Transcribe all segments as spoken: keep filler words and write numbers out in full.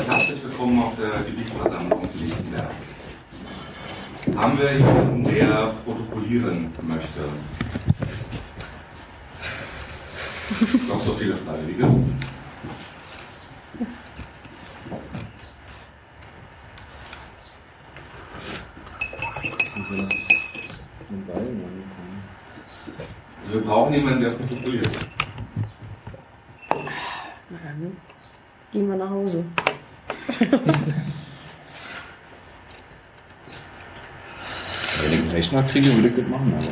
herzlich willkommen auf der Gebietsversammlung Lichtenberg. Haben wir jemanden, der protokollieren möchte? Noch so viele Freiwillige. Also wir brauchen jemanden, der protokolliert. Na dann gehen wir nach Hause. Wenn ich einen Rechner kriege, würde ich das machen, aber.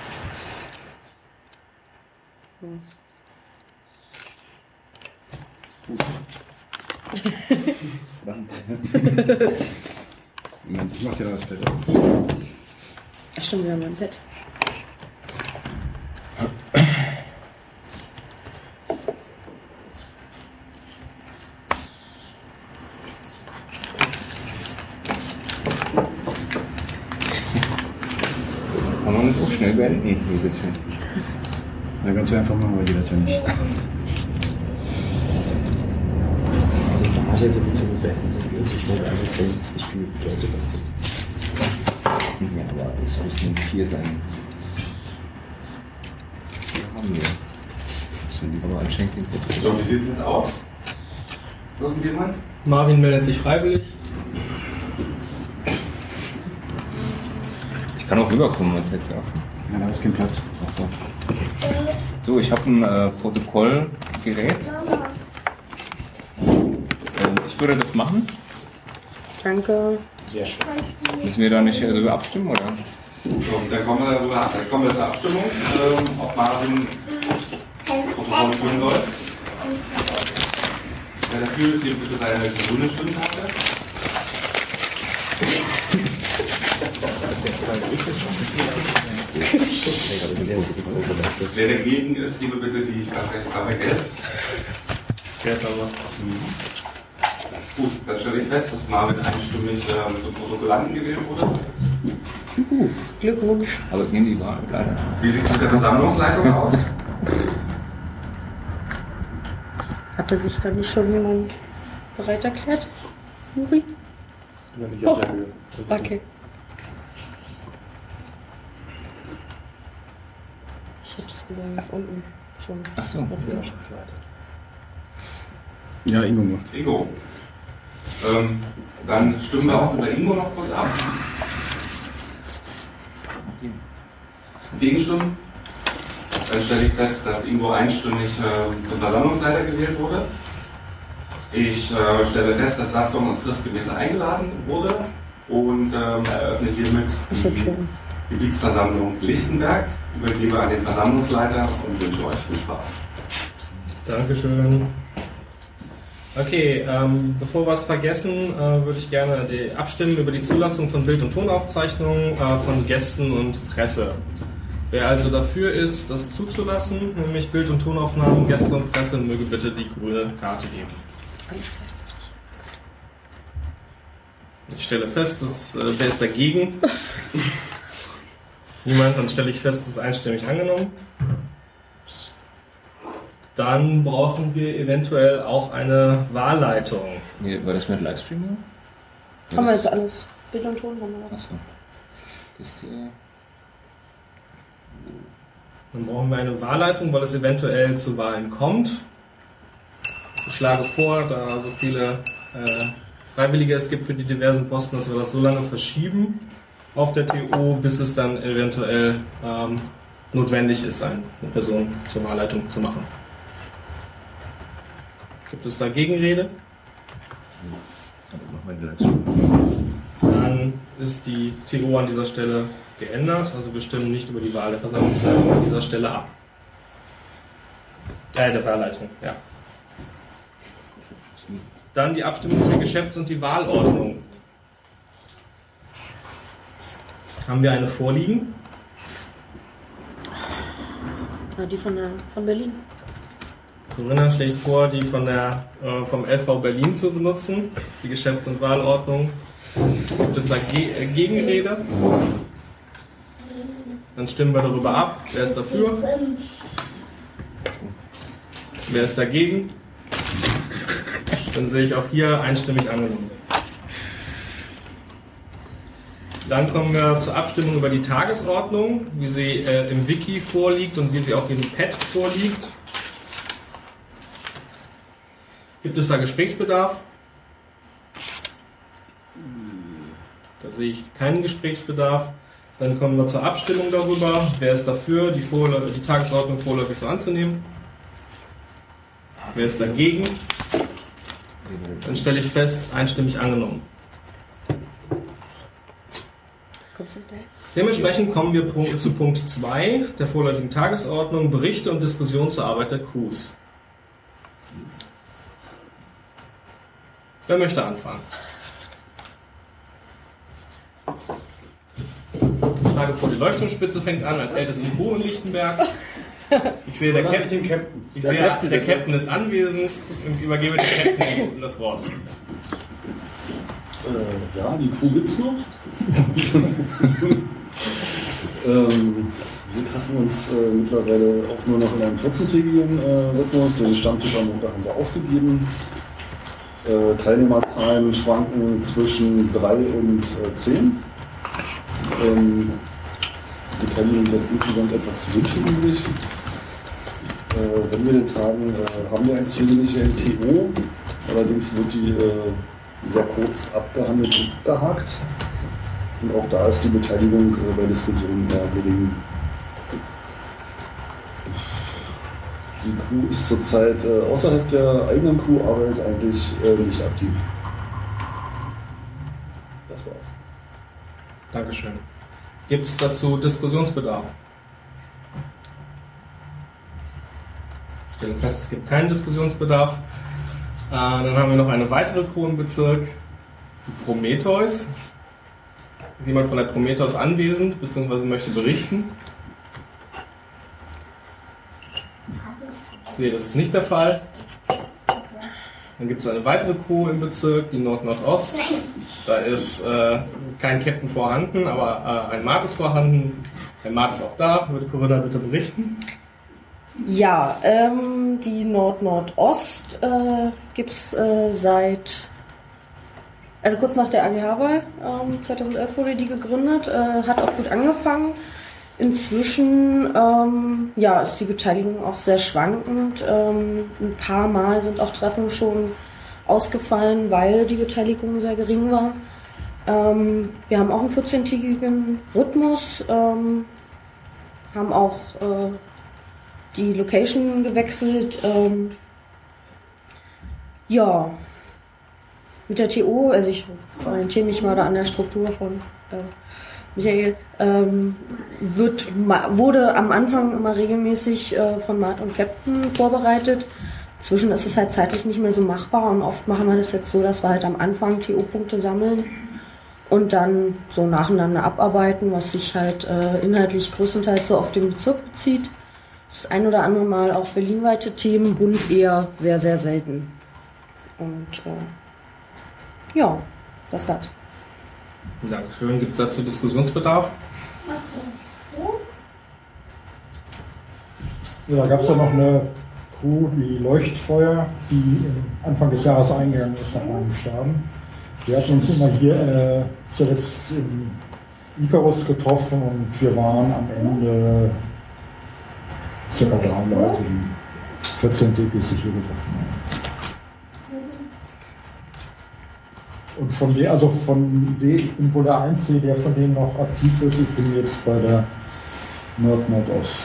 Verdammt. Moment, ich mach dir da das Pad auf. Ach stimmt, wir haben ein Pad. Kann man das auch schnell beenden, die Sitzung. Na, ganz einfach machen, weil jeder kann nicht. Also ich habe jetzt so viel beenden. So schnell angefangen, ich bin mit Leute ganz. Ja, aber es müssen vier sein. Vier haben wir. Müssen die aber anschenken. So, wie sieht es jetzt aus? Irgendjemand? Marvin meldet sich freiwillig. Ich kann auch rüberkommen, was jetzt ja. Ja, da ist kein Platz. Achso. So, ich habe ein äh, Protokollgerät. Ähm, ich würde das machen. Danke. Sehr schön. Müssen wir da nicht darüber abstimmen, oder? So, dann kommen wir darüber, dann kommen wir zur Abstimmung, ähm, ob Marvin Protokoll führen soll. Wer dafür ist, hier bitte seine grüne Stimmkarte. Wer dagegen ist, gebe bitte die Farbe gelb. Gelb aber. Mhm. Gut, dann stelle ich fest, dass Marvin einstimmig ähm, zum Protokollanten gewählt wurde. Uh, Glückwunsch. Aber ich nehme die Wahl, leider. Wie sieht es mit der Versammlungsleitung aus? Hatte sich da nicht schon jemand bereit erklärt? Muri? Oh, okay. Ich hab's äh, unten schon. Achso. Ja, Ingo macht. Ingo. Ähm, dann stimmen wir auch über Ingo noch kurz ab. Gegenstimmen? Dann stelle ich fest, dass Ingo einstimmig äh, zum Versammlungsleiter gewählt wurde. Ich äh, stelle fest, dass Satzung und fristgemäß eingeladen wurde und ähm, eröffne hiermit die Gebietsversammlung Lichtenberg. Übergebe an den Versammlungsleiter und wünsche euch viel Spaß. Dankeschön. Okay, ähm, bevor wir es vergessen, äh, würde ich gerne die abstimmen über die Zulassung von Bild- und Tonaufzeichnungen äh, von Gästen und Presse. Wer also dafür ist, das zuzulassen, nämlich Bild- und Tonaufnahmen, Gäste und Presse, möge bitte die grüne Karte geben. Ich stelle fest, dass, äh, wer ist dagegen? Niemand, dann stelle ich fest, es ist einstimmig angenommen. Dann brauchen wir eventuell auch eine Wahlleitung. Nee, war das mit Livestream? Haben wir jetzt alles? Bild und Ton haben wir. Achso. Das hier. Dann brauchen wir eine Wahlleitung, weil es eventuell zu Wahlen kommt. Ich schlage vor, da so viele äh, Freiwillige es gibt für die diversen Posten, dass wir das so lange verschieben auf der T O, bis es dann eventuell ähm, notwendig ist, eine Person zur Wahlleitung zu machen. Gibt es da Gegenrede? Dann ist die T O an dieser Stelle geändert, also wir stimmen nicht über die Wahl der Versammlungsleitung an dieser Stelle ab. Äh, der Wahlleitung, ja. Dann die Abstimmung für die Geschäfts- und die Wahlordnung. Haben wir eine vorliegen? Ja, die von, der, von Berlin. Corinna schlägt vor, die von der, äh, vom L V Berlin zu benutzen, die Geschäfts- und Wahlordnung. Gibt es da Ge äh, Gegenrede? Dann stimmen wir darüber ab. Wer ist dafür? Wer ist dagegen? Dann sehe ich auch hier einstimmig angenommen. Dann kommen wir zur Abstimmung über die Tagesordnung, wie sie äh, im Wiki vorliegt und wie sie auch im Pad vorliegt. Gibt es da Gesprächsbedarf? Da sehe ich keinen Gesprächsbedarf. Dann kommen wir zur Abstimmung darüber. Wer ist dafür, die, Vorlä- die Tagesordnung vorläufig so anzunehmen? Wer ist dagegen? Dann stelle ich fest, einstimmig angenommen. Dementsprechend kommen wir zu Punkt zwei der vorläufigen Tagesordnung, Berichte und Diskussion zur Arbeit der Crews. Wer möchte anfangen? Ich schlage vor, die Leuchtturmspitze fängt an als älteste Crew in Lichtenberg. Ich sehe, der Captain, ich sehe, der Captain ist anwesend und übergebe dem Captain das Wort. Äh, ja, die Crew gibt's noch. ähm, wir treffen uns äh, mittlerweile auch nur noch in einem vierzehntägigen äh, Rhythmus. Den Stammtisch am Montag haben wir aufgegeben. Äh, Teilnehmerzahlen schwanken zwischen drei und äh, zehn. Ähm, die Beteiligung lässt insgesamt etwas zu wünschen übrig. Äh, wenn wir den tagen, äh, haben wir eigentlich regelmäßig ein T O. Allerdings wird die äh, sehr kurz abgehandelt und abgehakt. Und auch da ist die Beteiligung äh, bei Diskussionen eher gering. Die Crew ist zurzeit äh, außerhalb der eigenen Crewarbeit eigentlich äh, nicht aktiv. Das war's. Dankeschön. Gibt es dazu Diskussionsbedarf? Ich stelle fest, es gibt keinen Diskussionsbedarf. Äh, dann haben wir noch eine weitere Crew im Bezirk, die Prometheus. Ist jemand von der Prometheus anwesend, beziehungsweise möchte berichten? Ich sehe, das ist nicht der Fall. Dann gibt es eine weitere Crew im Bezirk, die Nord-Nordost. Da ist äh, kein Captain vorhanden, aber äh, ein Mart ist vorhanden. Ein Mart ist auch da. Würde Corinna bitte berichten? Ja, ähm, die Nord-Nordost äh, gibt es äh, seit, also kurz nach der A G H-Wahl, ähm, zweitausendelf wurde die gegründet, äh, hat auch gut angefangen. Inzwischen ähm, ja, ist die Beteiligung auch sehr schwankend. Ähm, ein paar Mal sind auch Treffen schon ausgefallen, weil die Beteiligung sehr gering war. Ähm, wir haben auch einen vierzehntägigen Rhythmus, ähm, haben auch äh, die Location gewechselt. Ähm, ja, mit der T O, also ich orientiere mich mal da an der Struktur von äh, Michael, ähm, wird, wurde am Anfang immer regelmäßig äh, von Mart und Captain vorbereitet. Inzwischen ist es halt zeitlich nicht mehr so machbar und oft machen wir das jetzt so, dass wir halt am Anfang T O-Punkte sammeln und dann so nacheinander abarbeiten, was sich halt äh, inhaltlich größtenteils so auf den Bezirk bezieht. Das ein oder andere Mal auch berlinweite Themen, Bund eher sehr, sehr selten. Und äh, ja, das dazu. Dankeschön. Gibt es dazu Diskussionsbedarf? Ja, da gab es ja noch eine Crew, die Leuchtfeuer, die Anfang des Jahres eingegangen ist nach meinem Sterben. Wir hatten uns immer hier äh, zuletzt im Icarus getroffen und wir waren am Ende circa drei Leute, die vierzehntägig sich hier getroffen haben. Und von der, also von der, ich bin wohl der Einzige, der von denen noch aktiv ist. Ich bin jetzt bei der Nord-Nordost.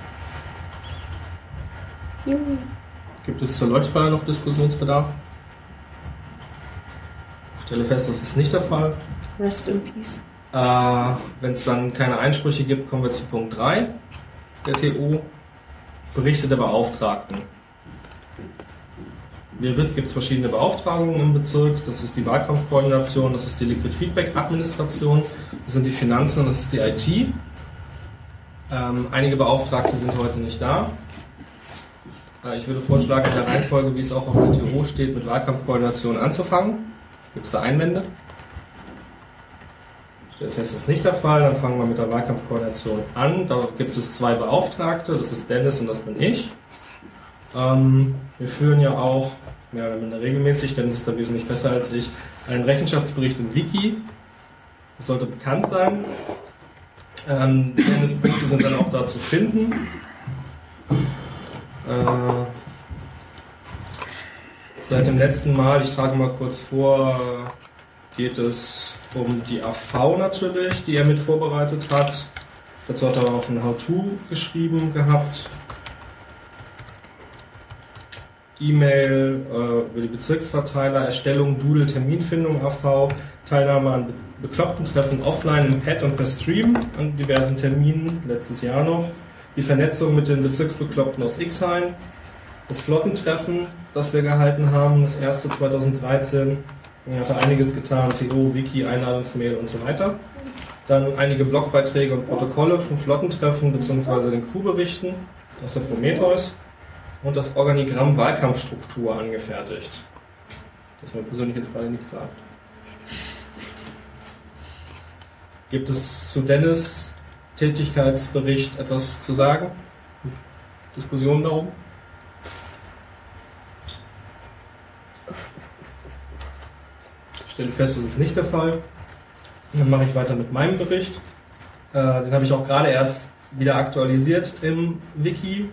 Gibt es zur Leuchtfeuer noch Diskussionsbedarf? Ich stelle fest, das ist nicht der Fall. Rest in Peace. Äh, Wenn es dann keine Einsprüche gibt, kommen wir zu Punkt drei der T O. Berichte der Beauftragten. Wie ihr wisst, gibt es verschiedene Beauftragungen im Bezirk. Das ist die Wahlkampfkoordination, das ist die Liquid Feedback Administration, das sind die Finanzen und das ist die I T. Ähm, einige Beauftragte sind heute nicht da. Äh, ich würde vorschlagen, in der Reihenfolge, wie es auch auf der T O steht, mit Wahlkampfkoordination anzufangen. Gibt es da Einwände? Ich stelle fest, das ist nicht der Fall. Dann fangen wir mit der Wahlkampfkoordination an. Da gibt es zwei Beauftragte, das ist Dennis und das bin ich. Ähm, wir führen ja auch mehr oder minder regelmäßig, denn es ist da wesentlich besser als ich, einen Rechenschaftsbericht im Wiki. Das sollte bekannt sein. Ähm, Dennis-Punkte sind dann auch da zu finden. Äh, seit dem letzten Mal, ich trage mal kurz vor, geht es um die A V natürlich, die er mit vorbereitet hat. Dazu hat er auch ein How-To geschrieben gehabt. E-Mail äh, über die Bezirksverteiler, Erstellung, Doodle, Terminfindung A V, Teilnahme an be bekloppten Treffen offline im Pad und per Stream an diversen Terminen, letztes Jahr noch. Die Vernetzung mit den Bezirksbekloppten aus Ixhain. Das Flottentreffen, das wir gehalten haben, das erste zweitausenddreizehn. Er hatte einiges getan, T O, Wiki, Einladungsmail und so weiter. Dann einige Blogbeiträge und Protokolle vom Flottentreffen bzw. den Crewberichten aus der Prometheus und das Organigramm Wahlkampfstruktur angefertigt. Das mir persönlich jetzt gerade nicht sagt. Gibt es zu Dennis' Tätigkeitsbericht etwas zu sagen? Diskussionen darum? Ich stelle fest, das ist nicht der Fall. Dann mache ich weiter mit meinem Bericht. Äh, den habe ich auch gerade erst wieder aktualisiert im Wiki.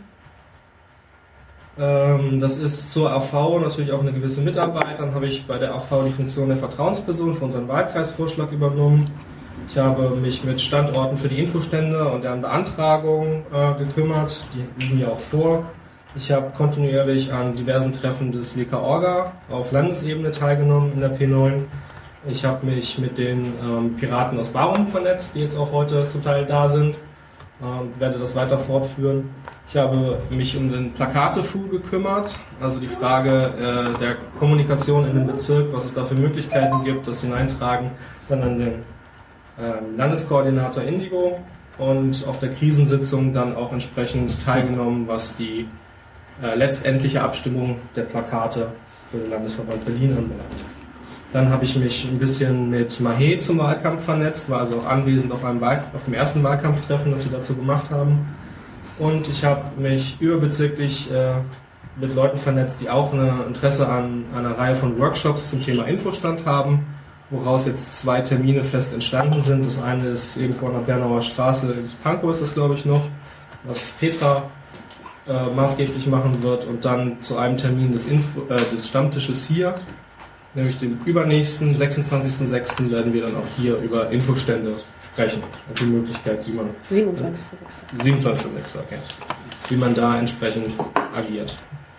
Ähm, das ist zur A V natürlich auch eine gewisse Mitarbeit. Dann habe ich bei der A V die Funktion der Vertrauensperson für unseren Wahlkreisvorschlag übernommen. Ich habe mich mit Standorten für die Infostände und deren Beantragung äh, gekümmert. Die liegen ja auch vor. Ich habe kontinuierlich an diversen Treffen des W K-Orga auf Landesebene teilgenommen in der P neun. Ich habe mich mit den ähm, Piraten aus Barum vernetzt, die jetzt auch heute zum Teil da sind, und äh, werde das weiter fortführen. Ich habe mich um den Plakate-Fool gekümmert, also die Frage äh, der Kommunikation in den Bezirk, was es da für Möglichkeiten gibt, das hineintragen, dann an den äh, Landeskoordinator Indigo und auf der Krisensitzung dann auch entsprechend teilgenommen, was die äh, letztendliche Abstimmung der Plakate für den Landesverband Berlin anbelangt. Dann habe ich mich ein bisschen mit Mahé zum Wahlkampf vernetzt, war also auch anwesend auf, einem Wahl auf dem ersten Wahlkampftreffen, das sie dazu gemacht haben. Und ich habe mich überbezirklich äh, mit Leuten vernetzt, die auch ein Interesse an einer Reihe von Workshops zum Thema Infostand haben, woraus jetzt zwei Termine fest entstanden sind. Das eine ist irgendwo an der Bernauer Straße, in Pankow ist das glaube ich noch, was Petra äh, maßgeblich machen wird, und dann zu einem Termin des, Info äh, des Stammtisches hier, nämlich dem übernächsten, sechsundzwanzigsten sechsten werden wir dann auch hier über Infostände sprechen und die Möglichkeit, wie man... siebenundzwanzigsten sechsten siebenundzwanzigsten sechsten okay. Wie man da entsprechend agiert.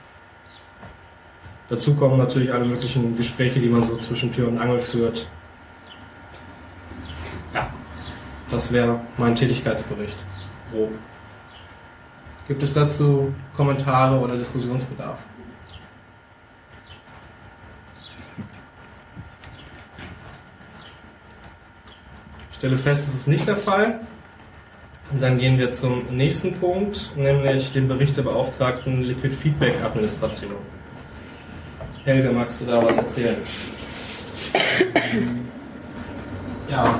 Dazu kommen natürlich alle möglichen Gespräche, die man so zwischen Tür und Angel führt. Ja, das wäre mein Tätigkeitsbericht. Grob. Gibt es dazu Kommentare oder Diskussionsbedarf? Ich stelle fest, das ist nicht der Fall. Und dann gehen wir zum nächsten Punkt, nämlich den Bericht der Beauftragten Liquid Feedback Administration. Helge, magst du da was erzählen? Ja,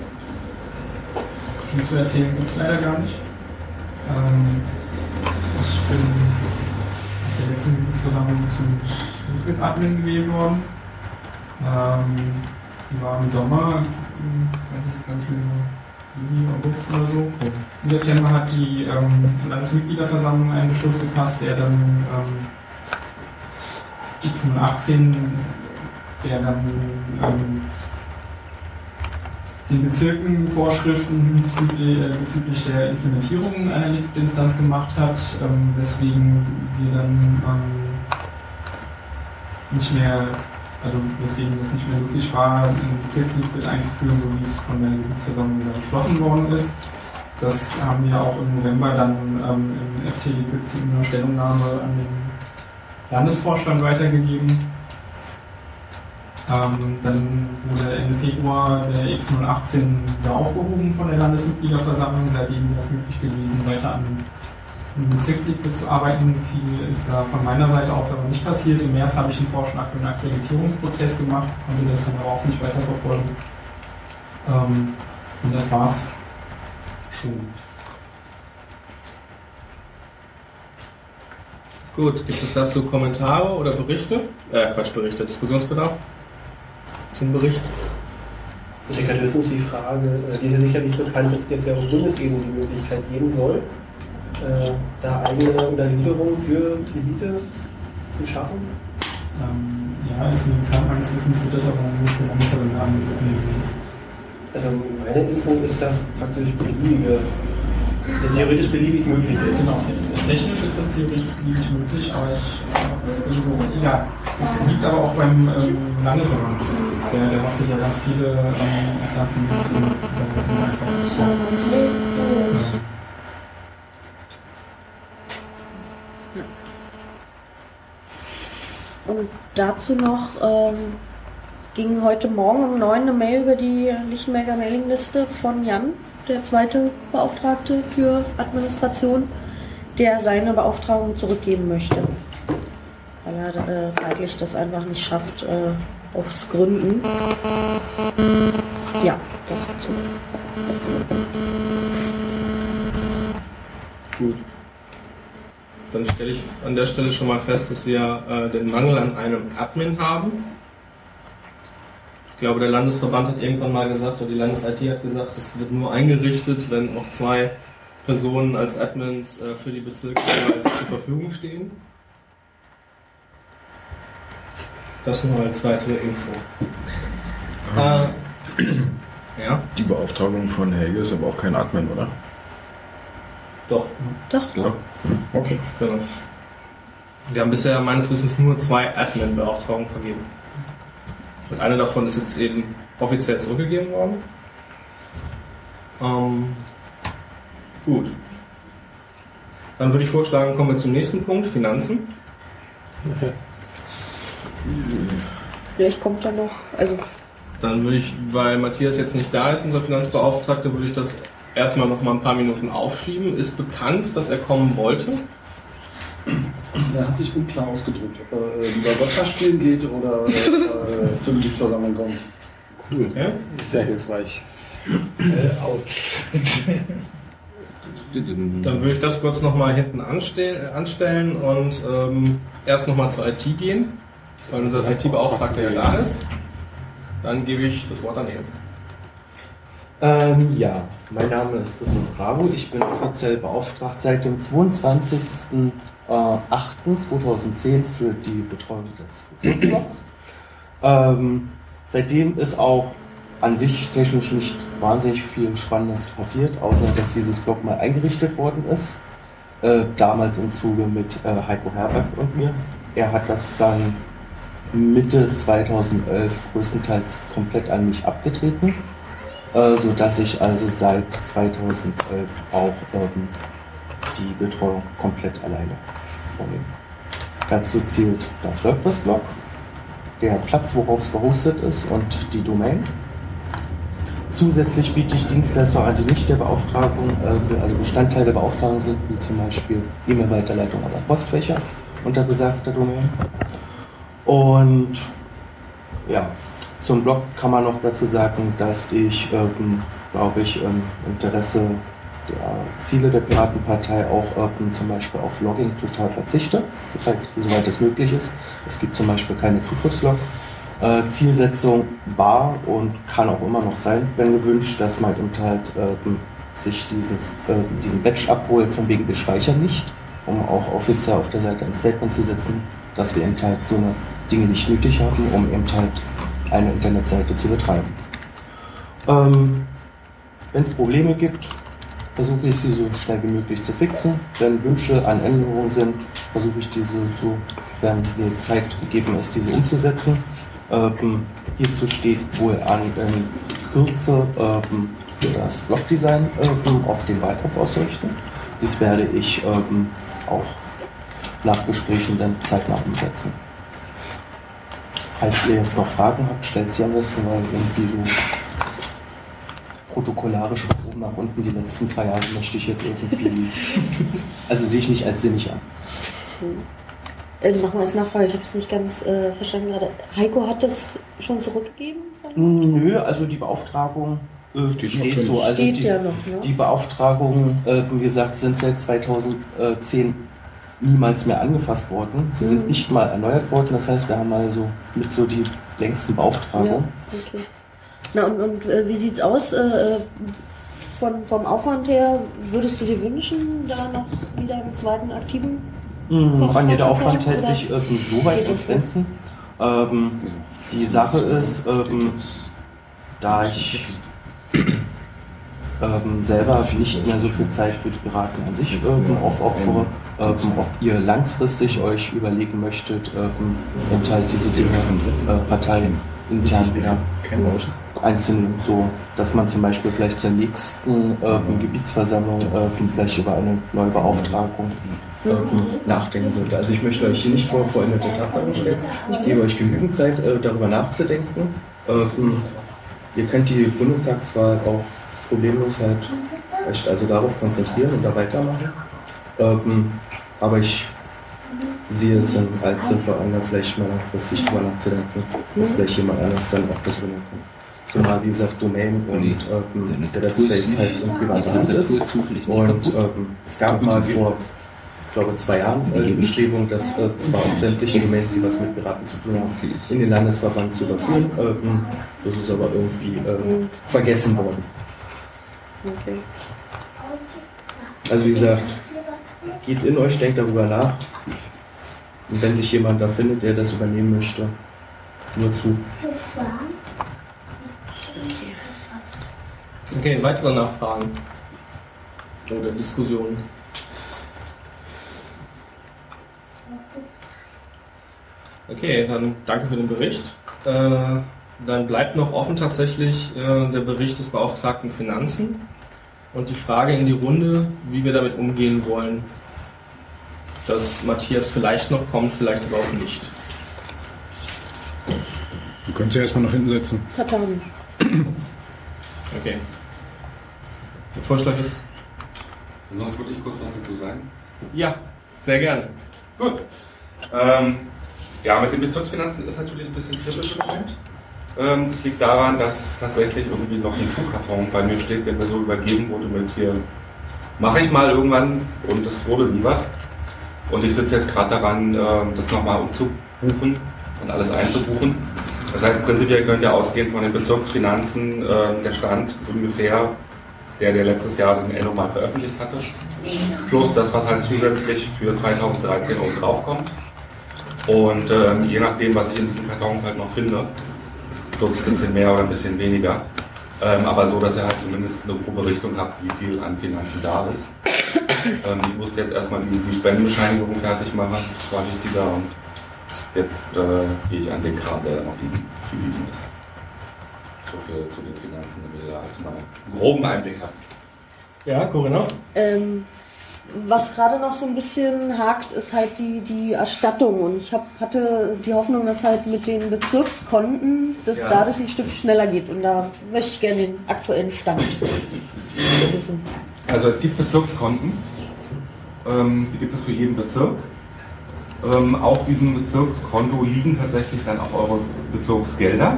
viel zu erzählen gibt es leider gar nicht. Ähm, ich bin auf der letzten Mitgliedsversammlung zum Liquid Admin gewählt worden. Ähm, die war im Sommer, weiß ich jetzt gar nicht mehr, Juni, August oder so. Im September hat die ähm, Landesmitgliederversammlung einen Beschluss gefasst, der dann ähm, X null achtzehn, der dann ähm, den Bezirken Vorschriften bezüglich, äh, bezüglich der Implementierung einer Liquid-Instanz gemacht hat, ähm, weswegen wir dann ähm, nicht mehr, also weswegen es nicht mehr möglich war, ein Bezirksliquid einzuführen, so wie es von der Mitgliedsversammlung beschlossen worden ist. Das haben wir auch im November dann ähm, im F T Liquid zu einer Stellungnahme an den Landesvorstand weitergegeben. Ähm, dann wurde Ende Februar der X null achtzehn wieder aufgehoben von der Landesmitgliederversammlung. Seitdem wäre es möglich gewesen, weiter an einem Bezirksliquid zu arbeiten. Viel ist da von meiner Seite aus aber nicht passiert. Im März habe ich einen Vorschlag für einen Akkreditierungsprozess gemacht, konnte das dann aber auch nicht weiterverfolgen. Ähm, und das war's schon. Gut, gibt es dazu Kommentare oder Berichte? Äh, Quatsch, Bericht, der Diskussionsbedarf zum Bericht. Ich hatte höchstens die Frage, die ist ja sicherlich bekannt, dass es jetzt ja auf Bundesebene die Möglichkeit geben soll, äh, da eigene Untergliederungen für Gebiete zu schaffen. Ähm, ja, ist mir bekannt, meines Wissens wird das aber nur für Landesverbände angeboten. Also meine Info ist, dass praktisch beliebige, theoretisch beliebig möglich ist. Genau, technisch ist das theoretisch beliebig möglich, aber ich, äh, irgendwo, ja, es liegt aber auch beim ähm, Landesverband. Der, der macht sich ja ganz viele ähm, Instanzen ähm, einfach so. Und dazu noch ähm, ging heute Morgen um neun eine Mail über die Lichtenberger Mailingliste von Jan, der zweite Beauftragte für Administration, der seine Beauftragung zurückgeben möchte. Weil er äh, zeitlich das einfach nicht schafft, äh, aus Gründen. Ja, das dazu. Gut. Dann stelle ich an der Stelle schon mal fest, dass wir äh, den Mangel an einem Admin haben. Ich glaube, der Landesverband hat irgendwann mal gesagt, oder die Landes-I T hat gesagt, es wird nur eingerichtet, wenn auch zwei Personen als Admins äh, für die Bezirke jeweils zur Verfügung stehen. Das nur als weitere Info. Äh, ja? Die Beauftragung von Helge ist aber auch kein Admin, oder? Doch. Doch. Ja. Okay. Genau. Wir haben bisher meines Wissens nur zwei Admin-Beauftragungen vergeben. Und eine davon ist jetzt eben offiziell zurückgegeben worden. Ähm, gut. Dann würde ich vorschlagen, kommen wir zum nächsten Punkt, Finanzen. Okay. Vielleicht kommt er noch. Also. Dann würde ich, weil Matthias jetzt nicht da ist, unser Finanzbeauftragter, würde ich das erstmal noch mal ein paar Minuten aufschieben. Ist bekannt, dass er kommen wollte? Er hat sich unklar ausgedrückt, ob er äh, lieber Gotcha spielen geht oder äh, zur Mitgliedsversammlung kommt. Cool. Ja? Sehr hilfreich. Äh, ouch. Dann würde ich das kurz nochmal hinten anstell, anstellen und ähm, erst nochmal zur I T gehen, weil unser I T-Beauftragter ja da ist. Dann gebe ich das Wort an ihn. Ähm, ja, mein Name ist Christoph Bravo. Ich bin offiziell beauftragt seit dem zweiundzwanzigsten achten zweitausendzehn für die Betreuung des Bezirksblocks. ähm, seitdem ist auch an sich technisch nicht wahnsinnig viel Spannendes passiert, außer dass dieses Block mal eingerichtet worden ist. Äh, damals im Zuge mit äh, Heiko Herberg und mir. Er hat das dann Mitte zweitausendelf größtenteils komplett an mich abgetreten, äh, sodass ich also seit zweitausendelf auch ähm, die Betreuung komplett alleine vornehme. Dazu zählt das WordPress-Blog, der Platz, worauf es gehostet ist und die Domain. Zusätzlich biete ich Dienstleistungen an, die nicht der Beauftragung, äh, also Bestandteil der Beauftragung sind, wie zum Beispiel E-Mail-Weiterleitung oder Postfächer unter besagter Domain. Und ja, zum Blog kann man noch dazu sagen, dass ich, ähm, glaube ich, im Interesse der Ziele der Piratenpartei auch ähm, zum Beispiel auf Logging total verzichte, soweit, soweit es möglich ist. Es gibt zum Beispiel keine Zugriffslog. Äh, Zielsetzung war und kann auch immer noch sein, wenn gewünscht, dass man eben halt ähm, sich dieses, äh, diesen Badge abholt, von wegen wir speichern nicht, um auch offiziell auf der Seite ein Statement zu setzen, dass wir eben halt so eine Dinge nicht nötig haben, um eben halt eine Internetseite zu betreiben. Ähm, wenn es Probleme gibt, versuche ich sie so schnell wie möglich zu fixen. Wenn Wünsche an Änderungen sind, versuche ich diese so, wenn mir Zeit gegeben ist, diese umzusetzen. Ähm, hierzu steht wohl an in Kürze ähm, für das Blogdesign ähm, auf den Wahlkampf ausrichten. Dies werde ich ähm, auch nach Gesprächen dann zeitnah umsetzen. Falls ihr jetzt noch Fragen habt, stellt sie am besten, weil irgendwie so protokollarisch von oben nach unten die letzten drei Jahre möchte ich jetzt irgendwie, also sehe ich nicht als sinnig an. Äh, machen wir als Nachfrage, ich habe es nicht ganz äh, verstanden gerade. Heiko hat das schon zurückgegeben? Nö, also die Beauftragung äh, steht, steht so. Also steht die, ja noch, ne? die Beauftragungen, äh, wie gesagt, sind seit zweitausendzehn niemals mehr angefasst worden. Sie sind nicht mal erneuert worden. Das heißt, wir haben also mit so die längsten Beauftragungen. Ja, okay. Na und, und äh, wie sieht's aus? Äh, von, vom Aufwand her, würdest du dir wünschen, da noch wieder einen zweiten aktiven? Mhm, nee, der Aufwand hält sich irgendwie so weit in Grenzen. Ähm, die Sache ist, ähm, da ich ähm, selber nicht mehr so viel Zeit für die Piraten an sich ähm, aufopfere, ähm, ob ihr langfristig euch überlegen möchtet, ähm, und halt diese Dinge äh, Parteien intern wieder einzunehmen, so dass man zum Beispiel vielleicht zur nächsten ähm, Gebietsversammlung ähm, vielleicht über eine neue Beauftragung ähm, nachdenken sollte. Also ich möchte euch hier nicht vor vollendete Tatsachen stellen. Ich gebe euch genügend Zeit, äh, darüber nachzudenken. Ähm, ihr könnt die Bundestagswahl auch problemlos halt echt also darauf konzentrieren und da weitermachen. Ähm, aber ich sehe es dann als sinnvoll an, da vielleicht mal langfristig drüber nachzudenken, dass vielleicht jemand anderes dann auch das übernehmen kann. Zumal, wie gesagt, Domain und ähm, der Webspace halt in privater Hand ist. Und ähm, es gab mal vor, ich glaube, zwei Jahren äh, die Bestrebung, dass äh, zwar auch sämtliche Domains, die was mit Piraten zu tun haben, in den Landesverband zu überführen. Ähm, das ist aber irgendwie äh, vergessen worden. Okay. Also wie gesagt, geht in euch, denkt darüber nach. Und wenn sich jemand da findet, der das übernehmen möchte, nur zu. Okay, weitere Nachfragen oder Diskussionen? Okay, dann danke für den Bericht. Äh, dann bleibt noch offen tatsächlich äh, der Bericht des Beauftragten Finanzen und die Frage in die Runde, wie wir damit umgehen wollen, dass Matthias vielleicht noch kommt, vielleicht aber auch nicht. Du könntest ja erstmal nach hinten setzen. Vertagen. Okay. Der Vorschlag ist... Sonst würde ich kurz was dazu sagen. Ja, sehr gerne. Gut. Ähm, ja, mit den Bezirksfinanzen ist natürlich ein bisschen kritisch im Moment. Ähm, das liegt daran, dass tatsächlich irgendwie noch ein Schuhkarton bei mir steht, der mir so übergeben wurde mit hier, mache ich mal irgendwann, und das wurde nie was. Und ich sitze jetzt gerade daran, das nochmal umzubuchen und alles einzubuchen. Das heißt, prinzipiell könnt ihr ausgehen von den Bezirksfinanzen, der Stand ungefähr, der der letztes Jahr den Enno mal veröffentlicht hatte, plus das, was halt zusätzlich für zweitausenddreizehn oben drauf kommt. Und ähm, je nachdem, was ich in diesen Kartons halt noch finde, wird es ein bisschen mehr oder ein bisschen weniger. Ähm, aber so, dass ihr halt zumindest eine grobe Richtung habt, wie viel an Finanzen da ist. Ähm, ich musste jetzt erstmal die, die Spendenbescheinigung fertig machen, das war wichtiger, und jetzt äh, gehe ich an den Kram, der da noch liegen, liegen ist. So viel zu den Finanzen, damit ihr da halt mal einen groben Einblick habt. Ja, Corinna? Ähm, was gerade noch so ein bisschen hakt, ist halt die, die Erstattung. Und ich hab, hatte die Hoffnung, dass halt mit den Bezirkskonten das ja. dadurch ein Stück schneller geht. Und da möchte ich gerne den aktuellen Stand wissen. Also es gibt Bezirkskonten, ähm, die gibt es für jeden Bezirk. Ähm, auf diesem Bezirkskonto liegen tatsächlich dann auch eure Bezirksgelder.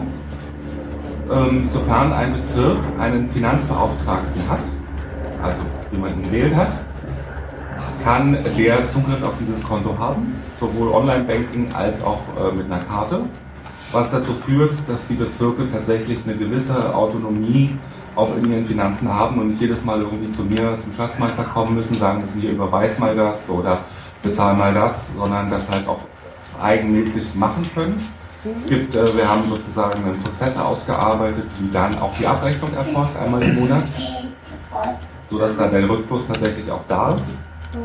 Ähm, sofern ein Bezirk einen Finanzbeauftragten hat, also jemanden gewählt hat, kann der Zugriff auf dieses Konto haben, sowohl Online-Banking als auch äh, mit einer Karte, was dazu führt, dass die Bezirke tatsächlich eine gewisse Autonomie auch in ihren Finanzen haben und nicht jedes Mal irgendwie zu mir, zum Schatzmeister kommen müssen, sagen müssen, hier überweis mal das oder bezahl mal das, sondern das halt auch eigenmäßig machen können. Es gibt, äh, wir haben sozusagen einen Prozess ausgearbeitet, wie dann auch die Abrechnung erfolgt, einmal im Monat, sodass dann der Rückfluss tatsächlich auch da ist.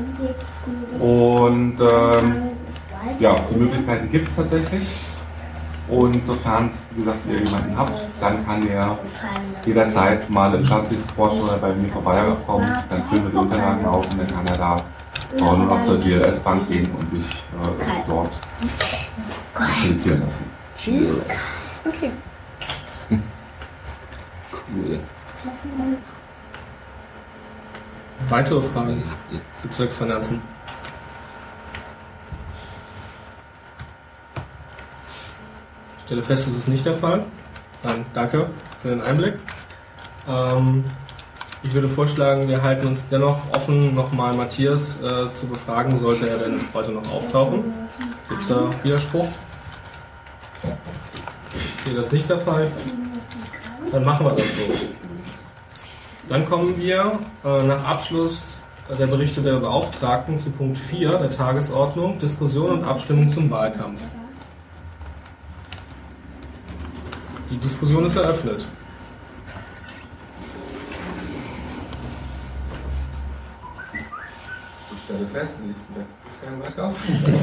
Und ähm, ja, die Möglichkeiten gibt es tatsächlich. Und sofern, wie gesagt, ihr jemanden habt, dann kann der jederzeit mal im Schatzi-Spot oder bei mir vorbeikommen, dann füllen wir die Unterlagen aus und dann kann er da auch nur noch zur G L S-Bank gehen und sich äh, dort kreditieren lassen. Okay. Cool. Weitere Fragen? Bezirksfinanzen. Ich stelle fest, das ist nicht der Fall. Dann danke für den Einblick. Ähm, Ich würde vorschlagen, wir halten uns dennoch offen, nochmal Matthias äh, zu befragen, sollte er denn heute noch auftauchen. Gibt es da Widerspruch? Ich sehe das nicht der Fall. Dann machen wir das so. Dann kommen wir äh, nach Abschluss der Berichte der Beauftragten zu Punkt vier der Tagesordnung, Diskussion und Abstimmung zum Wahlkampf. Die Diskussion ist eröffnet. Ich stelle fest, in Lichtenberg ist kein Wahlkampf.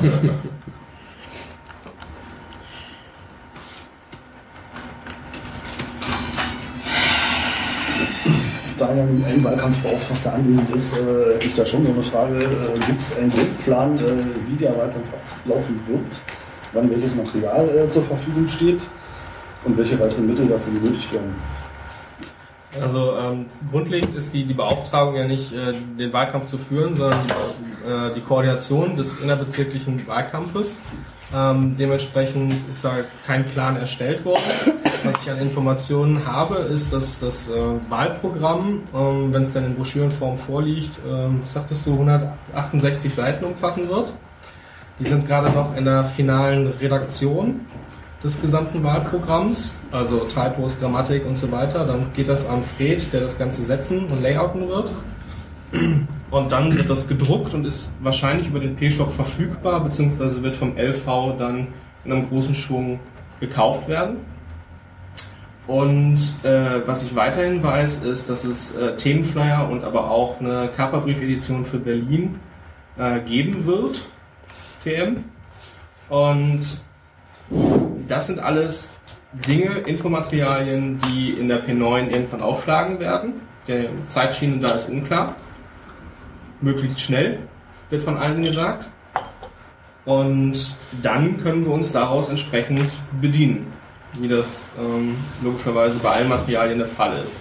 Da ja ein Wahlkampfbeauftragter anwesend ist, äh, ist da schon so eine Frage, äh, gibt es einen Grundplan, äh, wie der Wahlkampf ablaufen wird, wann welches Material äh, zur Verfügung steht und welche weiteren Mittel dafür benötigt werden? Also ähm, grundlegend ist die, die Beauftragung ja nicht, äh, den Wahlkampf zu führen, sondern die, äh, die Koordination des innerbezirklichen Wahlkampfes. Ähm, dementsprechend ist da kein Plan erstellt worden. Was ich an Informationen habe, ist, dass das äh, Wahlprogramm, ähm, wenn es dann in Broschürenform vorliegt, ähm, was sagtest du, hundertachtundsechzig Seiten umfassen wird. Die sind gerade noch in der finalen Redaktion des gesamten Wahlprogramms, also Typos, Grammatik und so weiter. Dann geht das an Fred, der das Ganze setzen und layouten wird. Und dann wird das gedruckt und ist wahrscheinlich über den P-Shop verfügbar, beziehungsweise wird vom L V dann in einem großen Schwung gekauft werden. Und äh, was ich weiterhin weiß, ist, dass es äh, Themenflyer und aber auch eine Kaperbrief-Edition für Berlin äh, geben wird, T M. Und das sind alles Dinge, Infomaterialien, die in der P neun irgendwann aufschlagen werden. Der Zeitschiene da ist unklar. Möglichst schnell, wird von allen gesagt. Und dann können wir uns daraus entsprechend bedienen, wie das ähm, logischerweise bei allen Materialien der Fall ist.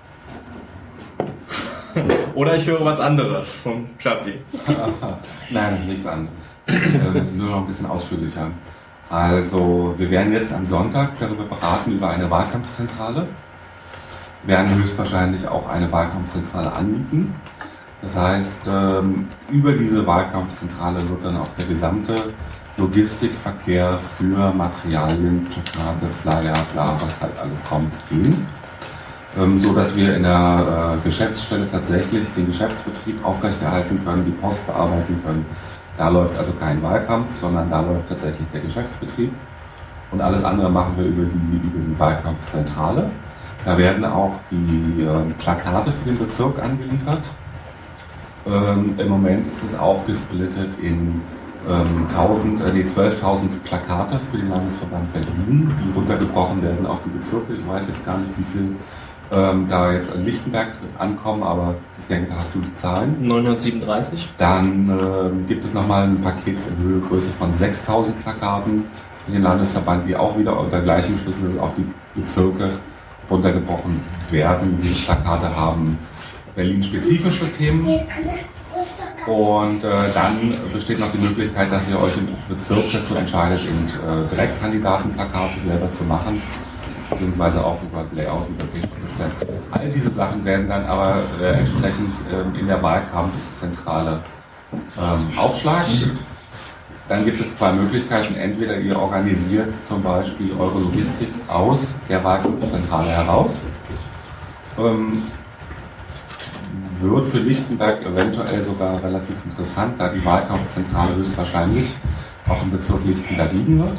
Oder ich höre was anderes vom Schatzi. Nein, nichts anderes. ähm, nur noch ein bisschen ausführlicher. Also, wir werden jetzt am Sonntag darüber beraten, über eine Wahlkampfzentrale. Wir werden höchstwahrscheinlich auch eine Wahlkampfzentrale anbieten. Das heißt, ähm, über diese Wahlkampfzentrale wird dann auch der gesamte Logistikverkehr für Materialien, Plakate, Flyer, bla, was halt alles kommt, gehen. Ähm, so dass wir in der äh, Geschäftsstelle tatsächlich den Geschäftsbetrieb aufrechterhalten können, die Post bearbeiten können. Da läuft also kein Wahlkampf, sondern da läuft tatsächlich der Geschäftsbetrieb. Und alles andere machen wir über die, über die Wahlkampfzentrale. Da werden auch die äh, Plakate für den Bezirk angeliefert. Ähm, Im Moment ist es aufgesplittet in ähm, tausend, äh, nee, zwölftausend Plakate für den Landesverband Berlin, die runtergebrochen werden auf die Bezirke. Ich weiß jetzt gar nicht, wie viel ähm, da jetzt an Lichtenberg ankommen, aber ich denke, da hast du die Zahlen. neunhundertsiebenunddreißig. Dann ähm, gibt es nochmal ein Paket in Höhe Größe von sechstausend Plakaten für den Landesverband, die auch wieder unter gleichem Schlüssel auf die Bezirke runtergebrochen werden. Diese Plakate haben Berlin-spezifische Themen. Und äh, dann besteht noch die Möglichkeit, dass ihr euch im Bezirk dazu entscheidet, eben äh, Direktkandidatenplakate selber zu machen, beziehungsweise auch über Layout, über P-Shop bestellen. All diese Sachen werden dann aber äh, entsprechend äh, in der Wahlkampfzentrale ähm, aufschlagen. Dann gibt es zwei Möglichkeiten. Entweder ihr organisiert zum Beispiel eure Logistik aus der Wahlkampfzentrale heraus. Ähm, wird für Lichtenberg eventuell sogar relativ interessant, da die Wahlkampfzentrale höchstwahrscheinlich auch im Bezirk Lichtenberg liegen wird.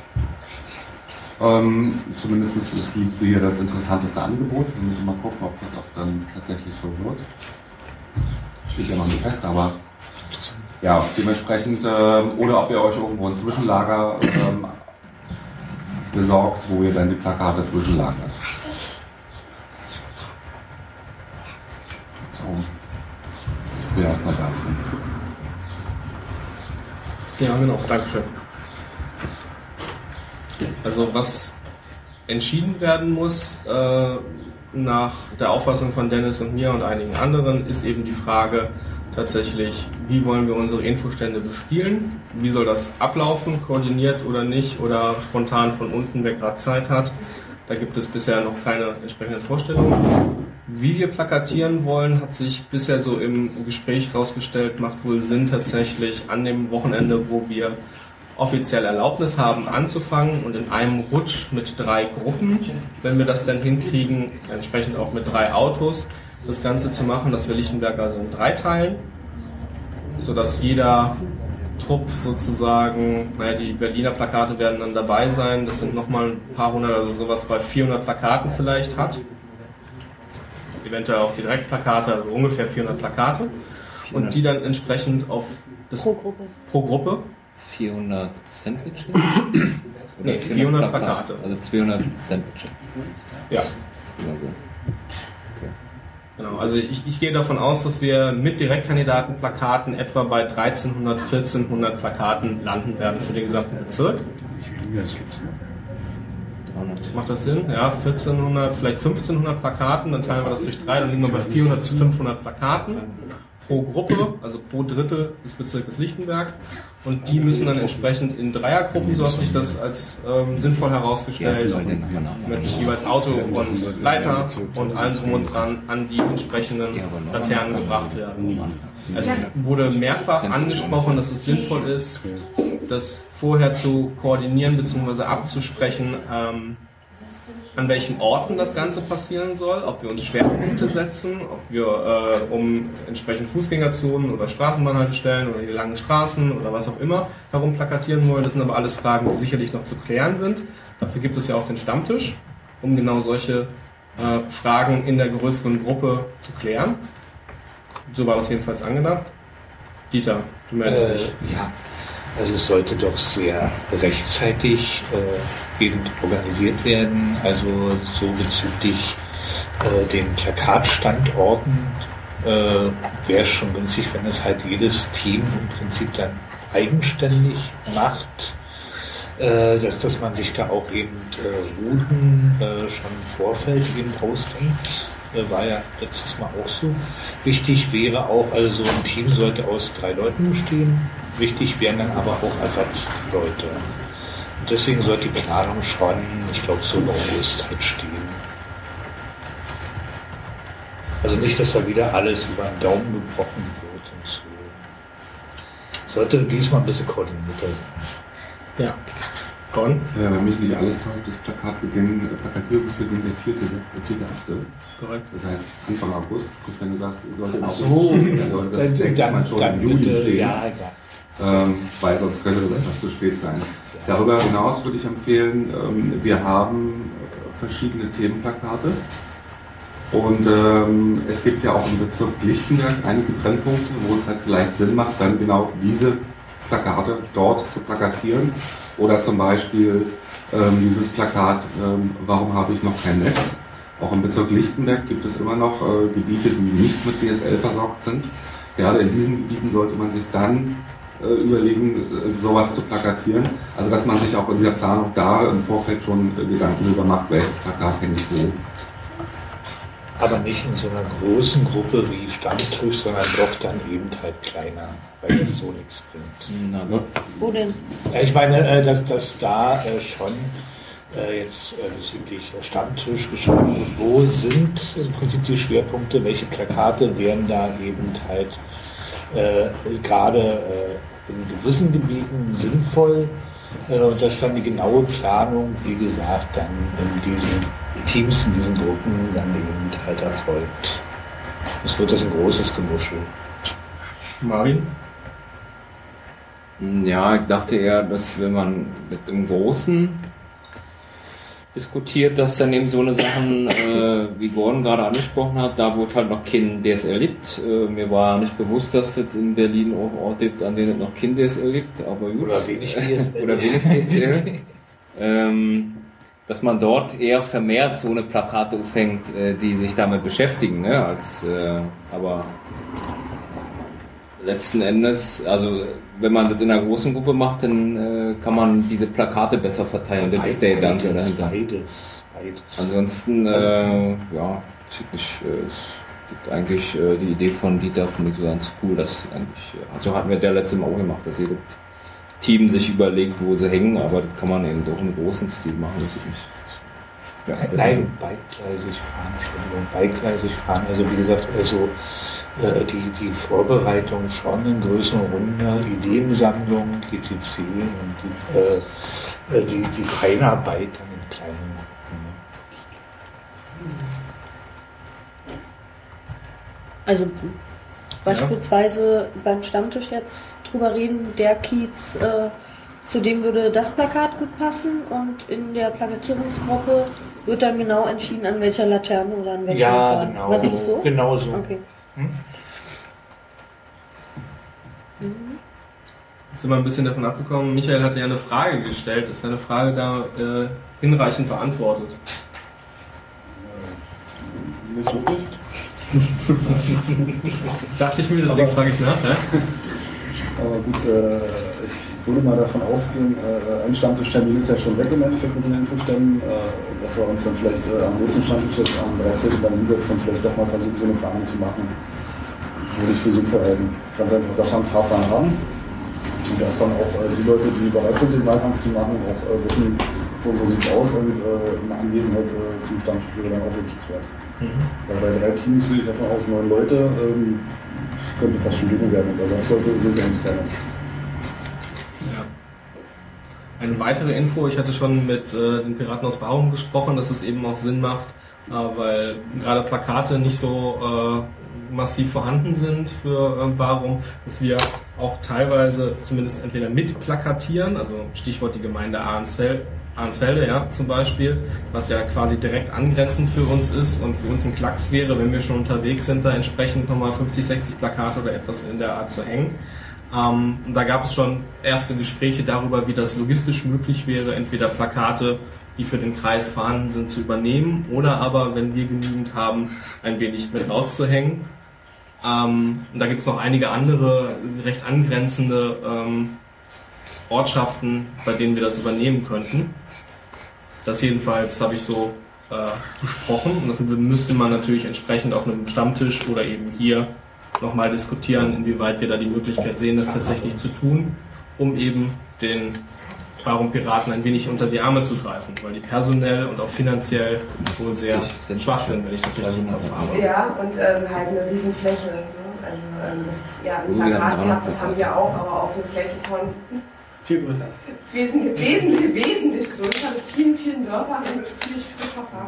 Ähm, zumindest es liegt hier das interessanteste Angebot. Wir müssen mal gucken, ob das auch dann tatsächlich so wird. Steht ja noch nicht fest, aber ja, dementsprechend, äh, oder ob ihr euch irgendwo ein Zwischenlager ähm, besorgt, wo ihr dann die Plakate zwischenlagert. So, erstmal dazu. Ja, genau, Dankeschön. Also was entschieden werden muss, äh, nach der Auffassung von Dennis und mir und einigen anderen, ist eben die Frage tatsächlich, wie wollen wir unsere Infostände bespielen, wie soll das ablaufen, koordiniert oder nicht, oder spontan von unten, wer gerade Zeit hat. Da gibt es bisher noch keine entsprechenden Vorstellungen. Wie wir plakatieren wollen, hat sich bisher so im Gespräch herausgestellt, macht wohl Sinn tatsächlich an dem Wochenende, wo wir offiziell Erlaubnis haben, anzufangen und in einem Rutsch mit drei Gruppen, wenn wir das dann hinkriegen, entsprechend auch mit drei Autos, das Ganze zu machen, dass wir Lichtenberg also in drei teilen, sodass jeder Trupp sozusagen, naja, die Berliner Plakate werden dann dabei sein, das sind nochmal ein paar hundert, also sowas bei vierhundert Plakaten vielleicht hat. Eventuell auch die Direktplakate, also ungefähr vierhundert Plakate. Und die dann entsprechend auf das Pro Gruppe. Pro Gruppe. vierhundert Sandwiches? Nee, vierhundert Plakate. Also zweihundert Sandwiches. Ja. Okay. Genau, also ich, ich gehe davon aus, dass wir mit Direktkandidatenplakaten etwa bei dreizehnhundert, vierzehnhundert Plakaten landen werden für den gesamten Bezirk. Macht das Sinn? Ja, vierzehnhundert, vielleicht fünfzehnhundert Plakaten, dann teilen wir das durch drei, dann liegen wir bei vierhundert bis fünfhundert Plakaten pro Gruppe, also pro Drittel des Bezirkes Lichtenberg. Und die müssen dann entsprechend in Dreiergruppen, so hat sich das als ähm, sinnvoll herausgestellt, mit jeweils Auto und Leiter und allem drum und dran an die entsprechenden Laternen gebracht werden. Es wurde mehrfach angesprochen, dass es sinnvoll ist, das vorher zu koordinieren bzw. abzusprechen, ähm, an welchen Orten das Ganze passieren soll, ob wir uns Schwerpunkte setzen, ob wir äh, um entsprechend Fußgängerzonen oder Straßenbahnhaltestellen oder die langen Straßen oder was auch immer herum plakatieren wollen. Das sind aber alles Fragen, die sicherlich noch zu klären sind. Dafür gibt es ja auch den Stammtisch, um genau solche äh, Fragen in der größeren Gruppe zu klären. So war das jedenfalls angedacht. Dieter, du meldest äh, dich. Ja, also es sollte doch sehr rechtzeitig äh, eben organisiert werden, also so bezüglich äh, den Plakatstandorten äh, wäre es schon günstig, wenn es halt jedes Team im Prinzip dann eigenständig macht, äh, dass, dass man sich da auch eben äh, Routen äh, schon im Vorfeld eben ausdenkt. War ja letztes Mal auch so. Wichtig wäre auch, also so ein Team sollte aus drei Leuten bestehen. Wichtig wären dann aber auch Ersatzleute. Und deswegen sollte die Planung schon, ich glaube, so im August halt stehen. Also nicht, dass da wieder alles über den Daumen gebrochen wird und so. Sollte diesmal ein bisschen koordinierter sein. Ja. Gordon? Äh, wenn mich nicht alles täuscht, ist Plakatbeginn, äh, Plakatierungsbeginn der vierte, vierte, achte. Korrekt. Das heißt Anfang August. Und wenn du sagst, sollte Ach August so. stehen, dann sollte das, Dann- denkt dann- man schon dann im Juli bitte, stehen. ja, ja. Ähm, weil sonst könnte das etwas zu spät sein. Darüber hinaus würde ich empfehlen, ähm, wir haben verschiedene Themenplakate. Und ähm, es gibt ja auch im Bezirk Lichtenberg einige Brennpunkte, wo es halt vielleicht Sinn macht, dann genau diese Plakate dort zu plakatieren. Oder zum Beispiel ähm, dieses Plakat, ähm, warum habe ich noch kein Netz? Auch im Bezirk Lichtenberg gibt es immer noch äh, Gebiete, die nicht mit D S L versorgt sind. Gerade in diesen Gebieten sollte man sich dann äh, überlegen, äh, sowas zu plakatieren. Also dass man sich auch in dieser Planung da im Vorfeld schon äh, Gedanken darüber macht, welches Plakat hänge ich wo. Aber nicht in so einer großen Gruppe wie Stammtisch, sondern doch dann eben halt kleiner, weil das so nichts bringt. Na gut. Wo denn? Ja, ich meine, äh, dass, dass da äh, schon äh, jetzt äh, bezüglich äh, Stammtisch geschaut wird, wo sind im Prinzip die Schwerpunkte, welche Plakate wären da eben halt äh, gerade äh, in gewissen Gebieten sinnvoll äh, und dass dann die genaue Planung, wie gesagt, dann in diesen Teams, in diesen Gruppen dann eben halt erfolgt. Es wird das ein großes Gemuschel. Marvin? Ja, ich dachte eher, dass wenn man mit dem Großen diskutiert, dass dann eben so eine Sachen, äh, wie Gordon gerade angesprochen hat, da wo es halt noch kein D S L gibt. Äh, mir war nicht bewusst, dass es in Berlin auch Orte gibt, an denen es noch kein D S L gibt, aber gut. Oder wenig D S L. Oder wenig D S L. ähm, dass man dort eher vermehrt so eine Plakate aufhängt, äh, die sich damit beschäftigen, ne, als, äh, aber letzten Endes, also wenn man das in einer großen Gruppe macht, dann äh, kann man diese Plakate besser verteilen, das ist der Gedanke dahinter. Beides, beides. Ansonsten, äh, ja, ich, äh, es gibt eigentlich äh, die Idee von Dieter, finde ich so ganz cool, dass eigentlich, also hatten wir der letzte Mal auch gemacht, dass jedes Team sich überlegt, wo sie hängen, aber das kann man eben doch im großen Stil machen, das ist nicht. Nein, beidgleisig fahren, Entschuldigung, beidgleisig fahren. Also wie gesagt, also äh, die, die Vorbereitung schon in größeren Runden, Ideensammlung, et cetera und die, äh, die, die Feinarbeit dann in kleinen Gruppen. Also beispielsweise beim Stammtisch jetzt drüber reden, der Kiez, äh, zu dem würde das Plakat gut passen und in der Plakatierungsgruppe wird dann genau entschieden, an welcher Laterne oder an welcher Ja, Fahne. genau. War das so? Genau so. Okay. Hm? Mhm. Jetzt sind wir ein bisschen davon abgekommen. Michael hatte ja eine Frage gestellt. Ist deine Frage da äh, hinreichend beantwortet? Nicht wirklich. Dachte ich mir, deswegen frage ich nach. Ja? Aber gut, äh, ich würde mal davon ausgehen, äh, ein Stammtischtermin ist ja schon weg im Endeffekt mit den Infoständen, äh, dass wir uns dann vielleicht äh, am nächsten Stammtisch jetzt am dreizehnten dann hinsetzen und vielleicht doch mal versuchen, so eine Planung zu machen. Würde ich für sinnvoll halten. Ganz einfach, dass wir einen Fahrplan haben und dass dann auch äh, die Leute, die bereit sind, den Wahlkampf zu machen, auch äh, wissen, so, so sieht es aus und äh, eine Anwesenheit äh, zum Stammtisch wäre dann auch wünschenswert. Mhm. Weil bei drei Teams gehe ich davon aus, neun Leute, ähm, könnte fast schon gegen werden. Und Ersatzleute sind ja nicht keiner. Ja. Eine weitere Info, ich hatte schon mit äh, den Piraten aus Barum gesprochen, dass es eben auch Sinn macht, äh, weil gerade Plakate nicht so äh, massiv vorhanden sind für äh, Barum, dass wir auch teilweise zumindest entweder mit plakatieren, also Stichwort die Gemeinde Ahrensfeld, Ahrensfelde, ja, zum Beispiel, was ja quasi direkt angrenzend für uns ist und für uns ein Klacks wäre, wenn wir schon unterwegs sind, da entsprechend nochmal fünfzig, sechzig Plakate oder etwas in der Art zu hängen. Ähm, und da gab es schon erste Gespräche darüber, wie das logistisch möglich wäre, entweder Plakate, die für den Kreis vorhanden sind, zu übernehmen oder aber, wenn wir genügend haben, ein wenig mit rauszuhängen. Ähm, und da gibt es noch einige andere, recht angrenzende ähm, Ortschaften, bei denen wir das übernehmen könnten. Das jedenfalls habe ich so äh, besprochen und das müsste man natürlich entsprechend auf einem Stammtisch oder eben hier nochmal diskutieren, inwieweit wir da die Möglichkeit sehen, das tatsächlich zu tun, um eben den Barum Piraten ein wenig unter die Arme zu greifen, weil die personell und auch finanziell wohl sehr schwach sind, wenn ich das richtig im Kopf habe. Ja, und ähm, halt eine Riesenfläche. Ne? Also ähm, das ist ja ein Plakat gehabt, das haben wir auch, aber auf eine Fläche von viel größer. Wesentlich, wesentlich, wesentlich größer, mit vielen, vielen Dörfern und mit viel Spritverfahren.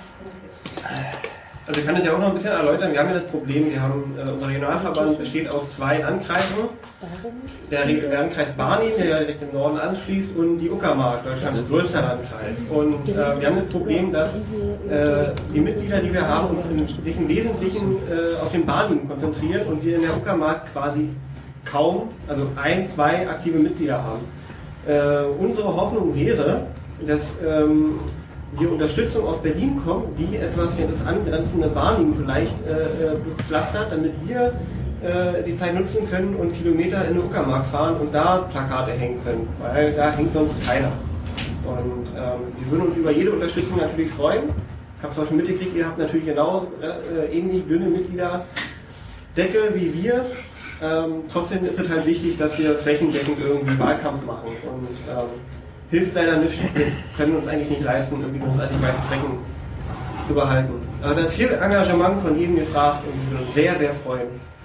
Also ich kann das ja auch noch ein bisschen erläutern. Wir haben ja das Problem, wir haben, äh, unser Regionalverband besteht aus zwei Landkreisen. Der, der Landkreis Barnim, der ja direkt im Norden anschließt, und die Uckermark, Deutschlands größter Landkreis. Und äh, wir haben das Problem, dass äh, die Mitglieder, die wir haben, uns in, sich im Wesentlichen äh, auf den Barnim konzentrieren und wir in der Uckermark quasi kaum, also ein, zwei aktive Mitglieder haben. Äh, unsere Hoffnung wäre, dass ähm, wir Unterstützung aus Berlin kommen, die etwas ja das angrenzende Barnim vielleicht äh, bepflastert, damit wir äh, die Zeit nutzen können und Kilometer in die Uckermark fahren und da Plakate hängen können, weil da hängt sonst keiner. Und ähm, wir würden uns über jede Unterstützung natürlich freuen. Ich habe es auch schon mitgekriegt, ihr habt natürlich genau äh, ähnlich dünne Mitgliederdecke wie wir. Ähm, trotzdem ist es halt wichtig, dass wir flächendeckend irgendwie Wahlkampf machen und ähm, hilft leider nicht. Wir können uns eigentlich nicht leisten, irgendwie großartig weiße Flecken zu behalten. Aber da ist viel Engagement von jedem gefragt und wir würden uns sehr, sehr freuen.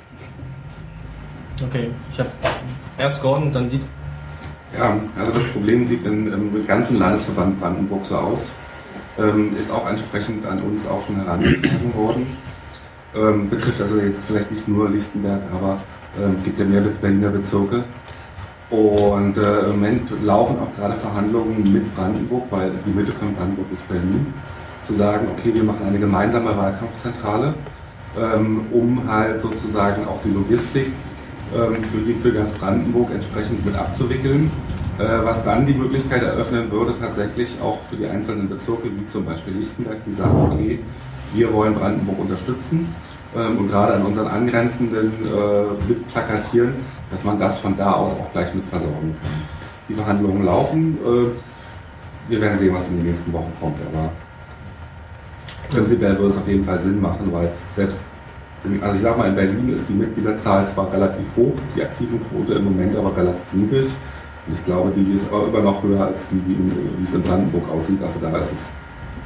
Okay, ich habe erst Gordon, dann Lied. Ja, also das Problem sieht im, im ganzen Landesverband Brandenburg so aus. Ähm, ist auch entsprechend an uns auch schon herangetragen worden. Ähm, betrifft also jetzt vielleicht nicht nur Lichtenberg, aber ähm, gibt ja mehr Berliner Bezirke. Und äh, im Moment laufen auch gerade Verhandlungen mit Brandenburg, weil die Mitte von Brandenburg ist Berlin, zu sagen, okay, wir machen eine gemeinsame Wahlkampfzentrale, ähm, um halt sozusagen auch die Logistik ähm, für, die, für ganz Brandenburg entsprechend mit abzuwickeln, äh, was dann die Möglichkeit eröffnen würde, tatsächlich auch für die einzelnen Bezirke, wie zum Beispiel Lichtenberg, die sagen, okay, wir wollen Brandenburg unterstützen ähm, und gerade an unseren angrenzenden äh, mit plakatieren, dass man das von da aus auch gleich mit versorgen kann. Die Verhandlungen laufen. Äh, wir werden sehen, was in den nächsten Wochen kommt, aber prinzipiell würde es auf jeden Fall Sinn machen, weil selbst, also ich sag mal, in Berlin ist die Mitgliederzahl zwar relativ hoch, die aktiven Quote im Moment aber relativ niedrig. Und ich glaube, die ist aber immer noch höher als die, wie, in, wie es in Brandenburg aussieht. Also da ist es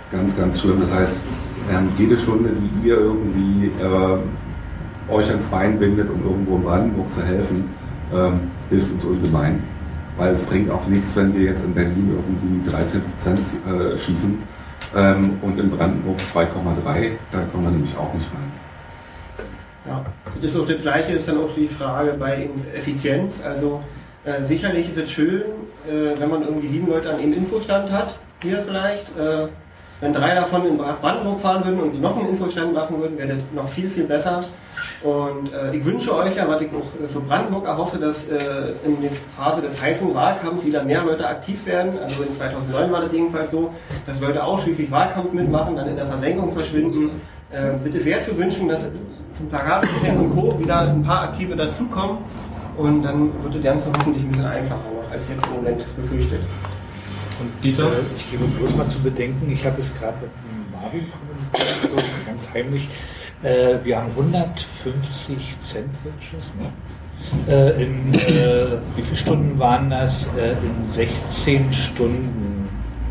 ganz, ganz schlimm. Das heißt, ähm, jede Stunde, die ihr irgendwie äh, euch ans Bein bindet, um irgendwo in Brandenburg zu helfen, ähm, hilft uns ungemein. Weil es bringt auch nichts, wenn wir jetzt in Berlin irgendwie dreizehn Prozent äh, schießen ähm, und in Brandenburg zwei Komma drei, dann kommen wir nämlich auch nicht rein. Ja, das ist auch das Gleiche, ist dann auch die Frage bei Effizienz. Also äh, sicherlich ist es schön, äh, wenn man irgendwie sieben Leute an einem Infostand hat, hier vielleicht. Äh, wenn drei davon in Brandenburg fahren würden und die noch einen Infostand machen würden, wäre das noch viel, viel besser. Und äh, ich wünsche euch ja, was ich auch äh, für Brandenburg erhoffe, dass äh, in der Phase des heißen Wahlkampfs wieder mehr Leute aktiv werden. Also in zweitausendneun war das jedenfalls so, dass Leute ausschließlich Wahlkampf mitmachen, dann in der Versenkung verschwinden. Äh, bitte sehr zu wünschen, dass zum Plakat und Co. wieder ein paar Aktive dazukommen. Und dann wird das Ganze hoffentlich ein bisschen einfacher noch, als jetzt im Moment befürchtet. Und Dieter? Äh, ich gebe bloß mal zu bedenken, ich habe es gerade mit dem Marvin kommuniziert, so ganz heimlich. Äh, wir haben hundertfünfzig Sandwiches, ne? Äh, in, äh, wie viele Stunden waren das? Äh, in sechzehn Stunden.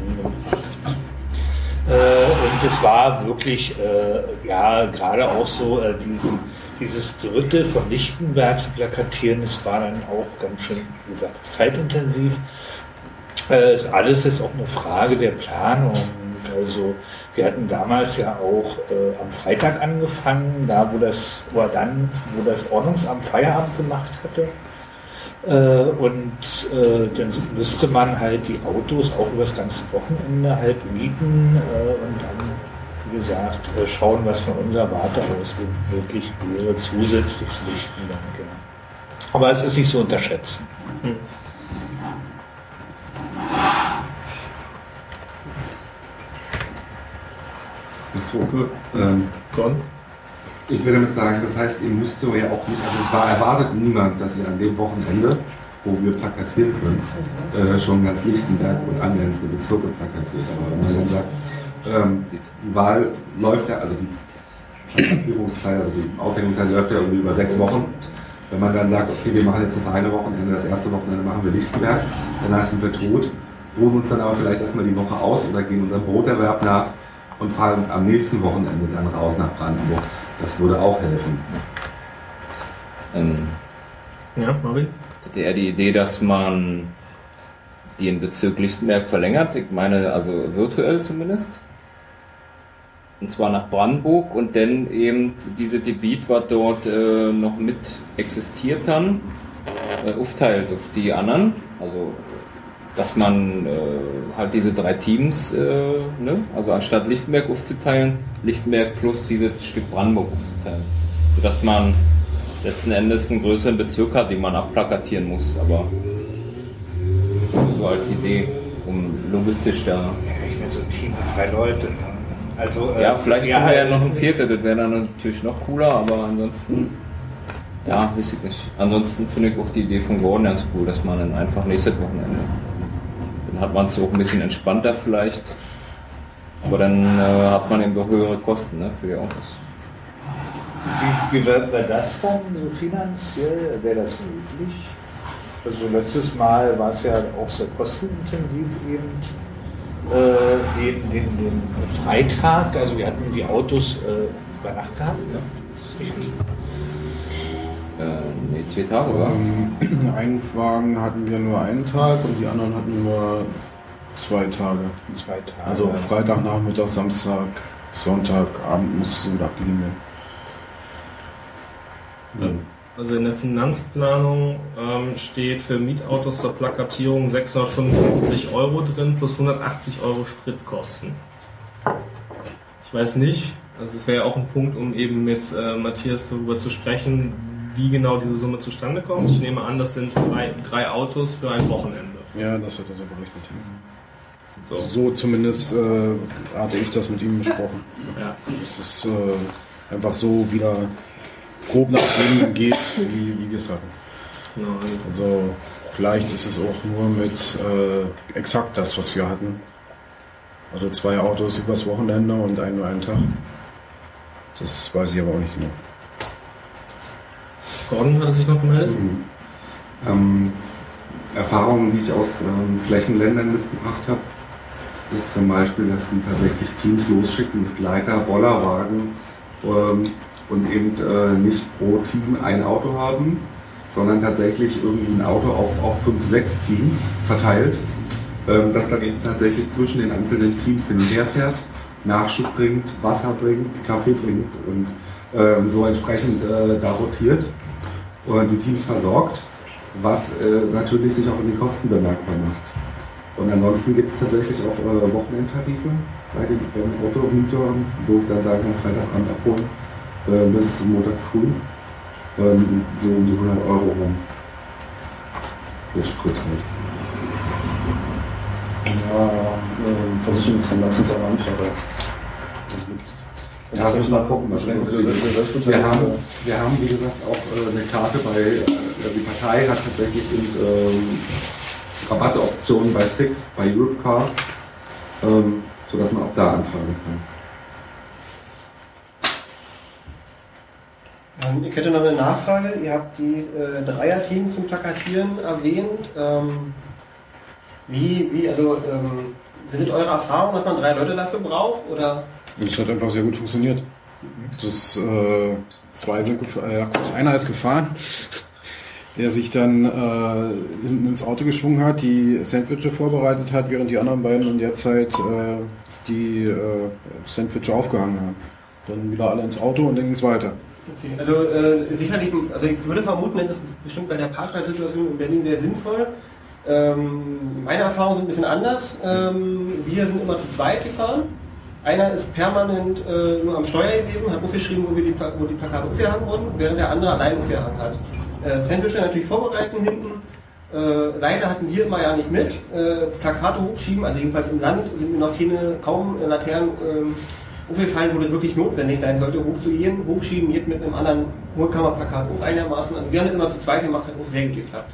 Äh, und es war wirklich, äh, ja, gerade auch so, äh, diesen, dieses Dritte von Lichtenberg zu plakatieren, das war dann auch ganz schön, wie gesagt, zeitintensiv. Äh, ist alles ist auch eine Frage der Planung. Also wir hatten damals ja auch äh, am Freitag angefangen, da wo das, oder dann, wo das Ordnungsamt Feierabend gemacht hatte. Äh, und äh, dann müsste man halt die Autos auch über das ganze Wochenende halt mieten äh, und dann, wie gesagt, äh, schauen, was von unserer Warte aus möglich wäre, zusätzlich zu Lichtenberg. Ja. Aber es ist nicht zu unterschätzen. Hm. So, ähm, ich will damit sagen, das heißt, ihr müsst ja auch nicht, also es war erwartet niemand, dass ihr an dem Wochenende, wo wir plakatieren können, äh, schon ganz Lichtenberg und angrenzende Bezirke plakatiert. Aber wenn man dann sagt, ähm, die Wahl läuft ja, also die Plakatierungszeit, also die Aushängungszeit läuft ja irgendwie über sechs Wochen. Wenn man dann sagt, okay, wir machen jetzt das eine Wochenende, das erste Wochenende machen wir Lichtenberg, dann lassen wir tot, ruhen uns dann aber vielleicht erstmal die Woche aus oder gehen unserem Broterwerb nach und fahren am nächsten Wochenende dann raus nach Brandenburg. Das würde auch helfen. Ähm, ja, Marvin? Hatte er die Idee, dass man den Bezirk Lichtenberg verlängert? Ich meine, also virtuell zumindest. Und zwar nach Brandenburg und dann eben dieses Gebiet, was dort äh, noch mit existiert dann, äh, aufteilt auf die anderen. Also dass man äh, halt diese drei Teams, äh, ne? Also anstatt Lichtenberg aufzuteilen, Lichtenberg plus dieses Stück Brandenburg aufzuteilen. Sodass man letzten Endes einen größeren Bezirk hat, den man abplakatieren muss. Aber so als Idee, um logistisch da... Ja, ich bin so ein Team mit drei Leute. Also, äh, ja, vielleicht ja, haben wir ja noch ein Vierter, das wäre dann natürlich noch cooler, aber ansonsten... Ja, weiß ich nicht. Ansonsten finde ich auch die Idee von Gordon ganz cool, dass man dann einfach nächstes Wochenende... Dann hat man es auch ein bisschen entspannter vielleicht. Aber dann äh, hat man eben doch höhere Kosten, ne, für die Autos. Wie, wie wäre wär das dann so finanziell? Wäre das möglich? Also letztes Mal war es ja auch sehr kostenintensiv eben. Äh, den, den, den Freitag, also wir hatten die Autos äh, über Nacht gehabt, ne? Das ist richtig. Äh, nee, zwei Tage, oder? Ähm, einen Wagen hatten wir nur einen Tag und die anderen hatten nur zwei Tage. Zwei Tage. Also Freitagnachmittag, Samstag, Sonntagabend musste wieder abgegeben werden. Also in der Finanzplanung ähm, steht für Mietautos zur Plakatierung sechshundertfünfundfünfzig Euro drin plus hundertachtzig Euro Spritkosten. Ich weiß nicht, also das wäre ja auch ein Punkt, um eben mit äh, Matthias darüber zu sprechen, wie genau diese Summe zustande kommt. Ich nehme an, das sind drei, drei Autos für ein Wochenende. Ja, das wird also berechnet. So, so zumindest äh, hatte ich das mit ihm besprochen. Ja. Dass es äh, einfach so wieder grob nach dem geht, wie, wie wir es hatten. Genau. Also vielleicht ist es auch nur mit äh, exakt das, was wir hatten. Also zwei Autos übers Wochenende und einen nur einen Tag. Das weiß ich aber auch nicht genau. Gordon hat sich noch gemeldet? Mhm. Ähm, Erfahrungen, die ich aus ähm, Flächenländern mitgebracht habe. ist zum Beispiel, dass die tatsächlich Teams losschicken mit Leiter, Bollerwagen ähm, und eben äh, nicht pro Team ein Auto haben, sondern tatsächlich irgendwie ein Auto auf, auf fünf, sechs Teams verteilt, ähm, das dann eben tatsächlich zwischen den einzelnen Teams hin und her fährt, Nachschub bringt, Wasser bringt, Kaffee bringt und ähm, so entsprechend äh, da rotiert und die Teams versorgt, was äh, natürlich sich auch in den Kosten bemerkbar macht. Und ansonsten gibt es tatsächlich auch äh, Wochenendtarife bei den, bei den Automietern, wo ich dann sagen kann, Freitagabend abholen äh, bis Montag früh, ähm, so um die hundert Euro rum. Plus Sprit halt. Ja, äh, Versicherung ist dann meistens auch noch nicht dabei. Ja, also müssen wir mal gucken, was ist unterschiedlich. Wir haben, wir haben, wie gesagt, auch äh, eine Karte bei, äh, die Partei hat tatsächlich eben, ähm, Rabattoptionen bei Six, bei Europcar, ähm, sodass man auch da anfragen kann. Ähm, ich hätte noch eine Nachfrage. Ihr habt die äh, Dreierteams zum Plakatieren erwähnt. Ähm, wie, wie, also, ähm, sind es eure Erfahrungen, dass man drei Leute dafür braucht? Oder? Das hat einfach sehr gut funktioniert. Das, äh, zwei sind gefahren, äh, einer ist gefahren, der sich dann äh, hinten ins Auto geschwungen hat, die Sandwiches vorbereitet hat, während die anderen beiden in der Zeit äh, die äh, Sandwiches aufgehangen haben. Dann wieder alle ins Auto und dann ging es weiter. Okay, also äh, sicherlich, also ich würde vermuten, das ist bestimmt bei der Parkplatzsituation in Berlin sehr sinnvoll. Ähm, meine Erfahrungen sind ein bisschen anders. Ähm, wir sind immer zu zweit gefahren. Einer ist permanent äh, nur am Steuer gewesen, hat aufgeschrieben, wo, wir die, wo die Plakate aufgehangen wurden, während der andere allein aufgehangen hat. Äh, Sandwiches natürlich vorbereiten hinten. Äh, Leiter hatten wir immer ja nicht mit. Äh, Plakate hochschieben, also jedenfalls im Land sind mir noch keine, kaum Laternen äh, aufgefallen, wo das wirklich notwendig sein sollte, hochzugehen. Hochschieben geht mit einem anderen Hohlkammerplakat auch einigermaßen. Also wir haben das immer zu zweit gemacht, hat auch sehr gut geklappt.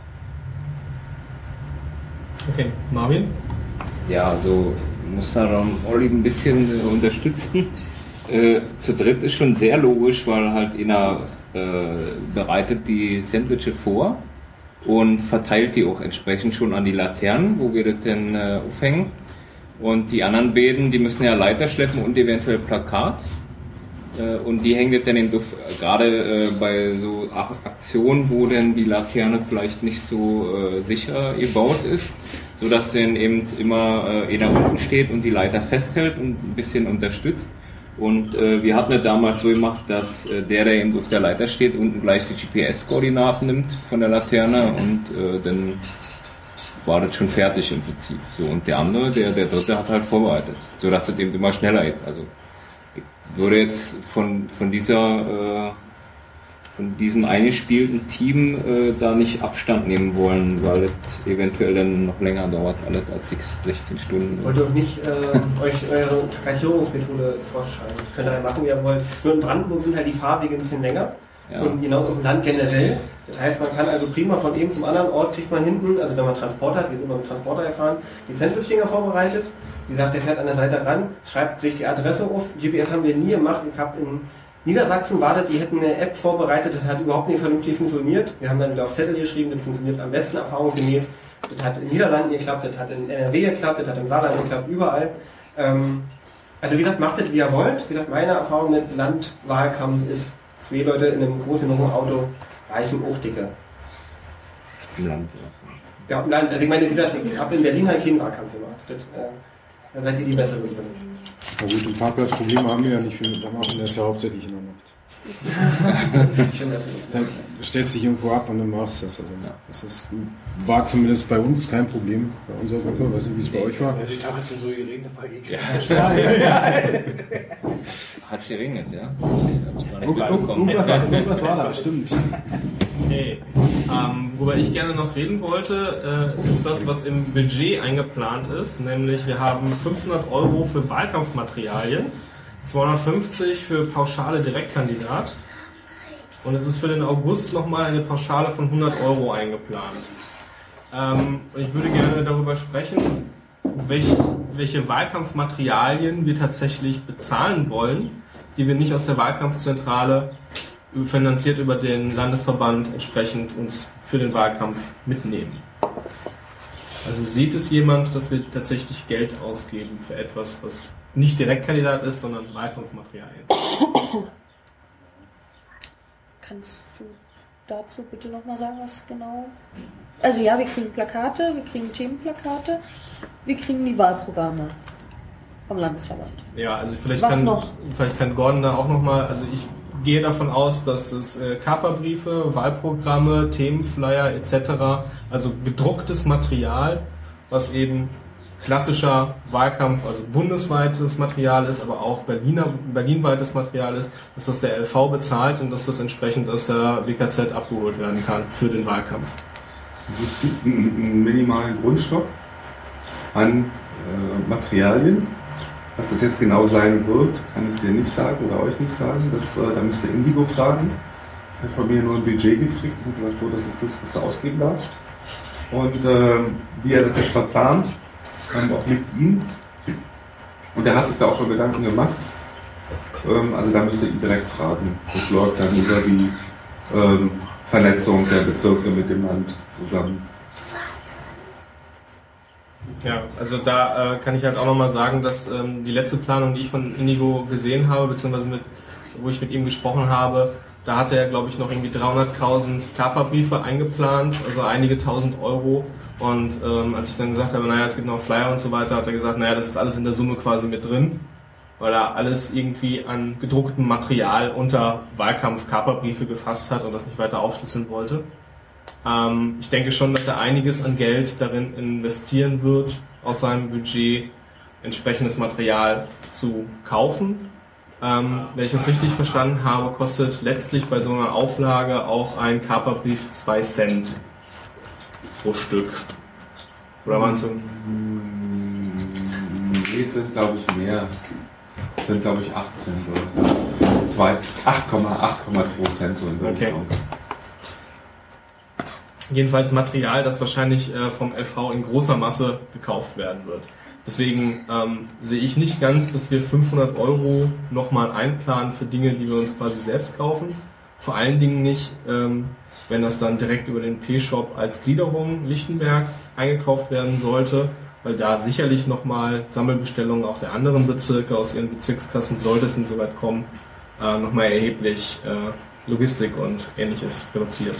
Okay, Marvin? Ja, also muss da Olli ein bisschen äh, unterstützen. Äh, zu dritt ist schon sehr logisch, weil halt einer äh, bereitet die Sandwiches vor und verteilt die auch entsprechend schon an die Laternen, wo wir das denn äh, aufhängen. Und die anderen beiden, die müssen ja Leiter schleppen und eventuell Plakat. Äh, und die hängen das dann eben auf, gerade äh, bei so Aktionen, wo denn die Laterne vielleicht nicht so äh, sicher gebaut ist, so dass dann eben immer äh, einer unten steht und die Leiter festhält und ein bisschen unterstützt. Und äh, wir hatten es damals so gemacht, dass äh, der, der eben auf der Leiter steht, unten gleich die G P S-Koordinaten nimmt von der Laterne und äh, dann war das schon fertig im Prinzip. So, und der andere, der, der dritte, hat halt vorbereitet, so dass es eben immer schneller geht. Also ich würde jetzt von, von dieser äh, von diesem eingespielten Team äh, da nicht Abstand nehmen wollen, weil es eventuell dann noch länger dauert, alles als sechzehn Stunden. Ich wollte auch nicht äh, euch eure Plakatierungsmethode vorschreiben. Das könnt ihr machen, wie ihr wollt. Nur in Brandenburg sind halt die Fahrwege ein bisschen länger. Ja. Und genau auf dem Land generell. Das heißt, man kann also prima von eben zum anderen Ort, kriegt man hinten, also wenn man Transporter hat, wir sind immer mit Transporter gefahren, die Sandwich-Dinger vorbereitet. Wie gesagt, der fährt an der Seite ran, schreibt sich die Adresse auf. G P S haben wir nie gemacht. Ich habe in Niedersachsen war das, die hätten eine App vorbereitet, das hat überhaupt nicht vernünftig funktioniert. Wir haben dann wieder auf Zettel geschrieben, das funktioniert am besten erfahrungsgemäß. Das hat in Niederlanden geklappt, das hat in N R W geklappt, das hat im Saarland geklappt, überall. Ähm, also wie gesagt, macht das wie ihr wollt. Wie gesagt, meine Erfahrung mit Landwahlkampf ist, zwei Leute in einem großen Auto reichen auch dicke. Im Land, ja. Ja, im Land. Also ich meine, wie gesagt, ich habe in Berlin halt keinen Wahlkampf gemacht. Das, äh, da seid ihr die bessere drin. Na gut, ein Parkplatzprobleme haben wir ja nicht, da machen wir das ja hauptsächlich in der Nacht. Dann stellst du dich irgendwo ab und dann machst du das. Also, das ist, war zumindest bei uns kein Problem, bei unserer Gruppe, weiß nicht, wie es bei euch war. Ja, die Tag hat es so geregnet, war eh ja. ja, ja, ja. Hat es geregnet, ja. Irgendwas war, irgendwas war da, stimmt. Okay. Ähm, worüber ich gerne noch reden wollte, äh, ist das, was im Budget eingeplant ist. Nämlich wir haben fünfhundert Euro für Wahlkampfmaterialien, zweihundertfünfzig für pauschale Direktkandidat und es ist für den August nochmal eine Pauschale von hundert Euro eingeplant. Ähm, und ich würde gerne darüber sprechen, welch, welche Wahlkampfmaterialien wir tatsächlich bezahlen wollen, die wir nicht aus der Wahlkampfzentrale finanziert über den Landesverband entsprechend uns für den Wahlkampf mitnehmen. Also sieht es jemand, dass wir tatsächlich Geld ausgeben für etwas, was nicht Direktkandidat ist, sondern Wahlkampfmaterialien? Kannst du dazu bitte nochmal sagen, was genau? Also ja, wir kriegen Plakate, wir kriegen Themenplakate, wir kriegen die Wahlprogramme vom Landesverband. Ja, also vielleicht was kann, noch? vielleicht kann Gordon da auch nochmal, also ich gehe davon aus, dass es äh, Kaperbriefe, Wahlprogramme, Themenflyer et cetera, also gedrucktes Material, was eben klassischer Wahlkampf, also bundesweites Material ist, aber auch Berliner, berlinweites Material ist, dass das der L V bezahlt und dass das entsprechend aus der W K Z abgeholt werden kann für den Wahlkampf. Also es gibt einen, einen minimalen Grundstock an äh, Materialien. Was das jetzt genau sein wird, kann ich dir nicht sagen oder euch nicht sagen. Das, äh, da müsst ihr Indigo fragen. Ich habe von mir nur ein Budget gekriegt und gesagt, so, das ist das, was du ausgeben darfst. Und äh, wie er das jetzt verplant, ähm, obliegt ihm. Und er hat sich da auch schon Gedanken gemacht. Ähm, also da müsst ihr ihn direkt fragen. Das läuft dann über die ähm, Vernetzung der Bezirke mit dem Land zusammen. Ja, also da äh, kann ich halt auch nochmal sagen, dass ähm, die letzte Planung, die ich von Indigo gesehen habe, beziehungsweise mit, wo ich mit ihm gesprochen habe, da hatte er, glaube ich, noch irgendwie dreihunderttausend Kaperbriefe eingeplant, also einige tausend Euro. Und ähm, als ich dann gesagt habe, naja, es gibt noch Flyer und so weiter, hat er gesagt, naja, das ist alles in der Summe quasi mit drin, weil er alles irgendwie an gedrucktem Material unter Wahlkampf-Kaperbriefe gefasst hat und das nicht weiter aufschlüsseln wollte. Ähm, ich denke schon, dass er einiges an Geld darin investieren wird, aus seinem Budget entsprechendes Material zu kaufen. Ähm, wenn ich das richtig verstanden habe, kostet letztlich bei so einer Auflage auch ein Kaperbrief zwei Cent pro Stück. Oder meinst du? Nee, es sind, glaube ich, mehr. Es sind, glaube ich, achtzehn oder so. acht Komma zwei Cent so in der Okay. Richtung. Jedenfalls Material, das wahrscheinlich äh, vom L V in großer Masse gekauft werden wird. Deswegen ähm, sehe ich nicht ganz, dass wir fünfhundert Euro nochmal einplanen für Dinge, die wir uns quasi selbst kaufen. Vor allen Dingen nicht, ähm, wenn das dann direkt über den P-Shop als Gliederung Lichtenberg eingekauft werden sollte, weil da sicherlich nochmal Sammelbestellungen auch der anderen Bezirke aus ihren Bezirkskassen, sollte es denn soweit kommen, äh, nochmal erheblich äh, Logistik und Ähnliches reduziert.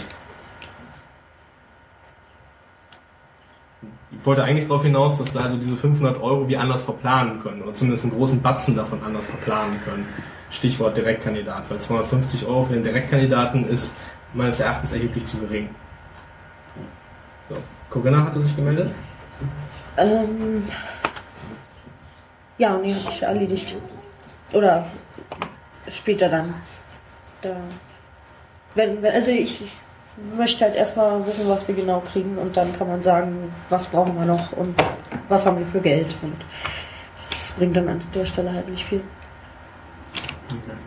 Ich wollte eigentlich darauf hinaus, dass da also diese fünfhundert Euro wir anders verplanen können oder zumindest einen großen Batzen davon anders verplanen können. Stichwort Direktkandidat, weil zweihundertfünfzig Euro für den Direktkandidaten ist meines Erachtens erheblich zu gering. So, Corinna hatte sich gemeldet? Ähm, ja, nee, hat sich erledigt. Oder später dann. Da, wenn, wenn, also ich, ich möchte halt erstmal wissen, was wir genau kriegen und dann kann man sagen, was brauchen wir noch und was haben wir für Geld und das bringt dann an der Stelle halt nicht viel. Okay.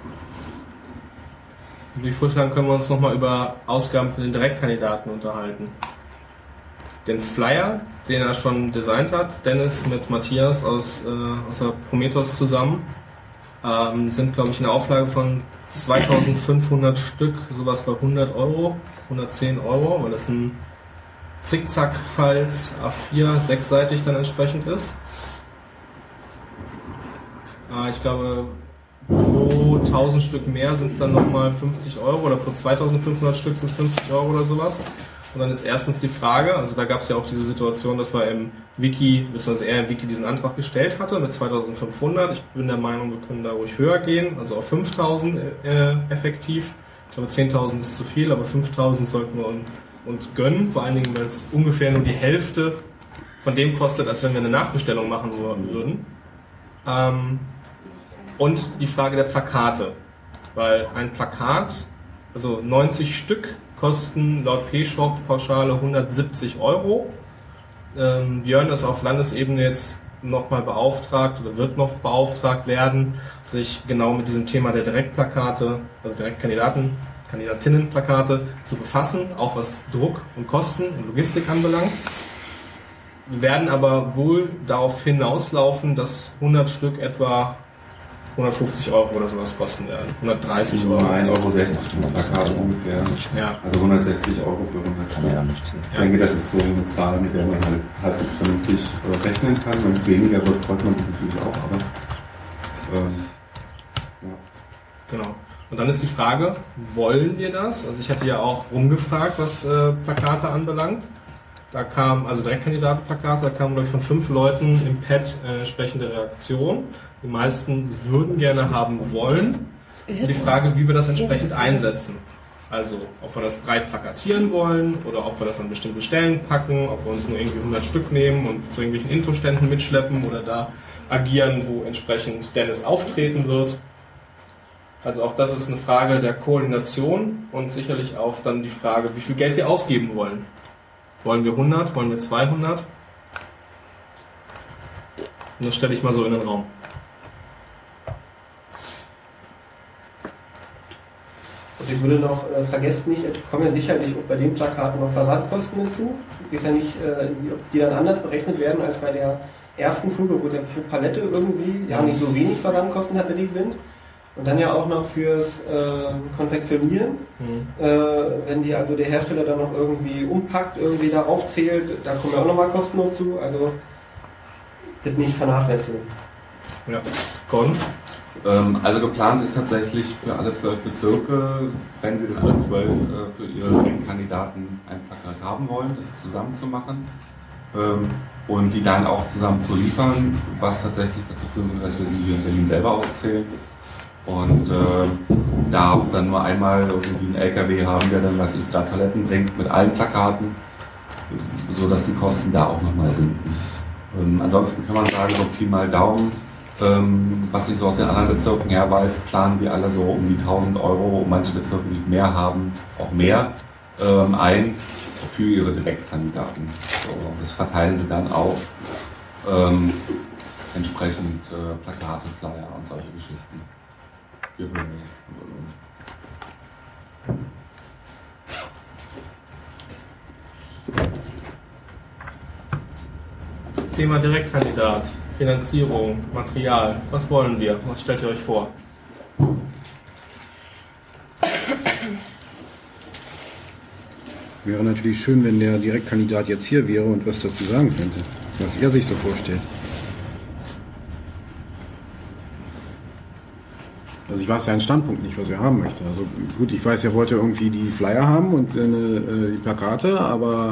Wie vorschlagen, können wir uns nochmal über Ausgaben für den Direktkandidaten unterhalten. Den Flyer, den er schon designt hat, Dennis mit Matthias aus, äh, aus der Prometheus zusammen, ähm, sind, glaube ich, eine Auflage von zweitausendfünfhundert Stück, sowas bei hundert Euro, hundertzehn Euro, weil das ein Zickzack-Falz A vier, sechsseitig dann entsprechend ist. Äh, ich glaube, pro tausend Stück mehr sind es dann nochmal fünfzig Euro oder pro zweitausendfünfhundert Stück sind es fünfzig Euro oder sowas. Und dann ist erstens die Frage, also da gab es ja auch diese Situation, dass wir im Wiki, beziehungsweise er im Wiki diesen Antrag gestellt hatte mit zweitausendfünfhundert. Ich bin der Meinung, wir können da ruhig höher gehen, also auf fünftausend äh, effektiv. Ich glaube zehntausend ist zu viel, aber fünftausend sollten wir uns gönnen, vor allen Dingen, weil es ungefähr nur die Hälfte von dem kostet, als wenn wir eine Nachbestellung machen würden. Ähm, und die Frage der Plakate, weil ein Plakat, also neunzig Stück, kosten laut P-Shop Pauschale hundertsiebzig Euro. Ähm, Björn ist auf Landesebene jetzt nochmal beauftragt oder wird noch beauftragt werden, sich genau mit diesem Thema der Direktplakate, also Direktkandidaten, Kandidatinnenplakate zu befassen, auch was Druck und Kosten und Logistik anbelangt. Wir werden aber wohl darauf hinauslaufen, dass hundert Stück etwa hundertfünfzig Euro oder sowas kosten werden. hundertdreißig Euro. ein Euro sechzig pro Plakat ungefähr. Ja. Also hundertsechzig Euro für hundert Stück. Ja, nicht ich ja. denke, das ist so eine Zahl, mit der man halt halbwegs vernünftig äh, rechnen kann. Wenn es weniger wird, freut man sich natürlich auch, aber ähm, ja. Genau. Und dann ist die Frage, wollen wir das? Also ich hatte ja auch rumgefragt, was äh, Plakate anbelangt. Da kam, also Direktkandidatenplakate, da kamen, glaube ich, von fünf Leuten im Pad äh, entsprechende Reaktionen. Die meisten würden gerne haben wollen. Und die Frage, wie wir das entsprechend einsetzen. Also, ob wir das breit plakatieren wollen oder ob wir das an bestimmte Stellen packen, ob wir uns nur irgendwie hundert Stück nehmen und zu irgendwelchen Infoständen mitschleppen oder da agieren, wo entsprechend Dennis auftreten wird. Also auch das ist eine Frage der Koordination und sicherlich auch dann die Frage, wie viel Geld wir ausgeben wollen. Wollen wir hundert? Wollen wir zweihundert? Und das stelle ich mal so in den Raum. Also ich würde noch, äh, vergesst nicht, es kommen ja sicherlich auch bei den Plakaten noch Versandkosten hinzu. Ich weiß ja nicht, äh, ob die dann anders berechnet werden als bei der ersten Fuge, wo der pro Palette irgendwie ja nicht so wenig Versandkosten tatsächlich sind. Und dann ja auch noch fürs äh, Konfektionieren, mhm. äh, wenn die also der Hersteller dann noch irgendwie umpackt, irgendwie da aufzählt, da kommen ja auch nochmal Kosten noch zu, also das nicht vernachlässigen. Ja, Gordon? Ähm, also geplant ist tatsächlich für alle zwölf Bezirke, wenn sie denn alle zwölf äh, für ihre Kandidaten ein Plakat haben wollen, das zusammen zu machen ähm, und die dann auch zusammen zu liefern, was tatsächlich dazu führen würde, dass wir sie hier in Berlin selber auszählen. Und äh, da auch dann nur einmal irgendwie einen L K W haben, der dann, was ich, drei Paletten bringt mit allen Plakaten, so dass die Kosten da auch nochmal sinken. Ähm, ansonsten kann man sagen, so Pi mal Daumen, ähm, was ich so aus den anderen Bezirken her weiß, planen wir alle so um die tausend Euro, manche Bezirke, die mehr haben, auch mehr ähm, ein für ihre Direktkandidaten. So, das verteilen sie dann auf ähm, entsprechend äh, Plakate, Flyer und solche Geschichten. Thema Direktkandidat, Finanzierung, Material. Was wollen wir? Was stellt ihr euch vor? Wäre natürlich schön, wenn der Direktkandidat jetzt hier wäre und was dazu sagen könnte, was er sich so vorstellt. Also ich weiß seinen Standpunkt nicht, was er haben möchte. Also gut, ich weiß, er wollte irgendwie die Flyer haben und seine, äh, die Plakate, aber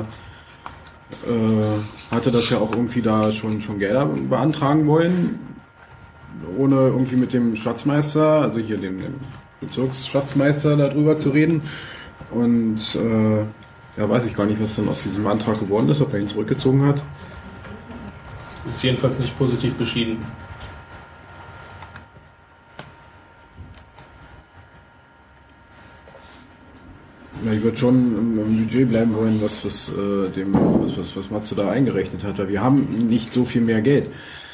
äh, hatte das ja auch irgendwie da schon, schon Gelder beantragen wollen, ohne irgendwie mit dem Schatzmeister, also hier dem, dem Bezirksschatzmeister darüber zu reden. Und äh, ja, weiß ich gar nicht, was dann aus diesem Antrag geworden ist, ob er ihn zurückgezogen hat. Ist jedenfalls nicht positiv beschieden. Ja, ich würde schon im, im Budget bleiben wollen, was, was, äh, dem, was, was, was Matze da eingerechnet hat, weil wir haben nicht so viel mehr Geld.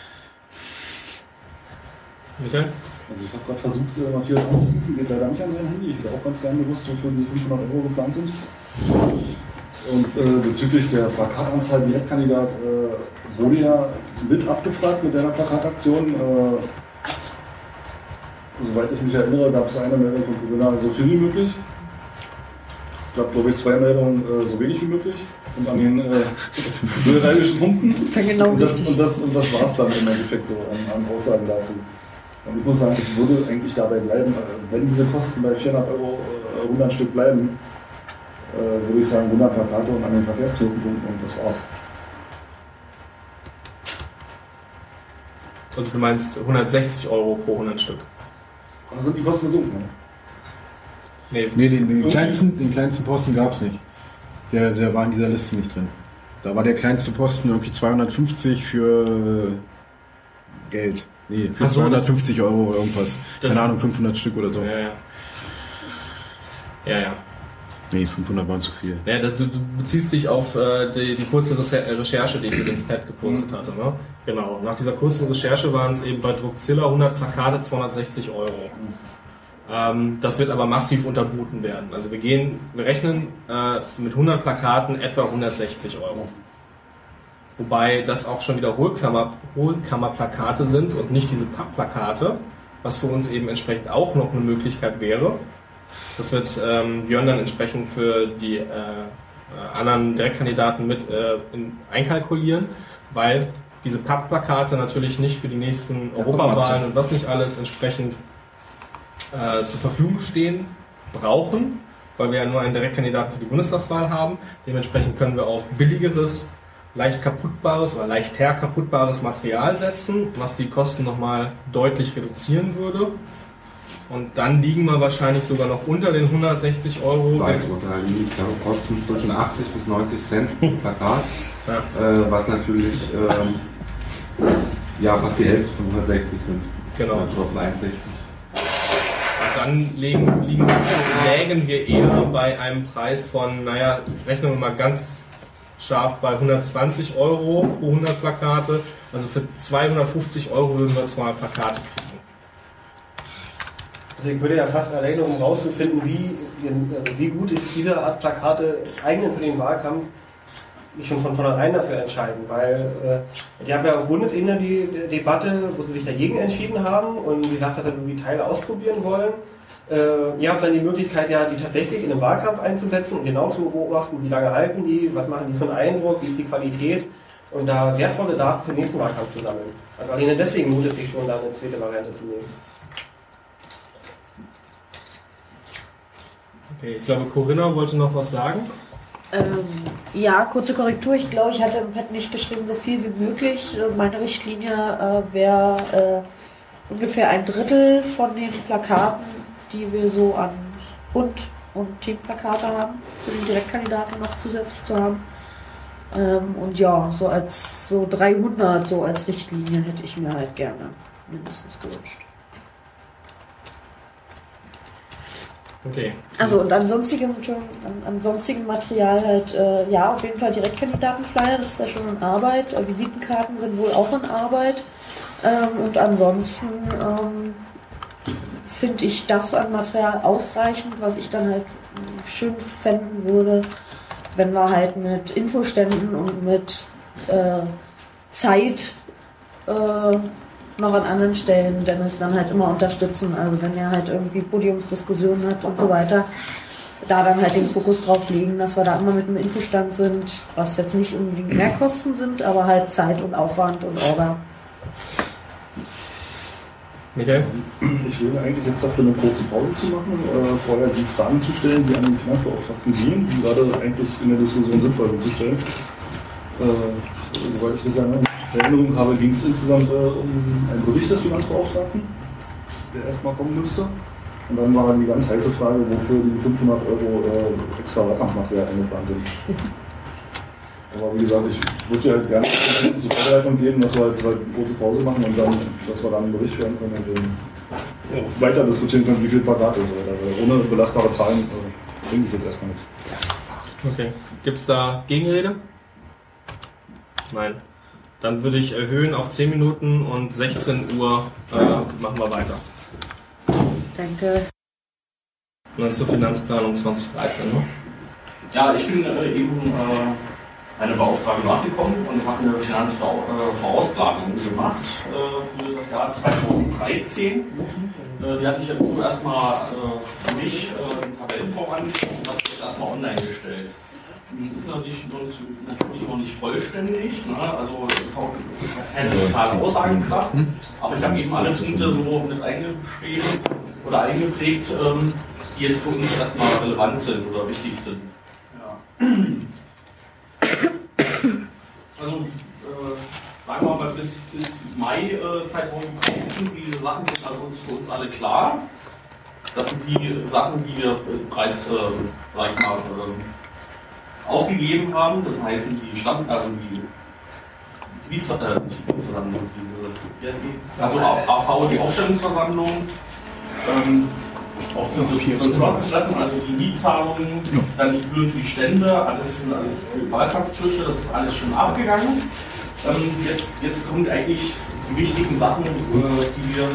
Michael? Also ich habe gerade versucht, äh, Matthias anzurufen, geht leider nicht an sein Handy. Ich hätte auch ganz gerne gewusst, wofür die fünfhundert Euro geplant sind. Und äh, bezüglich der Plakatanzahl Direktkandidat äh, wurde ja mit abgefragt mit der Plakataktion. Äh, soweit ich mich erinnere, gab es eine Meldung von Corona so viel wie möglich. Ich glaube, glaube ich, zwei Meldungen äh, so wenig wie möglich. Und an den äh, bürgerlichen Punkten. Genau und, das, und, das, und das war es dann im Endeffekt so an, an Aussagen dazu. Und ich muss sagen, ich würde eigentlich dabei bleiben, wenn diese Kosten bei vierhundert Euro äh, hundert Stück bleiben, äh, würde ich sagen hundert Plakate und an den Verkehrsknotenpunkten und das war's. Also du meinst hundertsechzig Euro pro hundert Stück? Also sind die Kosten gesunken? Ne? Nee, nee den, den, kleinsten, den kleinsten Posten gab es nicht. Der, der war in dieser Liste nicht drin. Da war der kleinste Posten irgendwie zweihundertfünfzig für Geld. Nee, für so, zweihundertfünfzig Euro oder irgendwas. Keine Ahnung, fünfhundert Stück oder so. Ja, ja. Ja, ja. Nee, fünfhundert waren zu viel. Ja, das, du, du beziehst dich auf äh, die, die kurze Recherche, die ich mit ins Pad gepostet mhm. hatte. Ne? Genau. Nach dieser kurzen Recherche waren es eben bei Druckzilla hundert Plakate zweihundertsechzig Euro. Mhm. Ähm, das wird aber massiv unterboten werden. Also wir gehen, wir rechnen äh, mit hundert Plakaten etwa hundertsechzig Euro. Wobei das auch schon wieder Hohlkammer, Hohlkammerplakate sind und nicht diese Pappplakate, was für uns eben entsprechend auch noch eine Möglichkeit wäre. Das wird ähm, Björn dann entsprechend für die äh, äh, anderen Direktkandidaten mit äh, in, einkalkulieren, weil diese Pappplakate natürlich nicht für die nächsten Ja, Europawahlen und was nicht alles entsprechend äh, zur Verfügung stehen brauchen, weil wir ja nur einen Direktkandidaten für die Bundestagswahl haben. Dementsprechend können wir auf billigeres, leicht kaputtbares oder leichter kaputtbares Material setzen, was die Kosten nochmal deutlich reduzieren würde. Und dann liegen wir wahrscheinlich sogar noch unter den hundertsechzig Euro. Weit unter, liegen, ich glaube, Kosten zwischen achtzig bis neunzig Cent pro Plakat, ja. äh, was natürlich ähm, ja, fast die Hälfte von hundertsechzig sind. Genau. Ich glaube, hundertsechzig. Und dann liegen, liegen, lägen wir eher bei einem Preis von, naja, rechnen wir mal ganz scharf bei hundertzwanzig Euro pro hundert Plakate. Also für zweihundertfünfzig Euro würden wir zwei Plakate kriegen. Also ich würde ja fast alleine, um rauszufinden, wie, wie gut ist diese Art Plakate eignen für den Wahlkampf, mich schon von vornherein dafür entscheiden, weil äh, die haben ja auf Bundesebene die, die Debatte, wo sie sich dagegen entschieden haben und wie gesagt, dass sie irgendwie Teile ausprobieren wollen. Äh, ihr habt dann die Möglichkeit, ja, die tatsächlich in den Wahlkampf einzusetzen und genau zu beobachten, wie lange halten die, was machen die für einen Eindruck, wie ist die Qualität und da wertvolle Daten für den nächsten Wahlkampf zu sammeln. Also alleine deswegen lohnt es sich schon, da eine zweite Variante zu nehmen. Okay, ich glaube, Corinna wollte noch was sagen. Ähm, ja, kurze Korrektur. Ich glaube, ich hatte im Pad nicht geschrieben, so viel wie möglich. Meine Richtlinie äh, wäre äh, ungefähr ein Drittel von den Plakaten, die wir so an Bund- und Teamplakate haben, für den Direktkandidaten noch zusätzlich zu haben. Ähm, und ja, so als so dreihundert so als Richtlinie hätte ich mir halt gerne mindestens gewünscht. Okay. Also und an sonstigem, an, an sonstigem Material halt, äh, ja, auf jeden Fall Direktkandidatenflyer, das ist ja schon in Arbeit. Äh, Visitenkarten sind wohl auch in Arbeit. Ähm, und ansonsten ähm, finde ich das an Material ausreichend, was ich dann halt schön fänden würde, wenn wir halt mit Infoständen und mit äh, Zeit äh, noch an anderen Stellen Dennis dann halt immer unterstützen. Also wenn er halt irgendwie Podiumsdiskussionen hat und so weiter, da dann halt den Fokus drauf legen, dass wir da immer mit einem Infostand sind, was jetzt nicht unbedingt Mehrkosten sind, aber halt Zeit und Aufwand und Orga. Michael? Ich will eigentlich jetzt dafür eine kurze Pause zu machen, äh, vorher die Fragen zu stellen, die an den Finanzbeauftragten gehen, die gerade eigentlich in der Diskussion sinnvoll zu stellen. Äh, soweit ich das ja in Erinnerung habe, ging es insgesamt äh, um einen Bericht des Finanzbeauftragten, der erstmal kommen müsste. Und dann war die ganz heiße Frage, wofür die fünfhundert Euro äh, extra Wahlkampfmaterial eingeplant sind. Aber wie gesagt, ich würde dir halt gerne zur Vorbereitung geben, dass wir jetzt halt eine kurze Pause machen und dann, dass wir dann einen Bericht hören können und den, ja, weiter diskutieren können, wie viel Plakate und so weiter. Weil ohne belastbare Zahlen äh, bringt es jetzt erstmal nichts. Okay. Gibt es da Gegenrede? Nein. Dann würde ich erhöhen auf zehn Minuten und sechzehn Uhr äh, machen wir weiter. Danke. Und dann zur Finanzplanung zwanzig dreizehn, ne? Ja, ich bin äh, eben äh, eine Beauftragung nachgekommen und habe eine Finanzvorausplanung gemacht äh, für das Jahr zweitausenddreizehn. Äh, die hatte ich jetzt zuerst mal äh, für mich äh, in Tabellen vorangestellt und habe jetzt erstmal online gestellt. Ist natürlich noch nicht, natürlich noch nicht vollständig, ne? Also es ist auch keine totale Aussagekraft, aber ich habe eben alle Punkte so mit eingeschrieben oder eingepflegt, ähm, die jetzt für uns erstmal relevant sind oder wichtig sind. Ja. Also äh, sagen wir mal bis, bis Mai äh, zweitausenddreizehn, diese Sachen sind also uns, für uns alle klar. Das sind die Sachen, die wir bereits, äh, sag ich mal, äh, ausgegeben haben, das heißt die Stand, also die Gebietsversammlung, äh, also A V, die Aufstellungsversammlung, ähm, auch diese Treffen, also die Mietzahlungen, dann die Gebühren für die Stände, alles für Wahlkampftische, das ist alles schon abgegangen. Ähm, jetzt, jetzt kommen eigentlich die wichtigen Sachen, äh, die wir,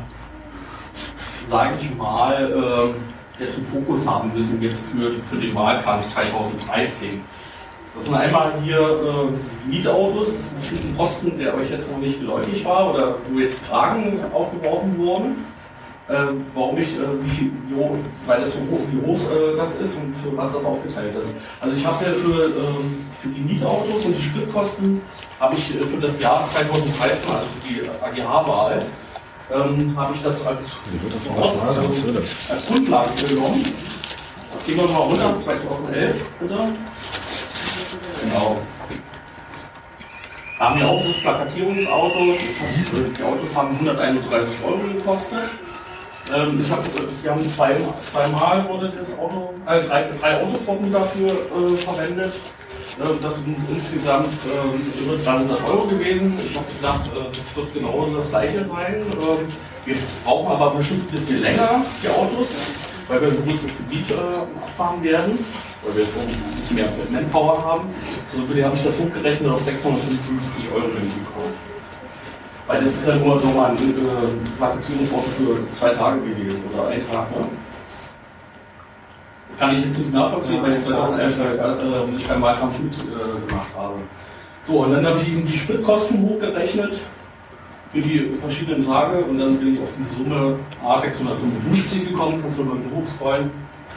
sage ich mal, äh, jetzt im Fokus haben müssen jetzt für, für den Wahlkampf zweitausenddreizehn. Das sind einmal hier äh, die Mietautos, das ist ein bestimmter Posten, der euch jetzt noch nicht geläufig war oder wo jetzt Fragen aufgeworfen wurden. Äh, warum ich, äh, wie viel, wie hoch, weil das so hoch, wie hoch äh, das ist und für was das aufgeteilt ist. Also ich habe ja für, ähm, für die Mietautos und die Spritkosten habe ich äh, für das Jahr zweitausenddreizehn, also für die A G H-Wahl, ähm, habe ich das als, das also, als Grundlage genommen. Gehen wir mal runter, zweitausendelf, oder? Genau. Haben wir auch das Plakatierungsauto. Die Autos haben hunderteinunddreißig Euro gekostet. Ähm, ich hab, wir haben zwei, zweimal wurde das Auto, äh, drei, drei Autos wurden dafür äh, verwendet. Äh, das sind insgesamt äh, über dreihundert Euro gewesen. Ich habe gedacht, äh, das wird genau das gleiche sein. Äh, wir brauchen aber bestimmt ein bisschen länger die Autos, weil wir ein großes Gebiet äh, abfahren werden, weil wir jetzt auch ein bisschen mehr Manpower haben. So habe ich das hochgerechnet auf sechshundertfünfundfünfzig Euro gekauft. Weil das ist ja nur nochmal ein äh, Plakatierungsauto für zwei Tage gewesen oder ein Tag. Ne? Das kann ich jetzt nicht nachvollziehen, weil ich zweitausendelf äh, nicht beim Wahlkampf mitgemacht äh, habe. So, und dann habe ich eben die Spritkosten hochgerechnet für die verschiedenen Tage und dann bin ich auf die Summe A sechshundertfünfundfünfzig gekommen, kannst du mal hochscrollen.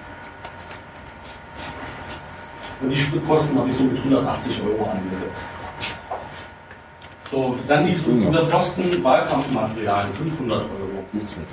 Und die Spritkosten habe ich so mit hundertachtzig Euro angesetzt. So, dann die, dieser Posten Wahlkampfmaterialien, fünfhundert Euro.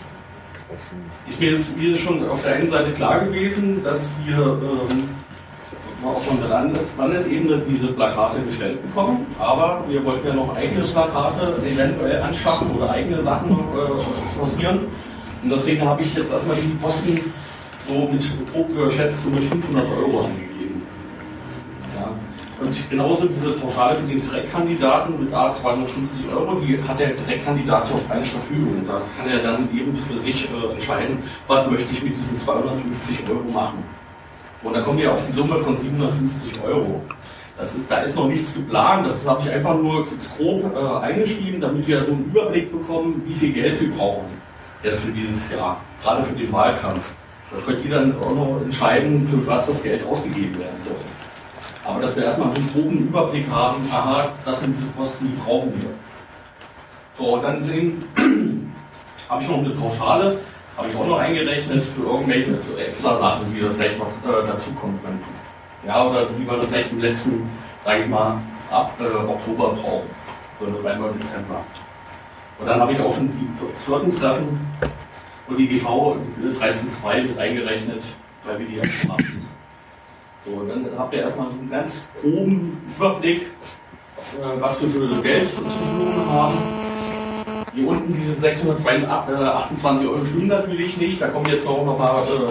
Ich bin jetzt mir schon auf der einen Seite klar gewesen, dass wir ähm, auch von der Landes Landesebene diese Plakate gestellt bekommen, aber wir wollten ja noch eigene Plakate eventuell anschaffen oder eigene Sachen äh, forcieren. Und deswegen habe ich jetzt erstmal diesen Posten so mit grob geschätzt so mit fünfhundert Euro angegeben. Ja. Und genauso diese Pauschale für den Direktkandidaten mit A zweihundertfünfzig Euro, die hat der Direktkandidat zur freien Verfügung. Da kann er dann eben für sich äh, entscheiden, was möchte ich mit diesen zweihundertfünfzig Euro machen. Und da kommen wir auf die Summe von siebenhundertfünfzig Euro. Das ist, da ist noch nichts geplant, das habe ich einfach nur jetzt grob äh, eingeschrieben, damit wir so einen Überblick bekommen, wie viel Geld wir brauchen jetzt für dieses Jahr, gerade für den Wahlkampf. Das könnt ihr dann auch noch entscheiden, für was das Geld ausgegeben werden soll. Aber dass wir erstmal so einen groben Überblick haben, aha, das sind diese Kosten, die brauchen wir. So, und dann sehen, habe ich noch eine Pauschale, habe ich auch noch eingerechnet für irgendwelche für extra Sachen, die da vielleicht noch äh, dazukommen könnten. Ja, oder die wir dann vielleicht im letzten, sage ich mal, ab äh, Oktober brauchen, so November, Dezember. Und dann habe ich auch schon die vierten Treffen und die G V dreizehn Punkt zwei mit eingerechnet, weil wir die ja machen müssen. So, und dann habt ihr erstmal so einen ganz groben Überblick, äh, was wir für Geld zur Verfügung haben. Hier unten diese sechshundertachtundzwanzig Euro stimmen natürlich nicht. Da kommen jetzt auch nochmal äh,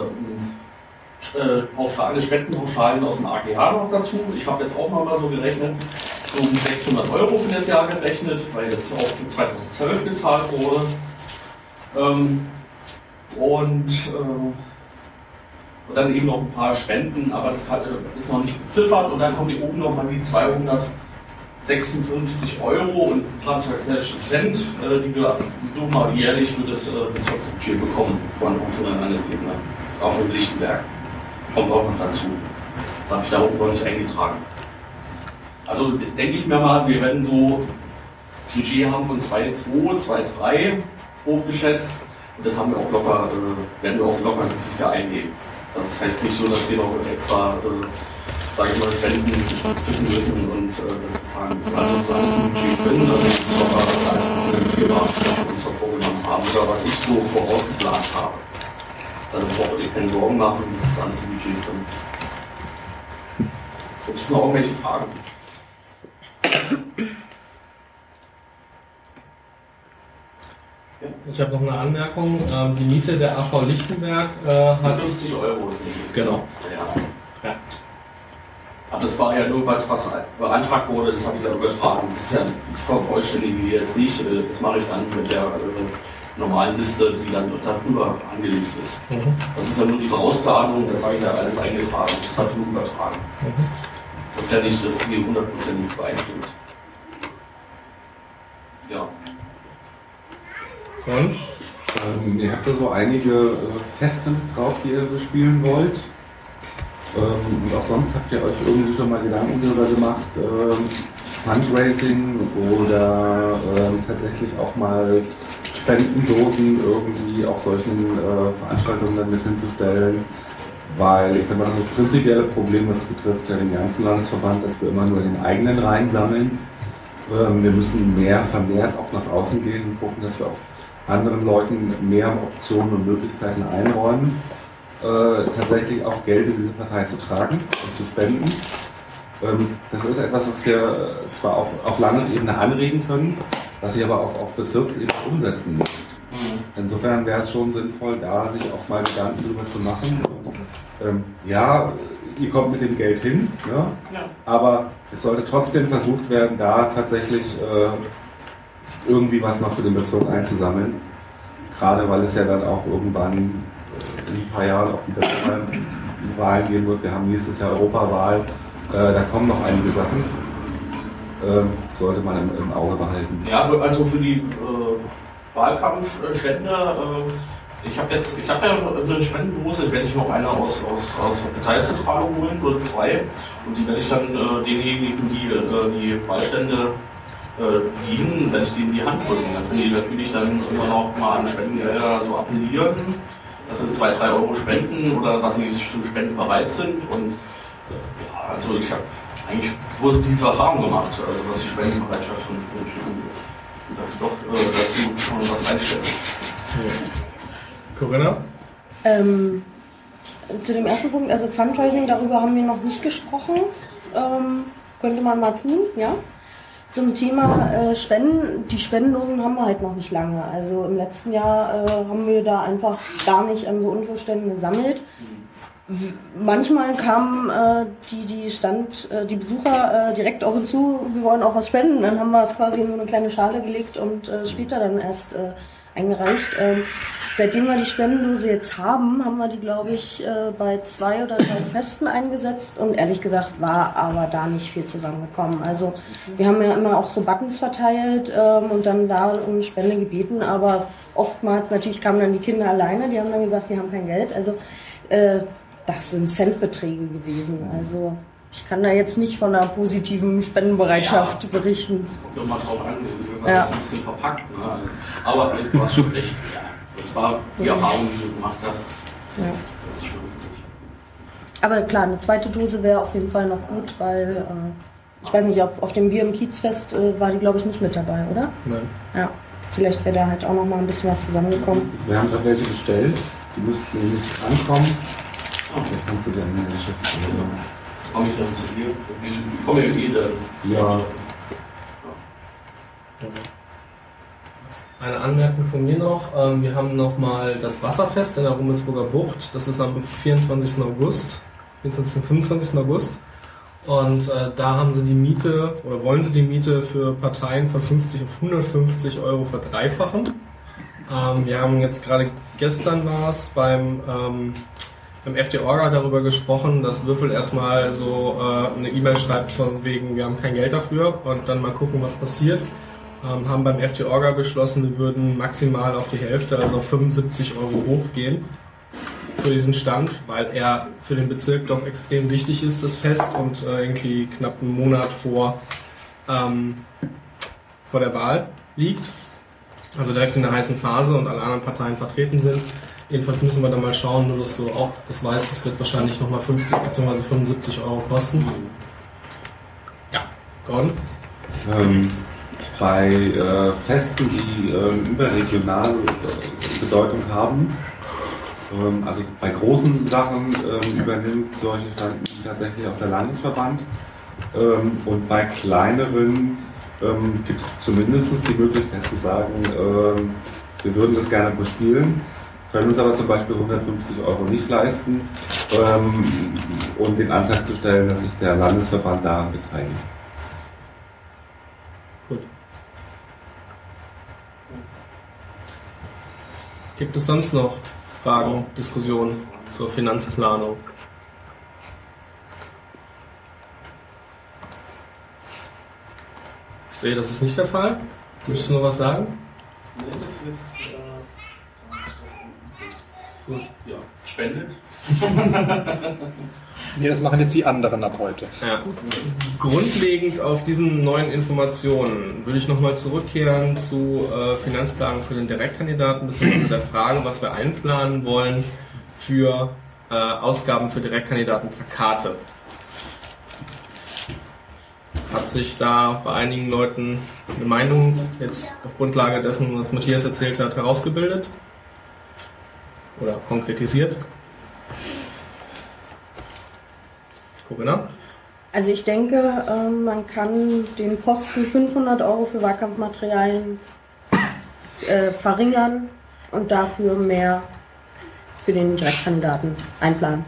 diese äh, Pauschale, Spendenpauschalen aus dem A G H noch dazu. Ich habe jetzt auch nochmal so gerechnet, so um sechshundert Euro für das Jahr gerechnet, weil das auch für zweitausendzwölf gezahlt wurde. Ähm, und, äh, und dann eben noch ein paar Spenden, aber das ist noch nicht beziffert. Und dann kommt hier oben nochmal die zweihundertsechsundfünfzig Euro und ein paar Cent, äh, die wir so mal jährlich für das äh, Bezirksbudget bekommen von, von der Landesebene, auch von Lichtenberg. Das kommt auch noch dazu. Das habe ich da oben noch nicht eingetragen. Also denke ich mir mal, wir werden so ein Budget haben von zwei Komma zwei, zwei Komma drei hochgeschätzt. Und das haben wir auch locker, äh, werden wir auch locker dieses Jahr einnehmen. Also das heißt nicht so, dass wir noch extra, äh, sage ich mal, Spenden zwischen müssen und äh, das bezahlen müssen. Also das ist alles im Budget drin, also das ist locker einfach finanzierbar, was wir uns so vorgenommen haben oder was ich so vorausgeplant habe. Also braucht ihr keine Sorgen machen, das ist alles im Budget drin. Gibt es noch irgendwelche Fragen? Ich habe noch eine Anmerkung. Ähm, die Miete der A V Lichtenberg äh, hat fünfzig Euro ist nicht. Genau. Ja. Ja. Aber das war ja nur was, was beantragt wurde, das habe ich ja übertragen. Das ist ja, ich vervollständige die jetzt nicht. Das mache ich dann mit der äh, normalen Liste, die dann darüber angelegt ist. Mhm. Das ist ja nur die Vorausplanung, das habe ich ja alles eingetragen. Das habe ich nur übertragen. Mhm. Das ist ja nicht, dass die hundertprozentig übereinstimmt. Ja. Und? Ähm, ihr habt da so einige äh, Feste mit drauf, die ihr bespielen wollt. Ähm, und auch sonst habt ihr euch irgendwie schon mal Gedanken darüber gemacht, ähm, Fundraising oder ähm, tatsächlich auch mal Spendendosen irgendwie auf solchen äh, Veranstaltungen dann mit hinzustellen? Weil ich sag mal, das prinzipielle Problem, das betrifft ja den ganzen Landesverband, dass wir immer nur den eigenen reinsammeln. Ähm, wir müssen mehr vermehrt auch nach außen gehen und gucken, dass wir auch anderen Leuten mehr Optionen und Möglichkeiten einräumen, äh, tatsächlich auch Geld in diese Partei zu tragen und zu spenden. Ähm, das ist etwas, was wir zwar auf, auf Landesebene anregen können, was ihr aber auch auf Bezirksebene umsetzen müsst. Mhm. Insofern wäre es schon sinnvoll, da sich auch mal Gedanken drüber zu machen. Ähm, ja, ihr kommt mit dem Geld hin, ja, ja. Aber es sollte trotzdem versucht werden, da tatsächlich äh, irgendwie was noch für den Bezirk einzusammeln. Gerade weil es ja dann auch irgendwann in ein paar Jahren auch wieder zu Wahlen gehen wird. Wir haben nächstes Jahr Europawahl. Äh, da kommen noch einige Sachen. Ähm, sollte man im, im Auge behalten. Ja, also für die äh, Wahlkampfstände, äh, ich habe jetzt, ich habe ja eine Spendendose, werde ich noch eine aus, aus, aus der Parteizentrale holen oder zwei. Und die werde ich dann äh, denjenigen, die äh, die Wahlstände äh, dienen, werde ich denen in die Hand drücken. Dann können die natürlich dann immer noch mal an Spendengelder so appellieren, dass sie zwei, drei Euro spenden oder was sie zu spenden bereit sind. Und äh, also ich habe eigentlich positive Erfahrungen gemacht, also was die Spendenbereitschaft von Menschen angeht. Dass sie doch äh, dazu schon was einstellen. Corinna? Ähm, zu dem ersten Punkt, also Fundraising, darüber haben wir noch nicht gesprochen. Ähm, könnte man mal tun, ja. Zum Thema äh, Spenden, die Spendendosen haben wir halt noch nicht lange. Also im letzten Jahr äh, haben wir da einfach gar nicht an so Unvorständen gesammelt. Manchmal kamen äh, die, die Stand, äh, die Besucher äh, direkt auf uns zu, wir wollen auch was spenden. Dann haben wir es quasi in so eine kleine Schale gelegt und äh, später dann erst äh, eingereicht. Ähm, seitdem wir die Spendendose jetzt haben, haben wir die, glaube ich, äh, bei zwei oder drei Festen eingesetzt und ehrlich gesagt war aber da nicht viel zusammengekommen. Also wir haben ja immer auch so Buttons verteilt ähm, und dann da um Spende gebeten, aber oftmals natürlich kamen dann die Kinder alleine, die haben dann gesagt, die haben kein Geld. Also äh, das sind Centbeträge gewesen. Also ich kann da jetzt nicht von einer positiven Spendenbereitschaft ja, berichten. Das kommt immer drauf an, wenn ja. Das ein bisschen verpackt. Ne, alles. Aber du hast schon recht. Ja, das war die ja. Erfahrung, die du gemacht hast. Ja. Das ist schon richtig. Aber klar, eine zweite Dose wäre auf jeden Fall noch gut, weil äh, ich weiß nicht, ob auf dem Bier im Kiezfest äh, war die, glaube ich, nicht mit dabei, oder? Nein. Ja. Vielleicht wäre da halt auch noch mal ein bisschen was zusammengekommen. Wir haben gerade welche bestellt. Die müssten demnächst ankommen. Okay, kannst du dir eine Geschichte machen? Komme ich dann zu dir? Ich komme ja eh dann. Ja. Eine Anmerkung von mir noch. Wir haben nochmal das Wasserfest in der Rummelsburger Bucht. Das ist am vierundzwanzigsten August. vierundzwanzigsten fünfundzwanzigsten August. Und äh, da haben sie die Miete, oder wollen sie die Miete für Parteien von fünfzig auf hundertfünfzig Euro verdreifachen. Ähm, wir haben jetzt gerade, gestern war es beim... Ähm, beim F D Orga darüber gesprochen, dass Würfel erstmal so äh, eine E-Mail schreibt von wegen, wir haben kein Geld dafür und dann mal gucken, was passiert. Ähm, haben beim F D Orga beschlossen, wir würden maximal auf die Hälfte, also auf fünfundsiebzig Euro hochgehen für diesen Stand, weil er für den Bezirk doch extrem wichtig ist, das Fest, und äh, irgendwie knapp einen Monat vor, ähm, vor der Wahl liegt. Also direkt in der heißen Phase und alle anderen Parteien vertreten sind. Jedenfalls müssen wir da mal schauen, nur dass du auch das weißt, das wird wahrscheinlich nochmal fünfzig bzw. fünfundsiebzig Euro kosten. Ja, Gordon? Ähm, bei äh, Festen, die äh, überregionale Bedeutung haben, ähm, also bei großen Sachen ähm, übernimmt solche Standen tatsächlich auch der Landesverband, ähm, und bei kleineren ähm, gibt es zumindest die Möglichkeit zu sagen, ähm, wir würden das gerne bespielen, können uns aber zum Beispiel hundertfünfzig Euro nicht leisten, ähm, und den Antrag zu stellen, dass sich der Landesverband daran beteiligt. Gut. Gibt es sonst noch Fragen, Diskussionen zur Finanzplanung? Ich sehe, das ist nicht der Fall. Möchtest du noch was sagen? Nee, das ist jetzt... Äh Gut, ja, spendet. Nee, das machen jetzt die anderen ab heute. Ja. Grundlegend auf diesen neuen Informationen würde ich nochmal zurückkehren zu äh, Finanzplanung für den Direktkandidaten, beziehungsweise der Frage, was wir einplanen wollen für äh, Ausgaben für Direktkandidatenplakate. Hat sich da bei einigen Leuten eine Meinung jetzt auf Grundlage dessen, was Matthias erzählt hat, herausgebildet? Oder konkretisiert? Corinna? Also ich denke, ähm, man kann den Posten fünfhundert Euro für Wahlkampfmaterialien äh, verringern und dafür mehr für den Direktkandidaten einplanen.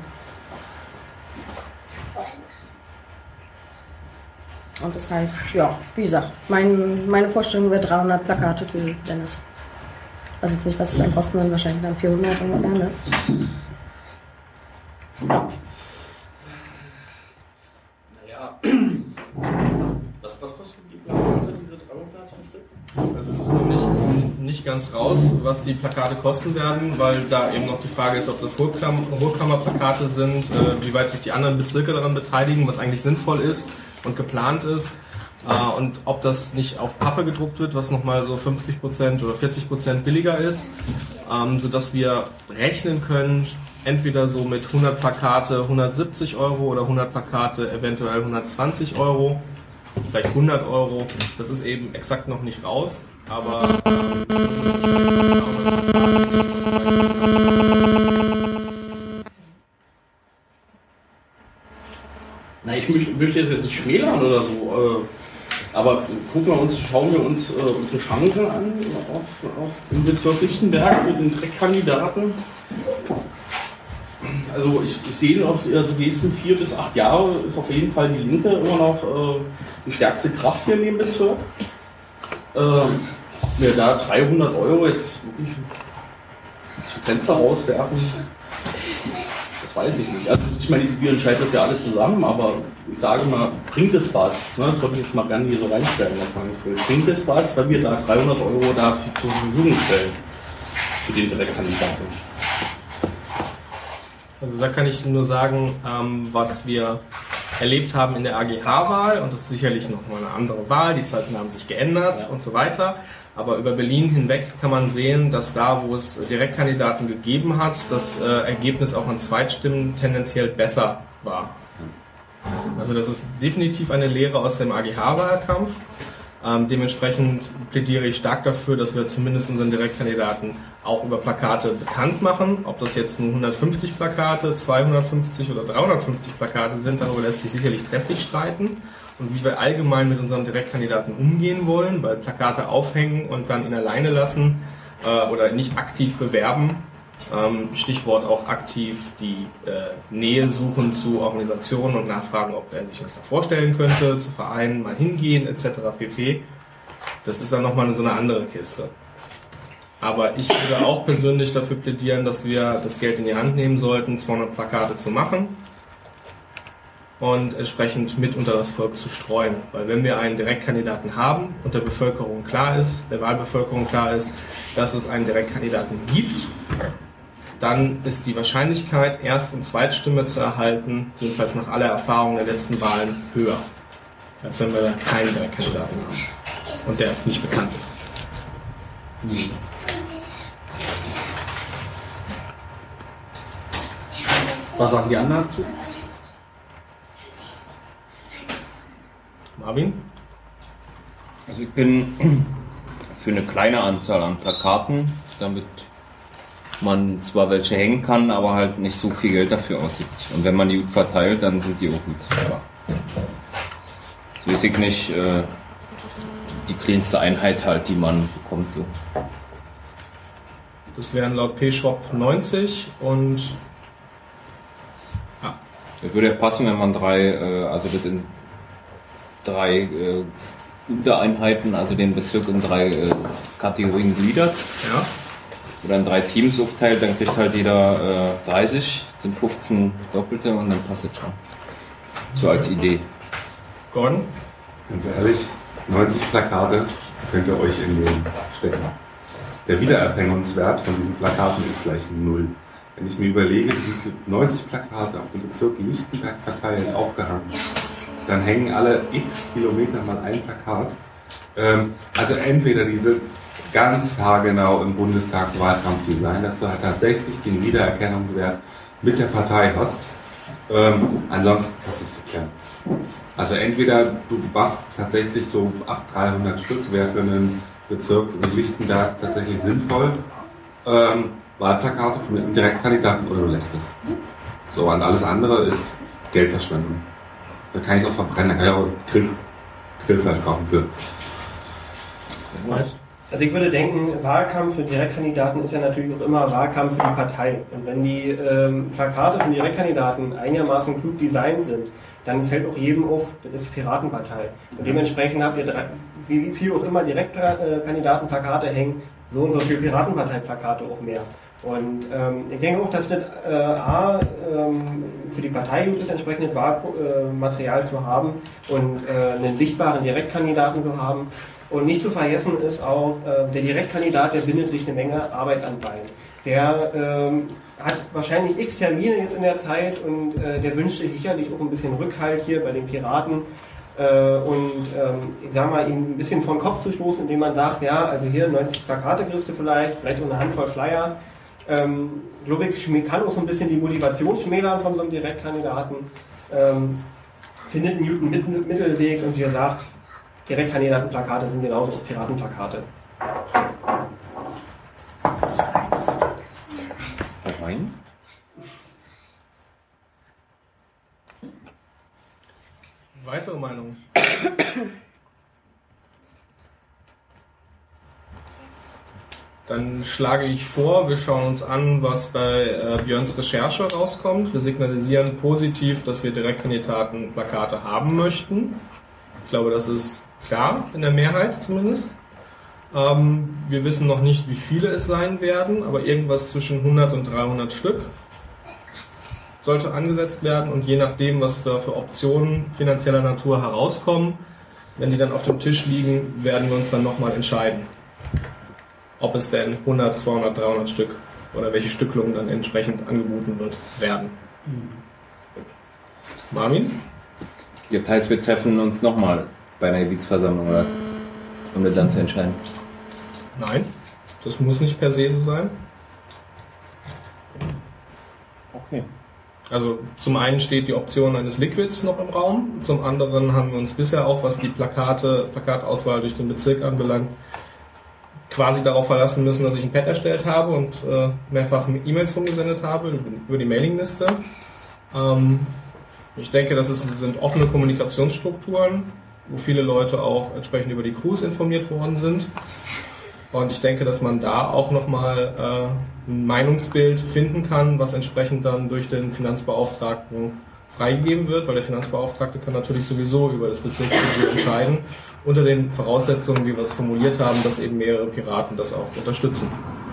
Und das heißt, ja, wie gesagt, mein, meine Vorstellung wäre dreihundert Plakate für Dennis. Also ich weiß nicht, was es dann kosten dann wahrscheinlich dann vierhundert ungefähr, ne? Ja. Was, was kostet die Plakate, diese dreihundert Stück? Also es ist noch nicht, nicht ganz raus, was die Plakate kosten werden, weil da eben noch die Frage ist, ob das Hochkam- Hochkammerplakate sind, äh, wie weit sich die anderen Bezirke daran beteiligen, was eigentlich sinnvoll ist und geplant ist. Äh, und ob das nicht auf Pappe gedruckt wird, was nochmal so fünfzig Prozent oder vierzig Prozent billiger ist, ähm, sodass wir rechnen können, entweder so mit hundert Plakate hundertsiebzig Euro oder hundert Plakate eventuell hundertzwanzig Euro, vielleicht hundert Euro. Das ist eben exakt noch nicht raus, aber Na, ich möchte, möchte jetzt nicht schmälern oder so, äh, aber gucken wir uns, schauen wir uns äh, unsere Chancen an auf, auf im Bezirk Lichtenberg mit den Direktkandidaten. Also ich, ich sehe noch, also die nächsten vier bis acht Jahre ist auf jeden Fall die Linke immer noch äh, die stärkste Kraft hier in dem Bezirk. Äh, mir da dreihundert Euro jetzt wirklich zum Fenster rauswerfen, das weiß ich nicht. Also ich meine, wir entscheiden das ja alle zusammen, aber ich sage mal, bringt es was? Ne, das wollte ich jetzt mal gerne hier so reinstellen, was man will. Bringt es was, wenn wir da dreihundert Euro dafür zur Verfügung stellen für den Direktkandidaten? Also da kann ich nur sagen, ähm, was wir erlebt haben in der A G H-Wahl, und das ist sicherlich nochmal eine andere Wahl, die Zeiten haben sich geändert, ja, und so weiter, aber über Berlin hinweg kann man sehen, dass da, wo es Direktkandidaten gegeben hat, das äh, Ergebnis auch an Zweitstimmen tendenziell besser war. Also das ist definitiv eine Lehre aus dem A G H-Wahlkampf. Ähm, dementsprechend plädiere ich stark dafür, dass wir zumindest unseren Direktkandidaten auch über Plakate bekannt machen. Ob das jetzt nur hundertfünfzig Plakate, zweihundertfünfzig oder dreihundertfünfzig Plakate sind, darüber lässt sich sicherlich trefflich streiten. Und wie wir allgemein mit unseren Direktkandidaten umgehen wollen, weil Plakate aufhängen und dann ihn alleine lassen äh, oder nicht aktiv bewerben. Ähm, Stichwort auch aktiv die äh, Nähe suchen zu Organisationen und nachfragen, ob er sich das da vorstellen könnte, zu Vereinen mal hingehen et cetera pp. Das ist dann nochmal so eine andere Kiste. Aber ich würde auch persönlich dafür plädieren, dass wir das Geld in die Hand nehmen sollten, zweihundert Plakate zu machen und entsprechend mit unter das Volk zu streuen. Weil wenn wir einen Direktkandidaten haben und der Bevölkerung klar ist, der Wahlbevölkerung klar ist, dass es einen Direktkandidaten gibt, dann ist die Wahrscheinlichkeit, Erst- und Zweitstimme zu erhalten, jedenfalls nach aller Erfahrung der letzten Wahlen, höher, als wenn wir keinen Direktkandidaten haben und der nicht bekannt ist. Hm. Was sagen die anderen dazu? Marvin? Also ich bin für eine kleine Anzahl an Plakaten, damit man zwar welche hängen kann, aber halt nicht so viel Geld dafür ausgibt. Und wenn man die gut verteilt, dann sind die auch gut. Aber so weiß ich nicht, äh, die kleinste Einheit halt, die man bekommt. So. Das wären laut P-Shop neunzig und ja. Das würde ja passen, wenn man drei, äh, also das in drei äh, Untereinheiten, also den Bezirk in drei äh, Kategorien gliedert. Ja. Oder in drei Teams aufteilt, dann kriegt halt jeder äh, dreißig, sind fünfzehn Doppelte und dann passt es schon. So als Idee. Gordon? Ganz ehrlich, neunzig Plakate könnt ihr euch in den stecken. Der Wiedererkennungswert von diesen Plakaten ist gleich null. Wenn ich mir überlege, wie viele neunzig Plakate auf dem Bezirk Lichtenberg verteilt aufgehangen, dann hängen alle x Kilometer mal ein Plakat. Ähm, also entweder diese ganz haargenau im Bundestagswahlkampf design, dass du halt tatsächlich den Wiedererkennungswert mit der Partei hast. Ähm, ansonsten kannst du es nicht klären. Also entweder du machst tatsächlich so ab dreihundert Stück, wäre für einen Bezirk in Lichtenberg tatsächlich sinnvoll, ähm, Wahlplakate mit einem Direktkandidaten, oder du lässt es. So, und alles andere ist Geldverschwendung. Da kann ich es auch verbrennen, da kann ich auch Grill, Grillfleisch kaufen für. Also ich würde denken, Wahlkampf für Direktkandidaten ist ja natürlich auch immer Wahlkampf für die Partei. Und wenn die ähm, Plakate von Direktkandidaten einigermaßen klug designt sind, dann fällt auch jedem auf, das ist die Piratenpartei. Und dementsprechend habt ihr, drei, wie viel auch immer Direktkandidatenplakate hängen, so und so viele Piratenpartei-Plakate auch mehr. Und ähm, ich denke auch, dass das äh, A, ähm, für die Partei gut ist, entsprechendes Wahlmaterial äh, zu haben und äh, einen sichtbaren Direktkandidaten zu haben. Und nicht zu vergessen ist auch, äh, der Direktkandidat, der bindet sich eine Menge Arbeit an Bein. Der ähm, hat wahrscheinlich x Termine jetzt in der Zeit und äh, der wünscht sich sicherlich auch ein bisschen Rückhalt hier bei den Piraten. Äh, und ähm, ich sag mal, ihn ein bisschen vor den Kopf zu stoßen, indem man sagt, ja, also hier neunzig Plakate kriegst du vielleicht, vielleicht auch eine Handvoll Flyer. Ähm, glaube ich, kann auch so ein bisschen die Motivation schmälern von so einem Direktkandidaten. Ähm, findet einen guten Mit- Mittelweg und wie gesagt, Direktkandidatenplakate sind genauso auch Piratenplakate. Rein. Weitere Meinung? Dann schlage ich vor, wir schauen uns an, was bei äh, Björns Recherche rauskommt. Wir signalisieren positiv, dass wir Direktkandidatenplakate haben möchten. Ich glaube, das ist klar, in der Mehrheit zumindest. Ähm, wir wissen noch nicht, wie viele es sein werden, aber irgendwas zwischen hundert und dreihundert Stück sollte angesetzt werden und je nachdem, was da für Optionen finanzieller Natur herauskommen, wenn die dann auf dem Tisch liegen, werden wir uns dann nochmal entscheiden, ob es denn hundert, zweihundert, dreihundert Stück oder welche Stückelung dann entsprechend angeboten wird, werden. Marvin? Das heißt, wir treffen uns nochmal bei einer Gebietsversammlung, oder? Um wir dann zu entscheiden. Nein, das muss nicht per se so sein. Okay. Also zum einen steht die Option eines Liquids noch im Raum, zum anderen haben wir uns bisher auch, was die Plakate, Plakatauswahl durch den Bezirk anbelangt, quasi darauf verlassen müssen, dass ich ein Pad erstellt habe und äh, mehrfach E-Mails rumgesendet habe über die Mailingliste. Ähm, ich denke, das ist, sind offene Kommunikationsstrukturen, wo viele Leute auch entsprechend über die Crews informiert worden sind. Und ich denke, dass man da auch nochmal äh, ein Meinungsbild finden kann, was entsprechend dann durch den Finanzbeauftragten freigegeben wird, weil der Finanzbeauftragte kann natürlich sowieso über das Bezirksbudget entscheiden, unter den Voraussetzungen, wie wir es formuliert haben, dass eben mehrere Piraten das auch unterstützen.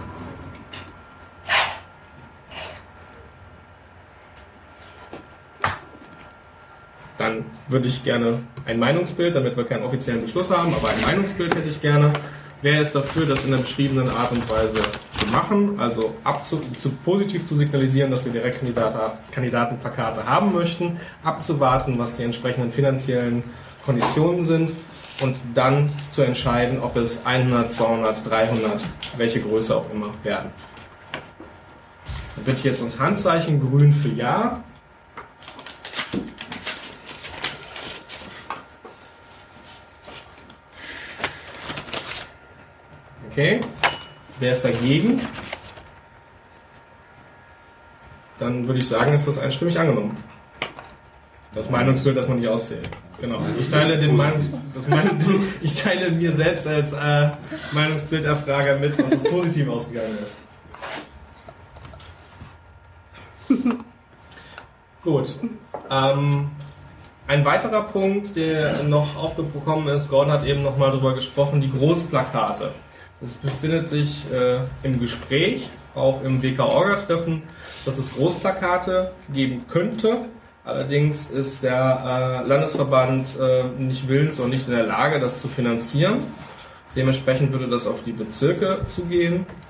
Dann würde ich gerne ein Meinungsbild, damit wir keinen offiziellen Beschluss haben, aber ein Meinungsbild hätte ich gerne. Wer ist dafür, das in der beschriebenen Art und Weise zu machen, also abzu, zu, positiv zu signalisieren, dass wir Direktkandidatenplakate haben möchten, abzuwarten, was die entsprechenden finanziellen Konditionen sind und dann zu entscheiden, ob es hundert, zweihundert, dreihundert, welche Größe auch immer werden. Dann bitte ich jetzt uns Handzeichen, grün für Ja. Okay, wer ist dagegen? Dann würde ich sagen, ist das einstimmig angenommen. Das Meinungsbild, das man nicht auszählt. Genau. Ich teile den Meinungs das Meinung ich teile mir selbst als äh, Meinungsbilderfrager mit, dass es positiv ausgegangen ist. Gut. Ähm, ein weiterer Punkt, der noch aufgekommen ist, Gordon hat eben noch mal darüber gesprochen, die Großplakate. Es befindet sich äh, im Gespräch, auch im W K-Orga-Treffen, dass es Großplakate geben könnte. Allerdings ist der äh, Landesverband äh, nicht willens und nicht in der Lage, das zu finanzieren. Dementsprechend würde das auf die Bezirke zugehen.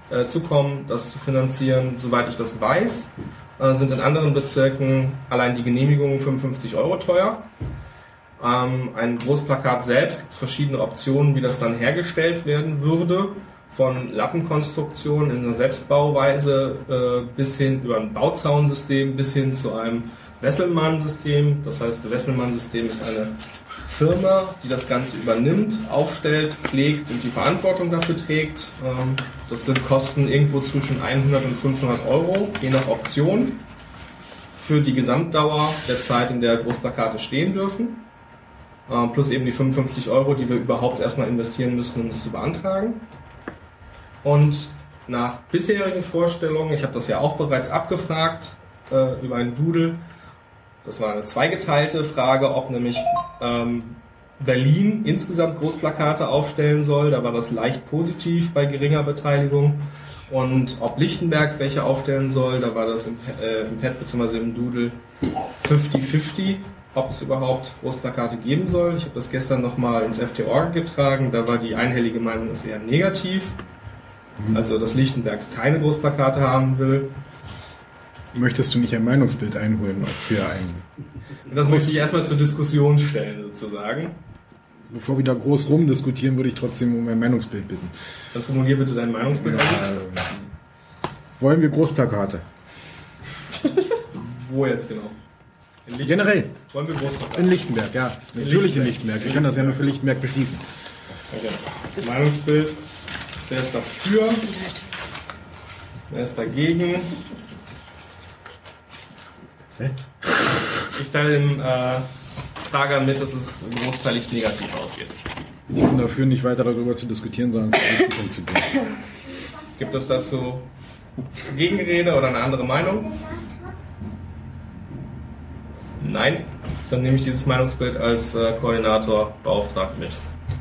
äh, zukommen, das zu finanzieren. Soweit ich das weiß, äh, sind in anderen Bezirken allein die Genehmigungen fünfundfünfzig Euro teuer. Ähm, ein Großplakat selbst gibt es verschiedene Optionen, wie das dann hergestellt werden würde. Von Lattenkonstruktion in einer Selbstbauweise äh, bis hin über ein Bauzaunsystem bis hin zu einem Wesselmann-System. Das heißt, das Wesselmann-System ist eine Firma, die das Ganze übernimmt, aufstellt, pflegt und die Verantwortung dafür trägt. Ähm, das sind Kosten irgendwo zwischen hundert und fünfhundert Euro, je nach Option, für die Gesamtdauer der Zeit, in der Großplakate stehen dürfen. Äh, plus eben die fünfundfünfzig Euro, die wir überhaupt erstmal investieren müssen, um es zu beantragen. Und nach bisherigen Vorstellungen, ich habe das ja auch bereits abgefragt äh, über einen Doodle, das war eine zweigeteilte Frage, ob nämlich ähm, Berlin insgesamt Großplakate aufstellen soll, da war das leicht positiv bei geringer Beteiligung, und ob Lichtenberg welche aufstellen soll, da war das im, äh, im Pad bzw. im Doodle fünfzig fünfzig, ob es überhaupt Großplakate geben soll. Ich habe das gestern nochmal ins F T Org getragen, da war die einhellige Meinung ist eher negativ. Also, dass Lichtenberg keine Großplakate haben will. Möchtest du nicht ein Meinungsbild einholen für einen? Das möchte ich erstmal zur Diskussion stellen, sozusagen. Bevor wir da groß rumdiskutieren, würde ich trotzdem um ein Meinungsbild bitten. Dann formulier bitte dein Meinungsbild. Ja, wollen wir Großplakate? Wo jetzt genau? In Generell. Wollen wir Großplakate? In Lichtenberg, ja. In Natürlich Lichtenberg. in Lichtenberg. Wir können das ja nur für Lichtenberg beschließen. Okay. Meinungsbild. Wer ist dafür? Wer ist dagegen? Hä? Ich teile dem äh, Frager mit, dass es großteilig negativ ausgeht. Ich bin dafür, nicht weiter darüber zu diskutieren, sondern zum nächsten Punkt zu gehen. Gibt es dazu Gegenrede oder eine andere Meinung? Nein. Dann nehme ich dieses Meinungsbild als äh, Koordinator beauftragt mit.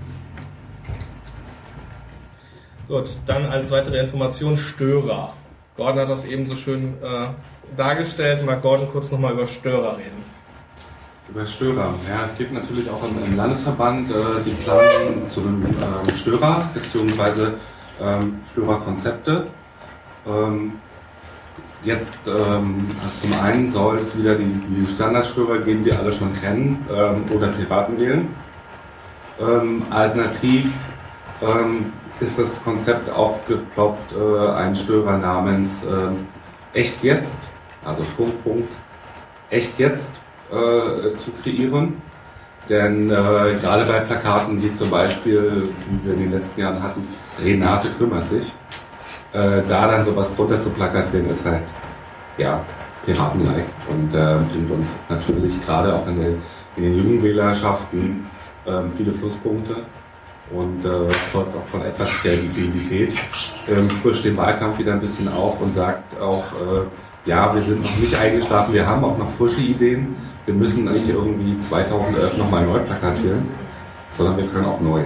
Gut, dann als weitere Information Störer. Gordon hat das eben so schön äh, dargestellt. Mag Gordon kurz nochmal über Störer reden? Über Störer. Ja, es gibt natürlich auch im, im Landesverband äh, die Planung zu einem ähm, Störer bzw. Ähm, Störerkonzepte. Ähm, jetzt ähm, zum einen soll es wieder die, die Standardstörer geben, die alle schon kennen, ähm, oder Piraten wählen. Ähm, alternativ ähm, ist das Konzept aufgeploppt, äh, ein Störer namens äh, Echt Jetzt, also Punkt, Punkt, Echt Jetzt äh, zu kreieren. Denn äh, gerade bei Plakaten wie zum Beispiel, wie wir in den letzten Jahren hatten, Renate kümmert sich, äh, da dann sowas drunter zu plakatieren, ist halt, ja, Piraten-like und äh, bringt uns natürlich gerade auch in den, in den jungen Wählerschaften äh, viele Pluspunkte. Und äh, zeugt auch von etwas Kreativität. Ähm, frischt den Wahlkampf wieder ein bisschen auf und sagt auch, äh, ja, wir sind noch nicht eingeschlafen, wir haben auch noch frische Ideen. Wir müssen nicht irgendwie zweitausendelf nochmal neu plakatieren, sondern wir können auch neu.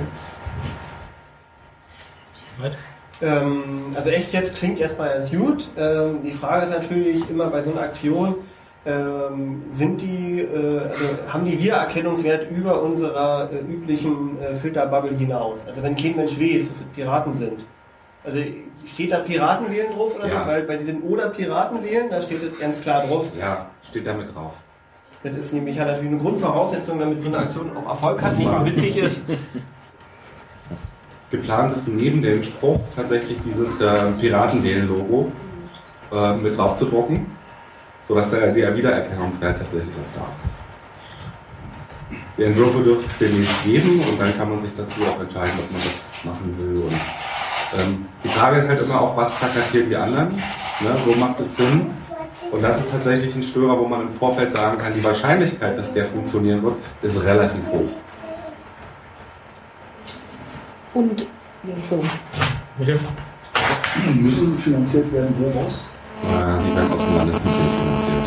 Ähm, also echt jetzt klingt erstmal ganz gut. Ähm, die Frage ist natürlich immer bei so einer Aktion, Ähm, sind die, äh, also haben die Wiedererkennungswert über unserer äh, üblichen äh, Filterbubble hinaus? Also wenn kein Mensch weiß, dass es Piraten sind. Also steht da Piraten wählen drauf oder ja. so? Weil bei diesen oder Piraten wählen, da steht das ganz klar drauf. Ja, steht da mit drauf. Das ist nämlich ja natürlich eine Grundvoraussetzung, damit so eine Aktion auch Erfolg hat, nicht nur witzig ist. Geplant ist neben dem Spruch tatsächlich dieses äh, Piratenwählen-Logo äh, mit drauf zu drucken, sodass der, der Wiedererkennungswert tatsächlich auch da ist. Die Entwürfe dürfte es demnächst geben und dann kann man sich dazu auch entscheiden, ob man das machen will. Und, ähm, die Frage ist halt immer auch, was plakatiert die anderen, ne? Wo macht es Sinn? Und das ist tatsächlich ein Störer, wo man im Vorfeld sagen kann, die Wahrscheinlichkeit, dass der funktionieren wird, ist relativ hoch. Und, ja, Entschuldigung. Okay. Müssen finanziert werden, woraus? Ja, die werden aus dem Landesbudget finanziert.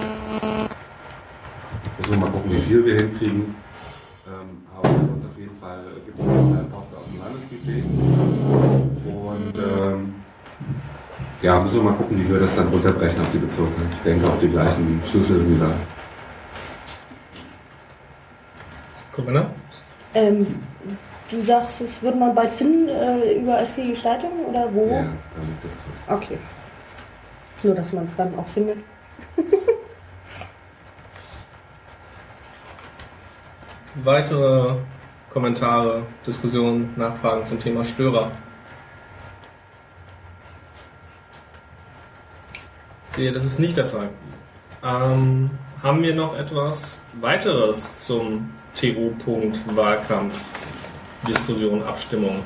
Müssen wir mal gucken, wie viel wir hinkriegen. Ähm, aber für uns auf jeden Fall gibt es einen Posten aus dem Landesbudget. Und ähm, ja, müssen wir mal gucken, wie wir das dann runterbrechen auf die Bezirke. Ich denke auf die gleichen Schlüssel wieder. Corinna? Ähm, du sagst, es würde man bald finden äh, über S G Gestaltung oder wo? Ja, da liegt das gut. Okay. Nur, dass man es dann auch findet. Weitere Kommentare, Diskussionen, Nachfragen zum Thema Störer? Ich sehe, das ist nicht der Fall. Ähm, haben wir noch etwas weiteres zum T O-Punkt Wahlkampf, Diskussion, Abstimmung?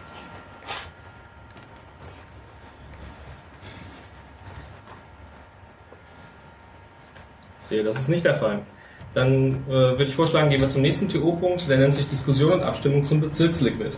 Ich sehe, das ist nicht der Fall. Dann äh, würde ich vorschlagen, gehen wir zum nächsten T O-Punkt, der nennt sich Diskussion und Abstimmung zum Bezirksliquid.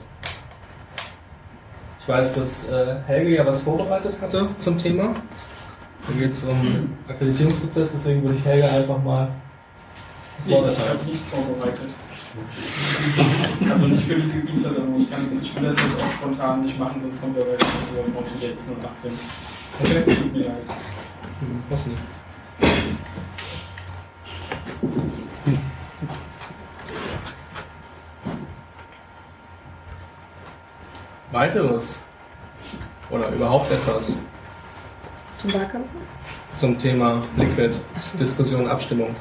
Ich weiß, dass äh, Helge ja was vorbereitet hatte zum Thema. Da geht es um den Akkreditierungsprozess, deswegen würde ich Helge einfach mal das Wort erteilen. Ich habe nichts vorbereitet. Also nicht für diese Gebietsversammlung. Ich, kann, ich will das jetzt auch spontan nicht machen, sonst kommt ja weiter sowas raus wie sechzehn und achtzehn. Okay. Tut mir leid. Hm, was nicht. Weiteres oder überhaupt etwas Zum Wahlkampf? zum Thema Liquid, Diskussion, Abstimmung.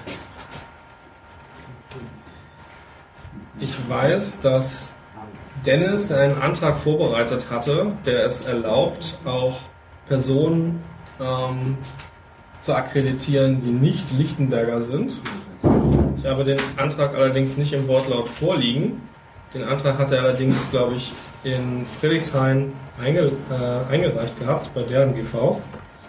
Ich weiß, dass Dennis einen Antrag vorbereitet hatte, der es erlaubt, auch Personen ähm, zu akkreditieren, die nicht Lichtenberger sind. Ich habe den Antrag allerdings nicht im Wortlaut vorliegen. Den Antrag hat er allerdings, glaube ich, in Friedrichshain einge, äh, eingereicht gehabt, bei deren G V.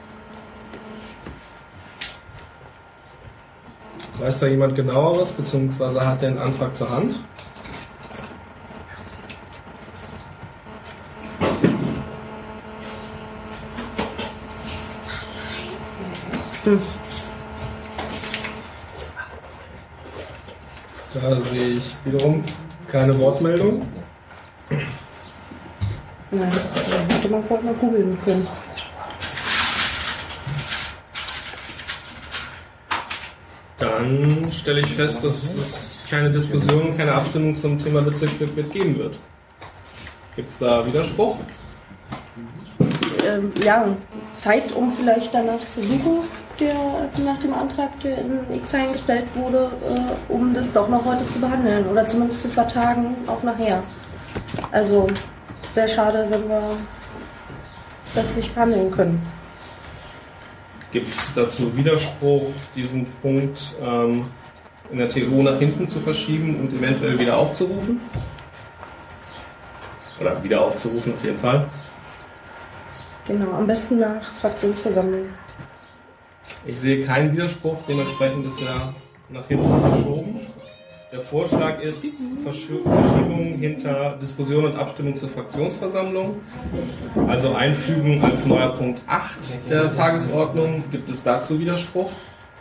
Weiß da jemand genaueres, beziehungsweise hat der einen Antrag zur Hand? Hm. Da sehe ich wiederum keine Wortmeldung. Nein, da hätte man vorher mal googeln können. Dann stelle ich fest, dass es keine Diskussion, keine Abstimmung zum Thema Bezirksliquid geben wird. Gibt es da Widerspruch? Ähm, ja, Zeit, um vielleicht danach zu suchen, der, nach dem Antrag, der in X eingestellt wurde, äh, um das doch noch heute zu behandeln oder zumindest zu vertagen auf nachher. Also wäre schade, wenn wir das nicht behandeln können. Gibt es dazu Widerspruch, diesen Punkt ähm, in der T O nach hinten zu verschieben und eventuell wieder aufzurufen? Oder wieder aufzurufen auf jeden Fall. Genau, am besten nach Fraktionsversammlung. Ich sehe keinen Widerspruch, dementsprechend ist er nach hinten verschoben. Der Vorschlag ist Verschi- Verschiebung hinter Diskussion und Abstimmung zur Fraktionsversammlung. Also einfügen als neuer Punkt acht der Tagesordnung. Gibt es dazu Widerspruch?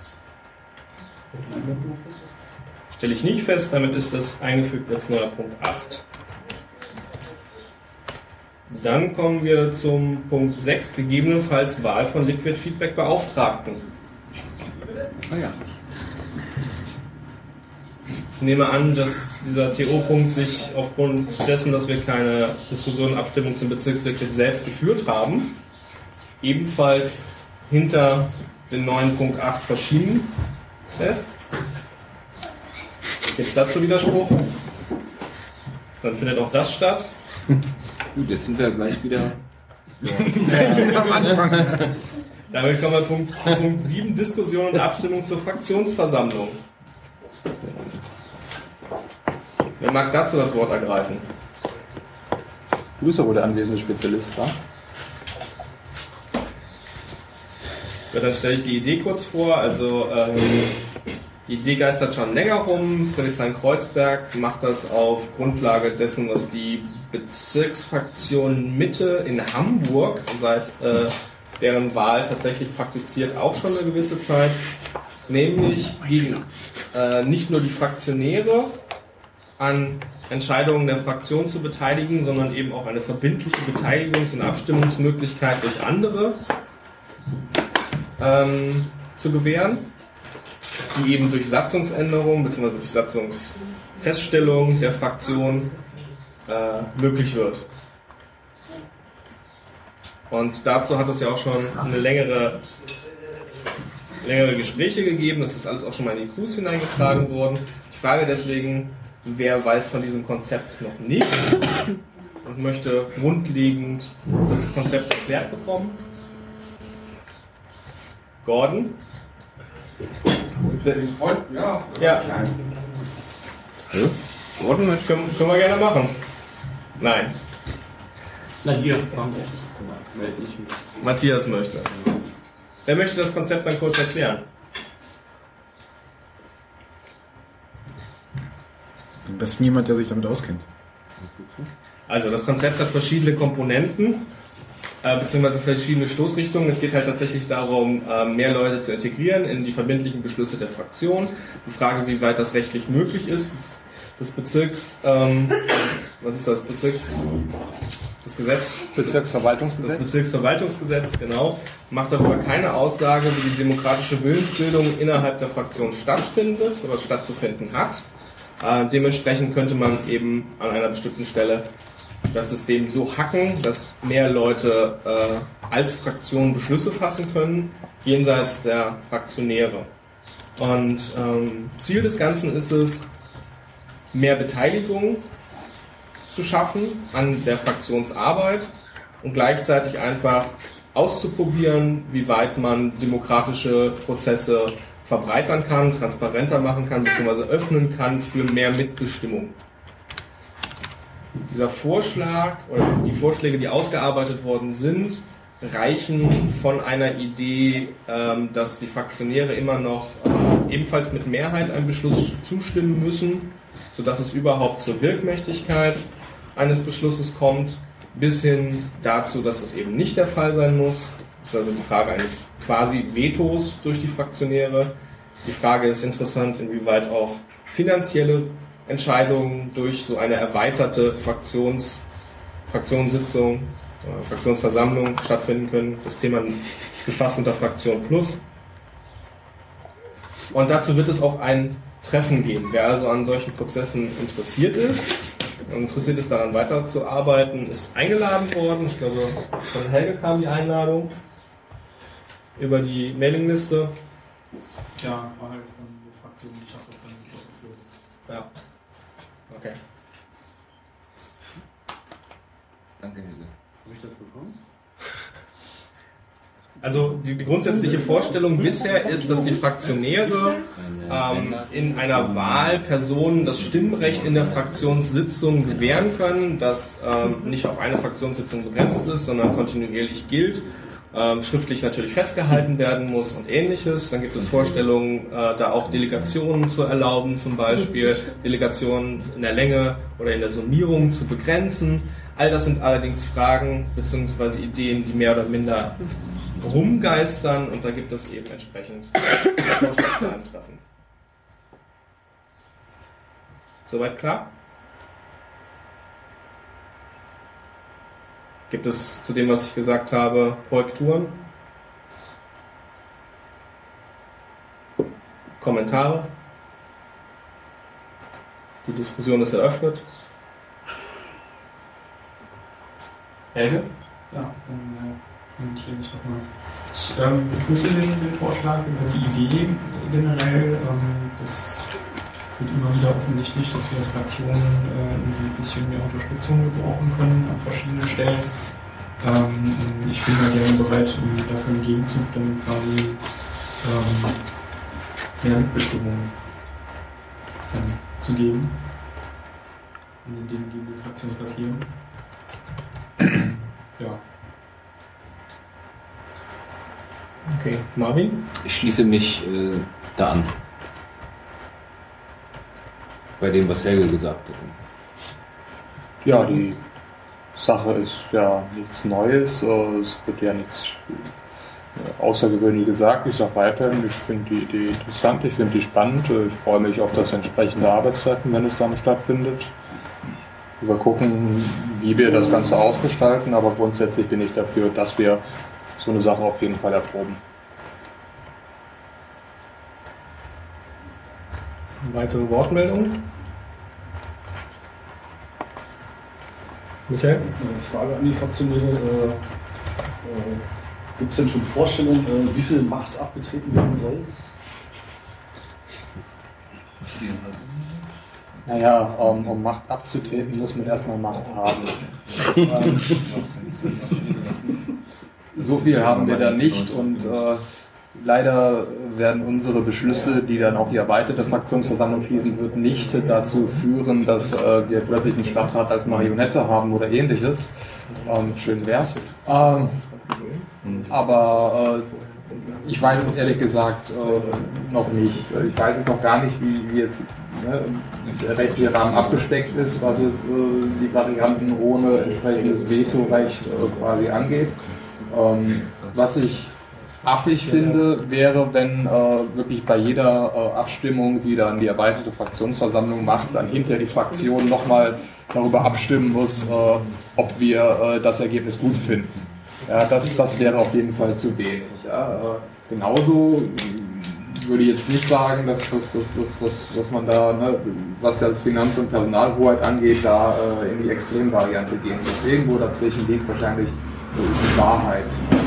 Stelle ich nicht fest, damit ist das eingefügt als neuer Punkt acht. Dann kommen wir zum Punkt sechs, gegebenenfalls Wahl von Liquid Feedback Beauftragten. Ah ja. Ich nehme an, dass dieser T O-Punkt sich aufgrund dessen, dass wir keine Diskussion und Abstimmung zum Bezirksliquid selbst geführt haben, ebenfalls hinter den neuen Punkt acht verschieben lässt. Gibt es dazu Widerspruch? Dann findet auch das statt. Gut, jetzt sind wir gleich wieder ja, am Anfang. Damit kommen wir Punkt, zu Punkt sieben, Diskussion und Abstimmung zur Fraktionsversammlung. Wer mag dazu das Wort ergreifen? Du bist aber der anwesende Spezialist, wa? Ja, dann stelle ich die Idee kurz vor. Also ähm, die Idee geistert schon länger rum. Friedrichshain-Kreuzberg macht das auf Grundlage dessen, was die Bezirksfraktion Mitte in Hamburg seit äh, deren Wahl tatsächlich praktiziert, auch schon eine gewisse Zeit. Nämlich gegen äh, nicht nur die Fraktionäre an Entscheidungen der Fraktion zu beteiligen, sondern eben auch eine verbindliche Beteiligungs- und Abstimmungsmöglichkeit durch andere ähm, zu gewähren, die eben durch Satzungsänderungen bzw. durch Feststellung der Fraktion äh, möglich wird. Und dazu hat es ja auch schon eine längere, längere Gespräche gegeben. Das ist alles auch schon mal in die Qs hineingetragen worden. Ich frage deswegen, wer weiß von diesem Konzept noch nicht und möchte grundlegend das Konzept erklärt bekommen? Gordon? Ja. Ja. Gordon, das können, können wir gerne machen. Nein. Na hier, komm. Matthias möchte. Wer möchte das Konzept dann kurz erklären? Am besten jemand, der sich damit auskennt. Also das Konzept hat verschiedene Komponenten, äh, beziehungsweise verschiedene Stoßrichtungen. Es geht halt tatsächlich darum, äh, mehr Leute zu integrieren in die verbindlichen Beschlüsse der Fraktion. Die Frage, wie weit das rechtlich möglich ist, das, das Bezirks... Ähm, was ist das? Bezirks... Das Gesetz, Bezirksverwaltungsgesetz. Das Bezirksverwaltungsgesetz, genau, macht darüber keine Aussage, wie die demokratische Willensbildung innerhalb der Fraktion stattfindet oder stattzufinden hat. Äh, dementsprechend könnte man eben an einer bestimmten Stelle das System so hacken, dass mehr Leute äh, als Fraktion Beschlüsse fassen können, jenseits der Fraktionäre. Und ähm, Ziel des Ganzen ist es, mehr Beteiligung zu schaffen an der Fraktionsarbeit und gleichzeitig einfach auszuprobieren, wie weit man demokratische Prozesse verbreitern kann, transparenter machen kann, bzw. öffnen kann für mehr Mitbestimmung. Dieser Vorschlag oder die Vorschläge, die ausgearbeitet worden sind, reichen von einer Idee, ähm, dass die Fraktionäre immer noch äh, ebenfalls mit Mehrheit einem Beschluss zustimmen müssen, sodass es überhaupt zur Wirkmächtigkeit eines Beschlusses kommt, bis hin dazu, dass es eben nicht der Fall sein muss. Das ist also die Frage eines quasi Vetos durch die Fraktionäre. Die Frage ist interessant, inwieweit auch finanzielle Entscheidungen durch so eine erweiterte Fraktions, Fraktionssitzung, äh, Fraktionsversammlung stattfinden können. Das Thema ist gefasst unter Fraktion Plus. Und dazu wird es auch ein Treffen geben. Wer also an solchen Prozessen interessiert ist, interessiert ist daran weiterzuarbeiten, ist eingeladen worden. Ich glaube, von Helge kam die Einladung über die Mailingliste. Ja, war halt von der Fraktion, ich habe das dann ausgeführt. Ja. Okay. Danke, Helge. Habe ich das bekommen? Also die, die grundsätzliche Vorstellung bisher ist, dass die Fraktionäre ähm, in einer Wahl Personen das Stimmrecht in der Fraktionssitzung gewähren können, das ähm, nicht auf eine Fraktionssitzung begrenzt ist, sondern kontinuierlich gilt, ähm, schriftlich natürlich festgehalten werden muss und ähnliches. Dann gibt es Vorstellungen, äh, da auch Delegationen zu erlauben, zum Beispiel Delegationen in der Länge oder in der Summierung zu begrenzen. All das sind allerdings Fragen bzw. Ideen, die mehr oder minder rumgeistern, und da gibt es eben entsprechend Vorschlag zu einem Treffen. Soweit klar? Gibt es zu dem, was ich gesagt habe, Korrekturen? Kommentare? Die Diskussion ist eröffnet. Helge? Ja, dann äh, kommentiere ich nochmal. Ich ähm, begrüße den, den Vorschlag über die Idee generell. Ähm, das wird immer wieder offensichtlich, dass wir als Fraktion äh, ein bisschen mehr Unterstützung gebrauchen können an verschiedenen Stellen. Ähm, ich bin da gerne bereit, um dafür im Gegenzug dann quasi ähm, mehr Mitbestimmung dann zu geben in den Dingen, die in der Fraktion passieren. Ja. Okay, Marvin? Ich schließe mich äh, da an. Bei dem, was Helge gesagt hat. Ja, die Sache ist ja nichts Neues. Es wird ja nichts Außergewöhnliches gesagt. Ich sage weiterhin, ich finde die Idee interessant, ich finde die spannend. Ich freue mich auf das entsprechende Arbeitstreffen, wenn es dann stattfindet. Wir gucken, wie wir das Ganze ausgestalten, aber grundsätzlich bin ich dafür, dass wir so eine Sache auf jeden Fall erproben. Weitere Wortmeldungen? Michael? Eine Frage an die Fraktionäre. Äh, äh, Gibt es denn schon Vorstellungen, äh, wie viel Macht abgetreten werden soll? Naja, um, um Macht abzutreten, muss man erstmal Macht haben. ähm, so viel haben wir da nicht und äh, leider werden unsere Beschlüsse, die dann auch die erweiterte Fraktionsversammlung schließen wird, nicht dazu führen, dass äh, wir plötzlich einen Stadtrat als Marionette haben oder ähnliches. Ähm, schön wär's. Ähm, aber äh, ich weiß es ehrlich gesagt äh, noch nicht. Ich weiß es noch gar nicht, wie, wie jetzt ne, der rechtliche Rahmen abgesteckt ist, was jetzt äh, die Varianten ohne entsprechendes Vetorecht äh, quasi angeht. Ähm, was ich affig finde, wäre, wenn äh, wirklich bei jeder äh, Abstimmung, die dann die erweiterte Fraktionsversammlung macht, dann hinterher die Fraktion nochmal darüber abstimmen muss, äh, ob wir äh, das Ergebnis gut finden. Ja, das, das wäre auf jeden Fall zu wenig. Ja, äh, genauso würde ich jetzt nicht sagen, dass, dass, dass, dass, dass, dass man da, ne, was ja das Finanz- und Personalhoheit angeht, da äh, in die Extremvariante gehen muss. Irgendwo dazwischen liegt wahrscheinlich die Wahrheit.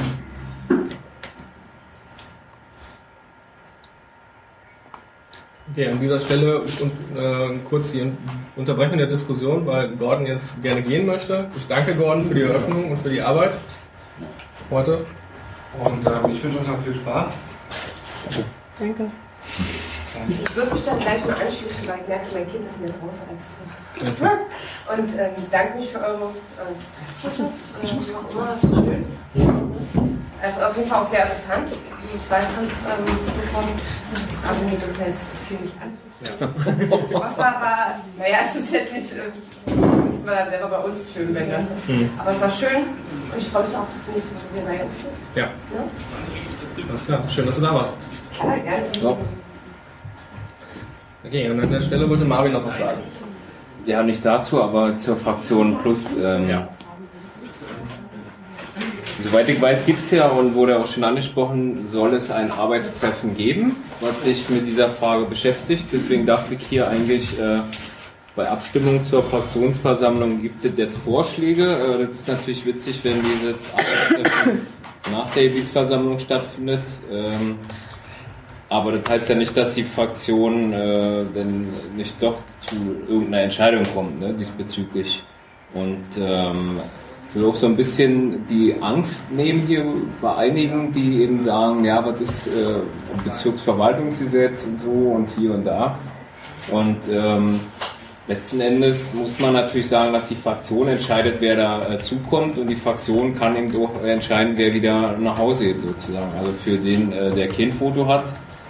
Okay, an dieser Stelle und, äh, kurz die Unterbrechung der Diskussion, weil Gordon jetzt gerne gehen möchte. Ich danke Gordon für die Eröffnung und für die Arbeit heute. Und äh, ich wünsche euch noch viel Spaß. Danke. Ich würde mich dann gleich mal anschließen, weil ich merke, mein Kind ist mir jetzt raus als drin. Und ähm, danke mich für eure äh, Ich muss auch immer, das war schön. Also auf jeden Fall auch sehr interessant, dieses Wahlkampf ähm, zu bekommen. Aber nee, das heißt, viel nicht an. Ja. Was war, war, naja, es ist jetzt nicht, äh, müssten wir dann selber bei uns führen, wenn dann. Mhm. Aber es war schön und ich freue mich darauf, dass du nächste Woche wieder bei uns bist. Ja. ja. Alles klar, schön, dass du da warst. Ja, gerne. Ja. Okay, und an der Stelle wollte Marvin noch was sagen. Ja, nicht dazu, aber zur Fraktion Plus. Ähm, ja. Soweit ich weiß, gibt es ja, und wurde auch schon angesprochen, soll es ein Arbeitstreffen geben, was sich mit dieser Frage beschäftigt. Deswegen dachte ich hier eigentlich, äh, bei Abstimmung zur Fraktionsversammlung gibt es jetzt Vorschläge. Äh, das ist natürlich witzig, wenn diese Arbeitstreffen nach der Gebietsversammlung stattfindet. Ähm, aber das heißt ja nicht, dass die Fraktion äh, denn nicht doch zu irgendeiner Entscheidung kommt, ne, diesbezüglich. Und ähm, ich will auch so ein bisschen die Angst nehmen hier bei einigen, die eben sagen, ja, was ist äh, Bezirksverwaltungsgesetz und so und hier und da. Und ähm, letzten Endes muss man natürlich sagen, dass die Fraktion entscheidet, wer da äh, zukommt, und die Fraktion kann eben auch entscheiden, wer wieder nach Hause geht sozusagen. Also für den, äh, der kein Foto hat,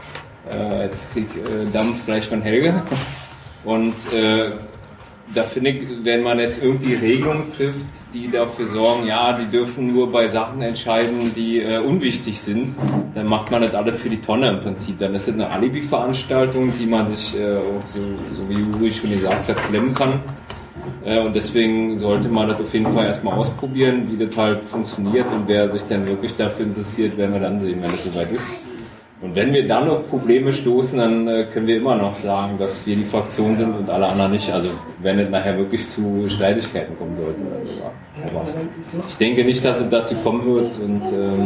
äh, jetzt kriegt äh, Dampf gleich von Helge. Und äh, da finde ich, wenn man jetzt irgendwie Regelungen trifft, die dafür sorgen, ja, die dürfen nur bei Sachen entscheiden, die äh, unwichtig sind, dann macht man das alles für die Tonne im Prinzip. Dann ist das eine Alibi-Veranstaltung, die man sich, äh, so, so wie Juri schon gesagt hat, klemmen kann. Äh, und deswegen sollte man das auf jeden Fall erstmal ausprobieren, wie das halt funktioniert, und wer sich dann wirklich dafür interessiert, werden wir dann sehen, wenn das soweit ist. Und wenn wir dann auf Probleme stoßen, dann äh, können wir immer noch sagen, dass wir die Fraktion sind und alle anderen nicht. Also wenn es nachher wirklich zu Streitigkeiten kommen sollte oder so. Aber ich denke nicht, dass es dazu kommen wird, und ähm,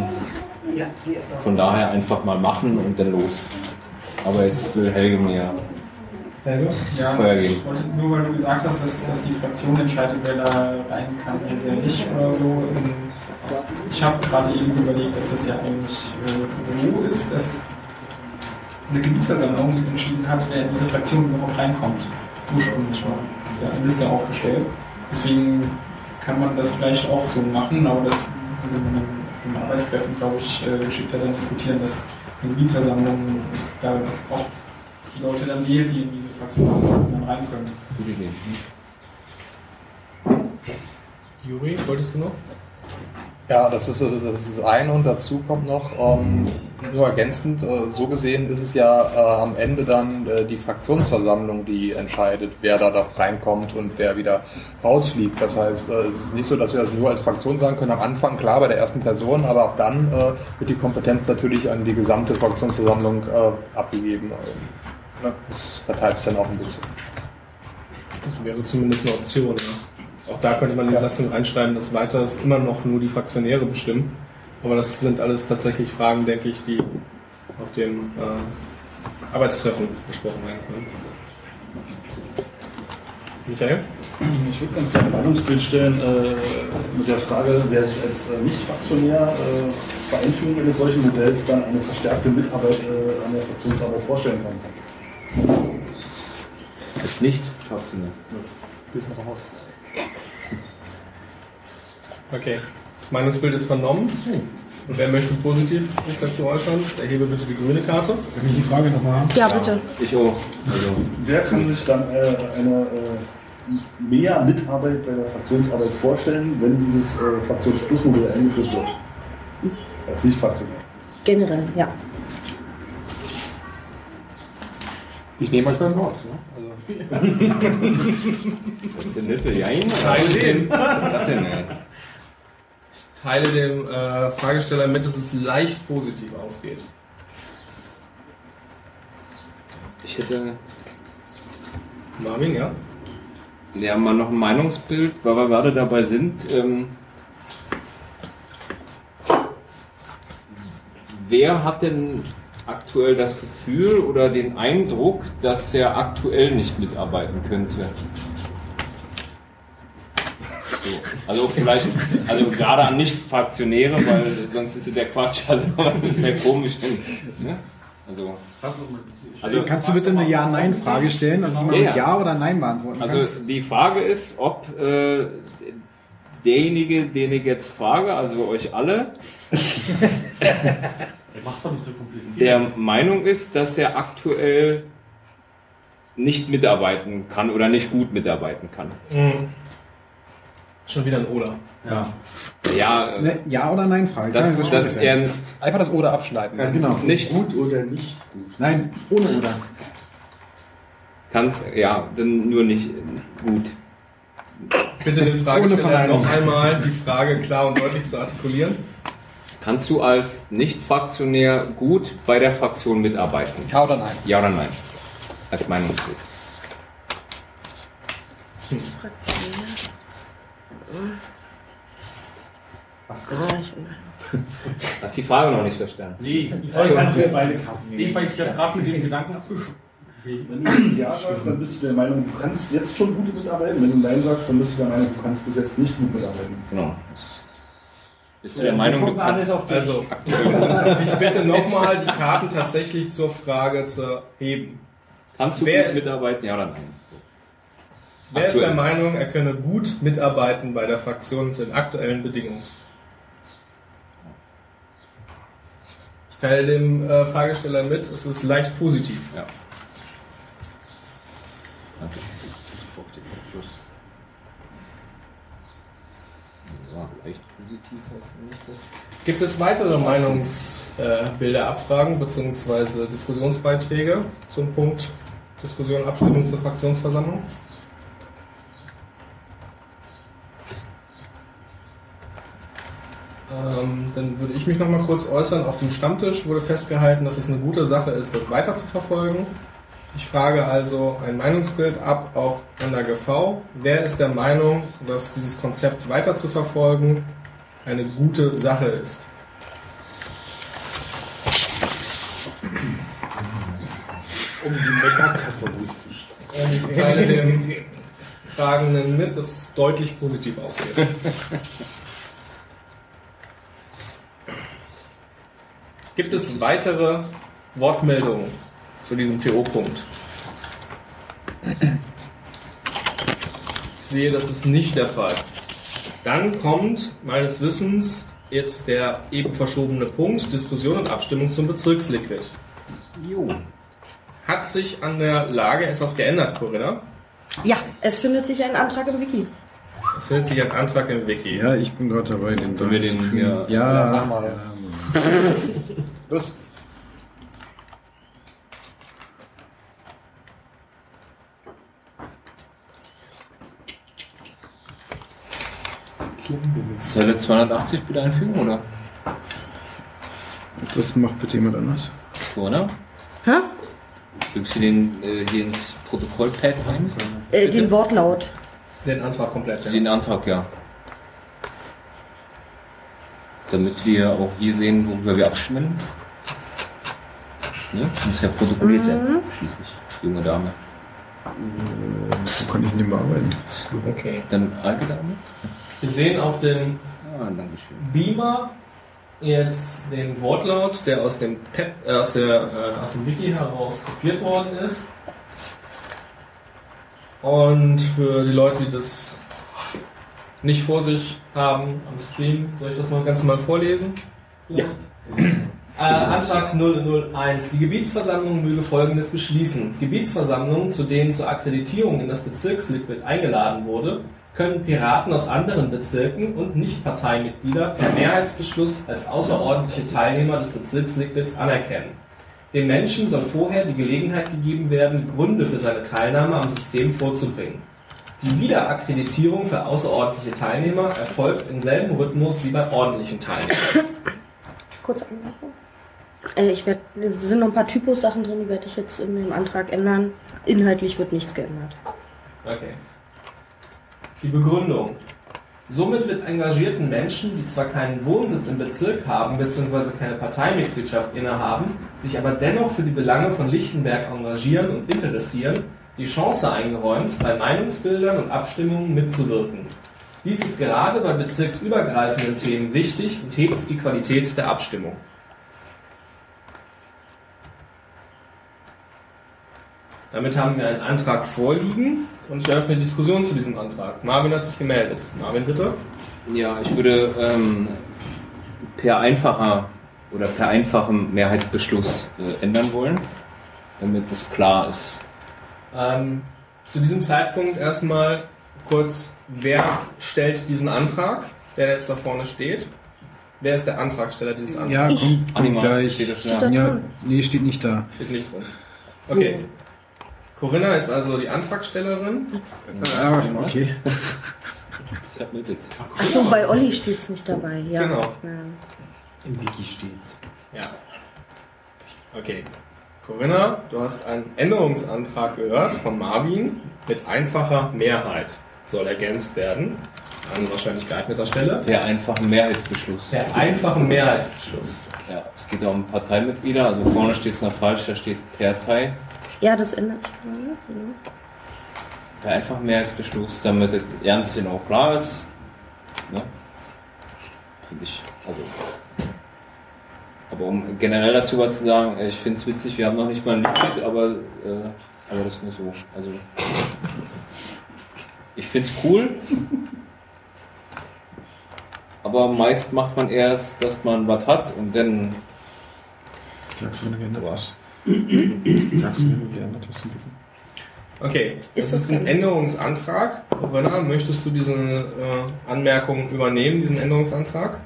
von daher einfach mal machen und dann los. Aber jetzt will Helge mir Helge? Ja, Feuer geben. Ich wollte, nur weil du gesagt hast, dass, dass die Fraktion entscheidet, wer da rein kann und wer nicht oder so. Ich habe gerade eben überlegt, dass das ja eigentlich äh, so ist, dass eine Gebietsversammlung entschieden hat, wer in diese Fraktion überhaupt reinkommt. Ursprünglich war ja eine Liste aufgestellt. Deswegen kann man das vielleicht auch so machen, aber das könnte man im Arbeitstreffen, glaube ich, äh, geschickter dann diskutieren, dass eine Gebietsversammlung da auch die Leute dann wählt, die in diese Fraktion dann rein können. Gute Idee. Juri, wolltest du noch? Ja, das ist, das ist das ist ein, und dazu kommt noch, ähm, nur ergänzend, äh, so gesehen ist es ja äh, am Ende dann äh, die Fraktionsversammlung, die entscheidet, wer da, da reinkommt und wer wieder rausfliegt. Das heißt, äh, es ist nicht so, dass wir das nur als Fraktion sagen können, am Anfang klar bei der ersten Person, aber auch dann äh, wird die Kompetenz natürlich an die gesamte Fraktionsversammlung äh, abgegeben. Äh, das verteilt sich dann auch ein bisschen. Das wäre zumindest eine Option, ja. Auch da könnte man in die Ja. Satzung reinschreiben, dass weiter ist immer noch nur die Fraktionäre bestimmen. Aber das sind alles tatsächlich Fragen, denke ich, die auf dem äh, Arbeitstreffen besprochen werden können. Michael? Ich würde ganz gerne ein Meinungsbild stellen äh, mit der Frage, wer sich als äh, Nicht-Fraktionär äh, bei Einführung eines solchen Modells dann eine verstärkte Mitarbeit äh, an der Fraktionsarbeit vorstellen kann. Als Nicht-Fraktionär. Bisschen raus. Okay, das Meinungsbild ist vernommen. Und wer möchte positiv sich dazu äußern? Erhebe bitte die grüne Karte. Wenn ich die Frage nochmal habe. Ja, bitte. Ich auch. Also, Wer kann sich dann äh, eine äh, mehr Mitarbeit bei der Fraktionsarbeit vorstellen, wenn dieses äh, Fraktions-Plus-Modell eingeführt wird? Als Nicht-Fraktionär. Generell, ja. Ich nehme euch beim Wort. Ne? Also. das ist der nette Jein. Teile dem, Was ist das denn, ey? ich teile dem äh, Fragesteller mit, dass es leicht positiv ausgeht. Ich hätte Marvin, ja? ja mal noch ein Meinungsbild, weil wir gerade dabei sind. Ähm, wer hat denn aktuell das Gefühl oder den Eindruck, dass er aktuell nicht mitarbeiten könnte? So. Also vielleicht, also gerade an Nicht-Fraktionäre, weil sonst ist ja der Quatsch, also das wäre komisch. Ne? Also, also kannst du bitte eine Ja-Nein-Frage stellen, also die man ja, mit Ja oder Nein beantworten kann? Also die Frage ist, ob äh, derjenige, den ich jetzt frage, also euch alle, Mach's doch nicht so kompliziert. der Meinung ist, dass er aktuell nicht mitarbeiten kann oder nicht gut mitarbeiten kann. Mhm. Schon wieder ein Oder. Ja. Ja, äh, Eine Ja- oder Nein-Frage. dass, Kann ich dass das er Einfach das Oder abschneiden. Ja, genau. nicht Gut oder nicht gut? Nein, ohne Oder. kann's, ja, dann nur nicht gut. Bitte den Ohne Fragesteller Verneinung. noch einmal die Frage klar und deutlich zu artikulieren. Kannst du als Nicht-Fraktionär gut bei der Fraktion mitarbeiten? Ja oder nein? Ja oder nein? Als Meinungsbild. Hm. Hast die Frage noch nicht verstanden? Nee, die Frage kannst du ja beide Karten nehmen. Nee, weil ich jetzt gerade mit dem Gedanken abgeschrieben. Wenn du jetzt Ja sagst, dann bist du der Meinung, du kannst jetzt schon gut mitarbeiten. Wenn du Nein sagst, dann bist du der Meinung, du kannst bis jetzt nicht gut mitarbeiten. Genau. Bist du der Meinung, du kannst Also, ich bitte nochmal die Karten tatsächlich zur Frage zu heben. Kannst du Wer- gut mitarbeiten, ja oder nein? Wer ist Aktuell. der Meinung, er könne gut mitarbeiten bei der Fraktion unter den aktuellen Bedingungen? Ich teile dem äh, Fragesteller mit, es ist leicht positiv. Ja. Danke. Das braucht ihr plus. Ja, leicht positiv heißt nicht das. Gibt es weitere Meinungsbilder, Abfragen bzw. Diskussionsbeiträge zum Punkt Diskussion, Abstimmung zur Fraktionsversammlung? Ähm, dann würde ich mich noch mal kurz äußern. Auf dem Stammtisch wurde festgehalten, dass es eine gute Sache ist, das weiter zu verfolgen. Ich frage also ein Meinungsbild ab, auch an der G V. Wer ist der Meinung, dass dieses Konzept weiter zu verfolgen eine gute Sache ist? Um die Meckerkategoristik. Und ich teile dem Fragenden mit, dass es deutlich positiv ausgeht. Gibt es weitere Wortmeldungen zu diesem T O-Punkt? Ich sehe, das ist nicht der Fall. Dann kommt meines Wissens jetzt der eben verschobene Punkt Diskussion und Abstimmung zum Bezirksliquid. Jo. Hat sich an der Lage etwas geändert, Corinna? Ja, es findet sich ein Antrag im Wiki. Es findet sich ein Antrag im Wiki. Ja, ich bin gerade dabei, den Können wir den einzufügen. hier- Ja, Ja, mach mal. Los. Zelle zweihundertachtzig bitte einfügen, oder? das macht bitte jemand anders. Oder? Hä? Fügst du den äh, hier ins Protokollpad ein? Äh, Bitte? den Wortlaut. Den Antrag komplett, ja. Den Antrag, ja. Damit wir auch hier sehen, worüber wir abstimmen. Ne? Muss ja protokolliert Mhm. werden, schließlich. Junge Dame. So kann ich nicht mehr arbeiten. Okay. Dann alte Dame? Wir sehen auf dem Ah, Dankeschön. Beamer jetzt den Wortlaut, der aus dem, Pet, äh, aus, der, äh, aus dem Wiki heraus kopiert worden ist. Und für die Leute, die das nicht vor sich haben am Stream, soll ich das noch ganz mal vorlesen? Ja. Äh, Antrag null null eins. Die Gebietsversammlung möge Folgendes beschließen. Gebietsversammlungen, zu denen zur Akkreditierung in das Bezirksliquid eingeladen wurde, können Piraten aus anderen Bezirken und Nicht-Parteimitglieder per Mehrheitsbeschluss als außerordentliche Teilnehmer des Bezirksliquids anerkennen. Dem Menschen soll vorher die Gelegenheit gegeben werden, Gründe für seine Teilnahme am System vorzubringen. Die Wiederakkreditierung für außerordentliche Teilnehmer erfolgt im selben Rhythmus wie bei ordentlichen Teilnehmern. Kurze Anmerkung. Äh, ich werd, es sind noch ein paar Typus-Sachen drin, die werde ich jetzt in dem Antrag ändern. Inhaltlich wird nichts geändert. Okay. Die Begründung. Somit wird engagierten Menschen, die zwar keinen Wohnsitz im Bezirk haben bzw. keine Parteimitgliedschaft innehaben, sich aber dennoch für die Belange von Lichtenberg engagieren und interessieren, die Chance eingeräumt, bei Meinungsbildern und Abstimmungen mitzuwirken. Dies ist gerade bei bezirksübergreifenden Themen wichtig und hebt die Qualität der Abstimmung. Damit haben wir einen Antrag vorliegen und ich eröffne die Diskussion zu diesem Antrag. Marvin hat sich gemeldet. Marvin, bitte. Ja, ich würde ähm, per einfacher oder per einfachem Mehrheitsbeschluss äh, ändern wollen, damit es klar ist. Ähm, zu diesem Zeitpunkt erstmal kurz, wer stellt diesen Antrag, der jetzt da vorne steht? Wer ist der Antragsteller dieses Ja, Antrags? kommt, kommt gleich. steht das da? Ja, nee, steht nicht da. Steht nicht drin. Okay. Corinna ist also die Antragstellerin. Ah, okay. Submitted. Achso, bei Olli steht es nicht dabei. Ja. Genau. Ja. Im Wiki steht's. Ja. Okay. Corinna, du hast einen Änderungsantrag gehört von Marvin mit einfacher Mehrheit. Soll ergänzt werden. An wahrscheinlich geeigneter Stelle. Per einfachen Mehrheitsbeschluss. Per einfachen Mehrheitsbeschluss. Ja, es geht um Parteimitglieder, also vorne steht es noch falsch, da steht Partei. Ja, das ändert sich mal. Ja. Per einfachen Mehrheitsbeschluss, damit es ernst genau klar ist. Ne? Finde ich, also. Aber um generell dazu was zu sagen, ich finde es witzig, wir haben noch nicht mal ein Liquid, aber, äh, aber das ist nur so. Also, ich finde es cool. Aber meist macht man erst, dass man was hat und dann. Sagst du, wenn du geändert hast? Sagst du, wenn du geändert hast? Okay, Ist das ist das ein Änderungsantrag. Corinna, möchtest du diese äh, Anmerkung übernehmen, diesen Änderungsantrag?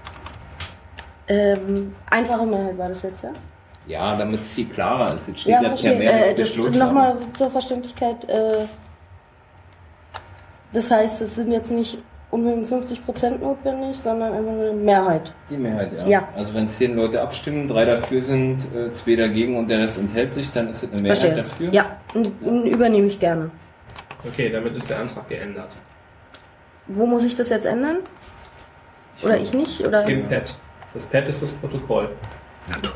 Ähm, einfache Mehrheit war das jetzt, ja? Ja, damit es viel klarer ist. Jetzt steht Ja, ja per verstehe. Äh, das Mehrheitsbeschluss. nochmal zur Verständlichkeit. Äh, das heißt, es sind jetzt nicht unbedingt fünfzig Prozent notwendig, sondern einfach eine Mehrheit. Die Mehrheit, ja. Ja. Also wenn zehn Leute abstimmen, drei dafür sind, äh, zwei dagegen und der Rest enthält sich, dann ist es eine Mehrheit Verstehe. dafür. Ja, und, und übernehme ich gerne. Okay, damit ist der Antrag geändert. Wo muss ich das jetzt ändern? Oder ich nicht? Oder? Im Pad. Das Pad ist das Protokoll. Ja, toll.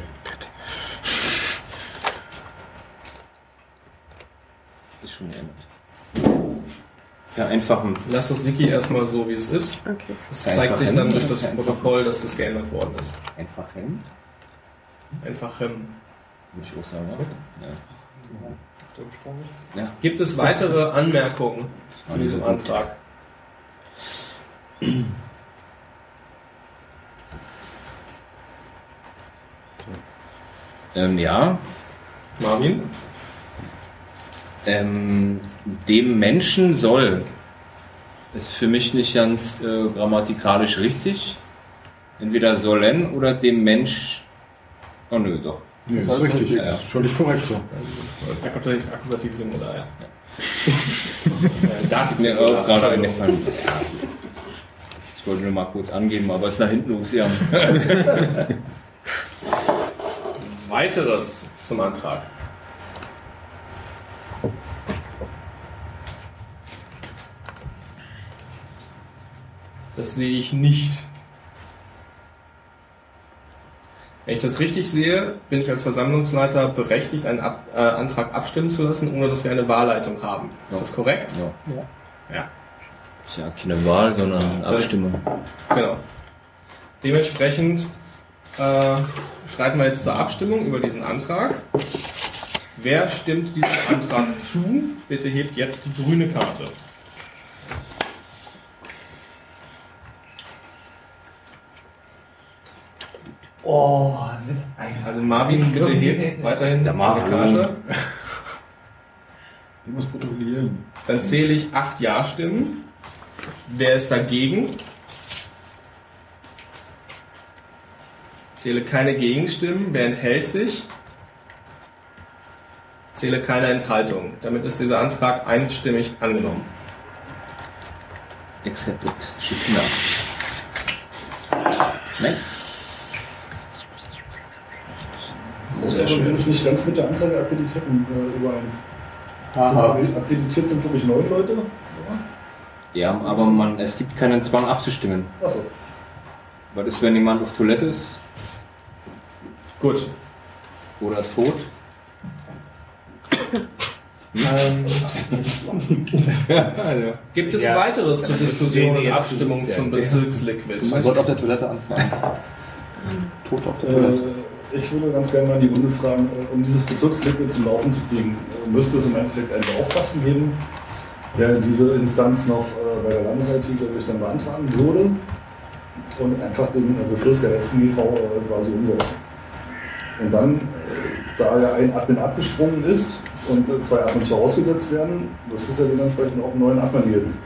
Ist schon geändert. Ja, einfach ein. Lass das Wiki erstmal so, wie es ist. Okay. Es zeigt sich dann durch das Protokoll, dass das geändert worden ist. Einfach hin. Einfach hin. Würde ich auch sagen, ja. Ja. Gibt es weitere Anmerkungen zu diesem Antrag? Ähm, ja. Marvin? Ähm, dem Menschen soll ist für mich nicht ganz äh, grammatikalisch richtig. Entweder sollen oder dem Mensch. Oh nö, doch. Nee, das ist richtig, ja, ja. ist völlig korrekt so. Akkusativ, akkusativ Singular, ja. ja Dativ mir auch gerade eingefallen. Ich wollte nur mal kurz angeben, aber es ist nach hinten los, ja. Weiteres zum Antrag. Das sehe ich nicht. Wenn ich das richtig sehe, bin ich als Versammlungsleiter berechtigt, einen Ab äh, Antrag abstimmen zu lassen, ohne dass wir eine Wahlleitung haben. Ist das korrekt? Ja. Ja. Ja. Ist ja keine Wahl, sondern eine Abstimmung. Genau. Dementsprechend äh, schreiten wir jetzt zur Abstimmung über diesen Antrag. Wer stimmt diesem Antrag zu? Bitte hebt jetzt die grüne Karte. Oh, also Marvin, bitte hebt weiterhin die Karte. Die muss protokollieren. Dann zähle ich acht Ja-Stimmen. Wer ist dagegen? Zähle keine Gegenstimmen. Wer enthält sich? Zähle keine Enthaltung. Damit ist dieser Antrag einstimmig angenommen. Accepted. Schick nach. Nice. Sehr schön. Bin ich nicht ganz mit der Anzahl der Akkreditierten äh, überein. Aha. Akkreditiert sind, glaube ich, neun Leute. Oder? Ja, aber man, es gibt keinen Zwang abzustimmen. Achso. Weil es, wenn jemand auf Toilette ist. Gut. Oder ist tot. Ähm, ja, also. Gibt es Ja. weiteres zur Diskussion und jetzt Abstimmung zum Bezirksliquid? Man sollte auf der Toilette anfangen. Tot auf der Toilette. Äh, ich würde ganz gerne mal in die Runde fragen, äh, um dieses Bezirksliquid zum Laufen zu kriegen, äh, müsste es im Endeffekt einen Beauftragten geben, der diese Instanz noch äh, bei der Landes-I T, glaube ich, dann beantragen würde und einfach den äh, Beschluss der letzten G V äh, quasi umsetzt. Und dann, äh, da ja ein Admin abgesprungen ist und äh, zwei Admins vorausgesetzt werden, müsste es ja dementsprechend auch einen neuen Admin geben.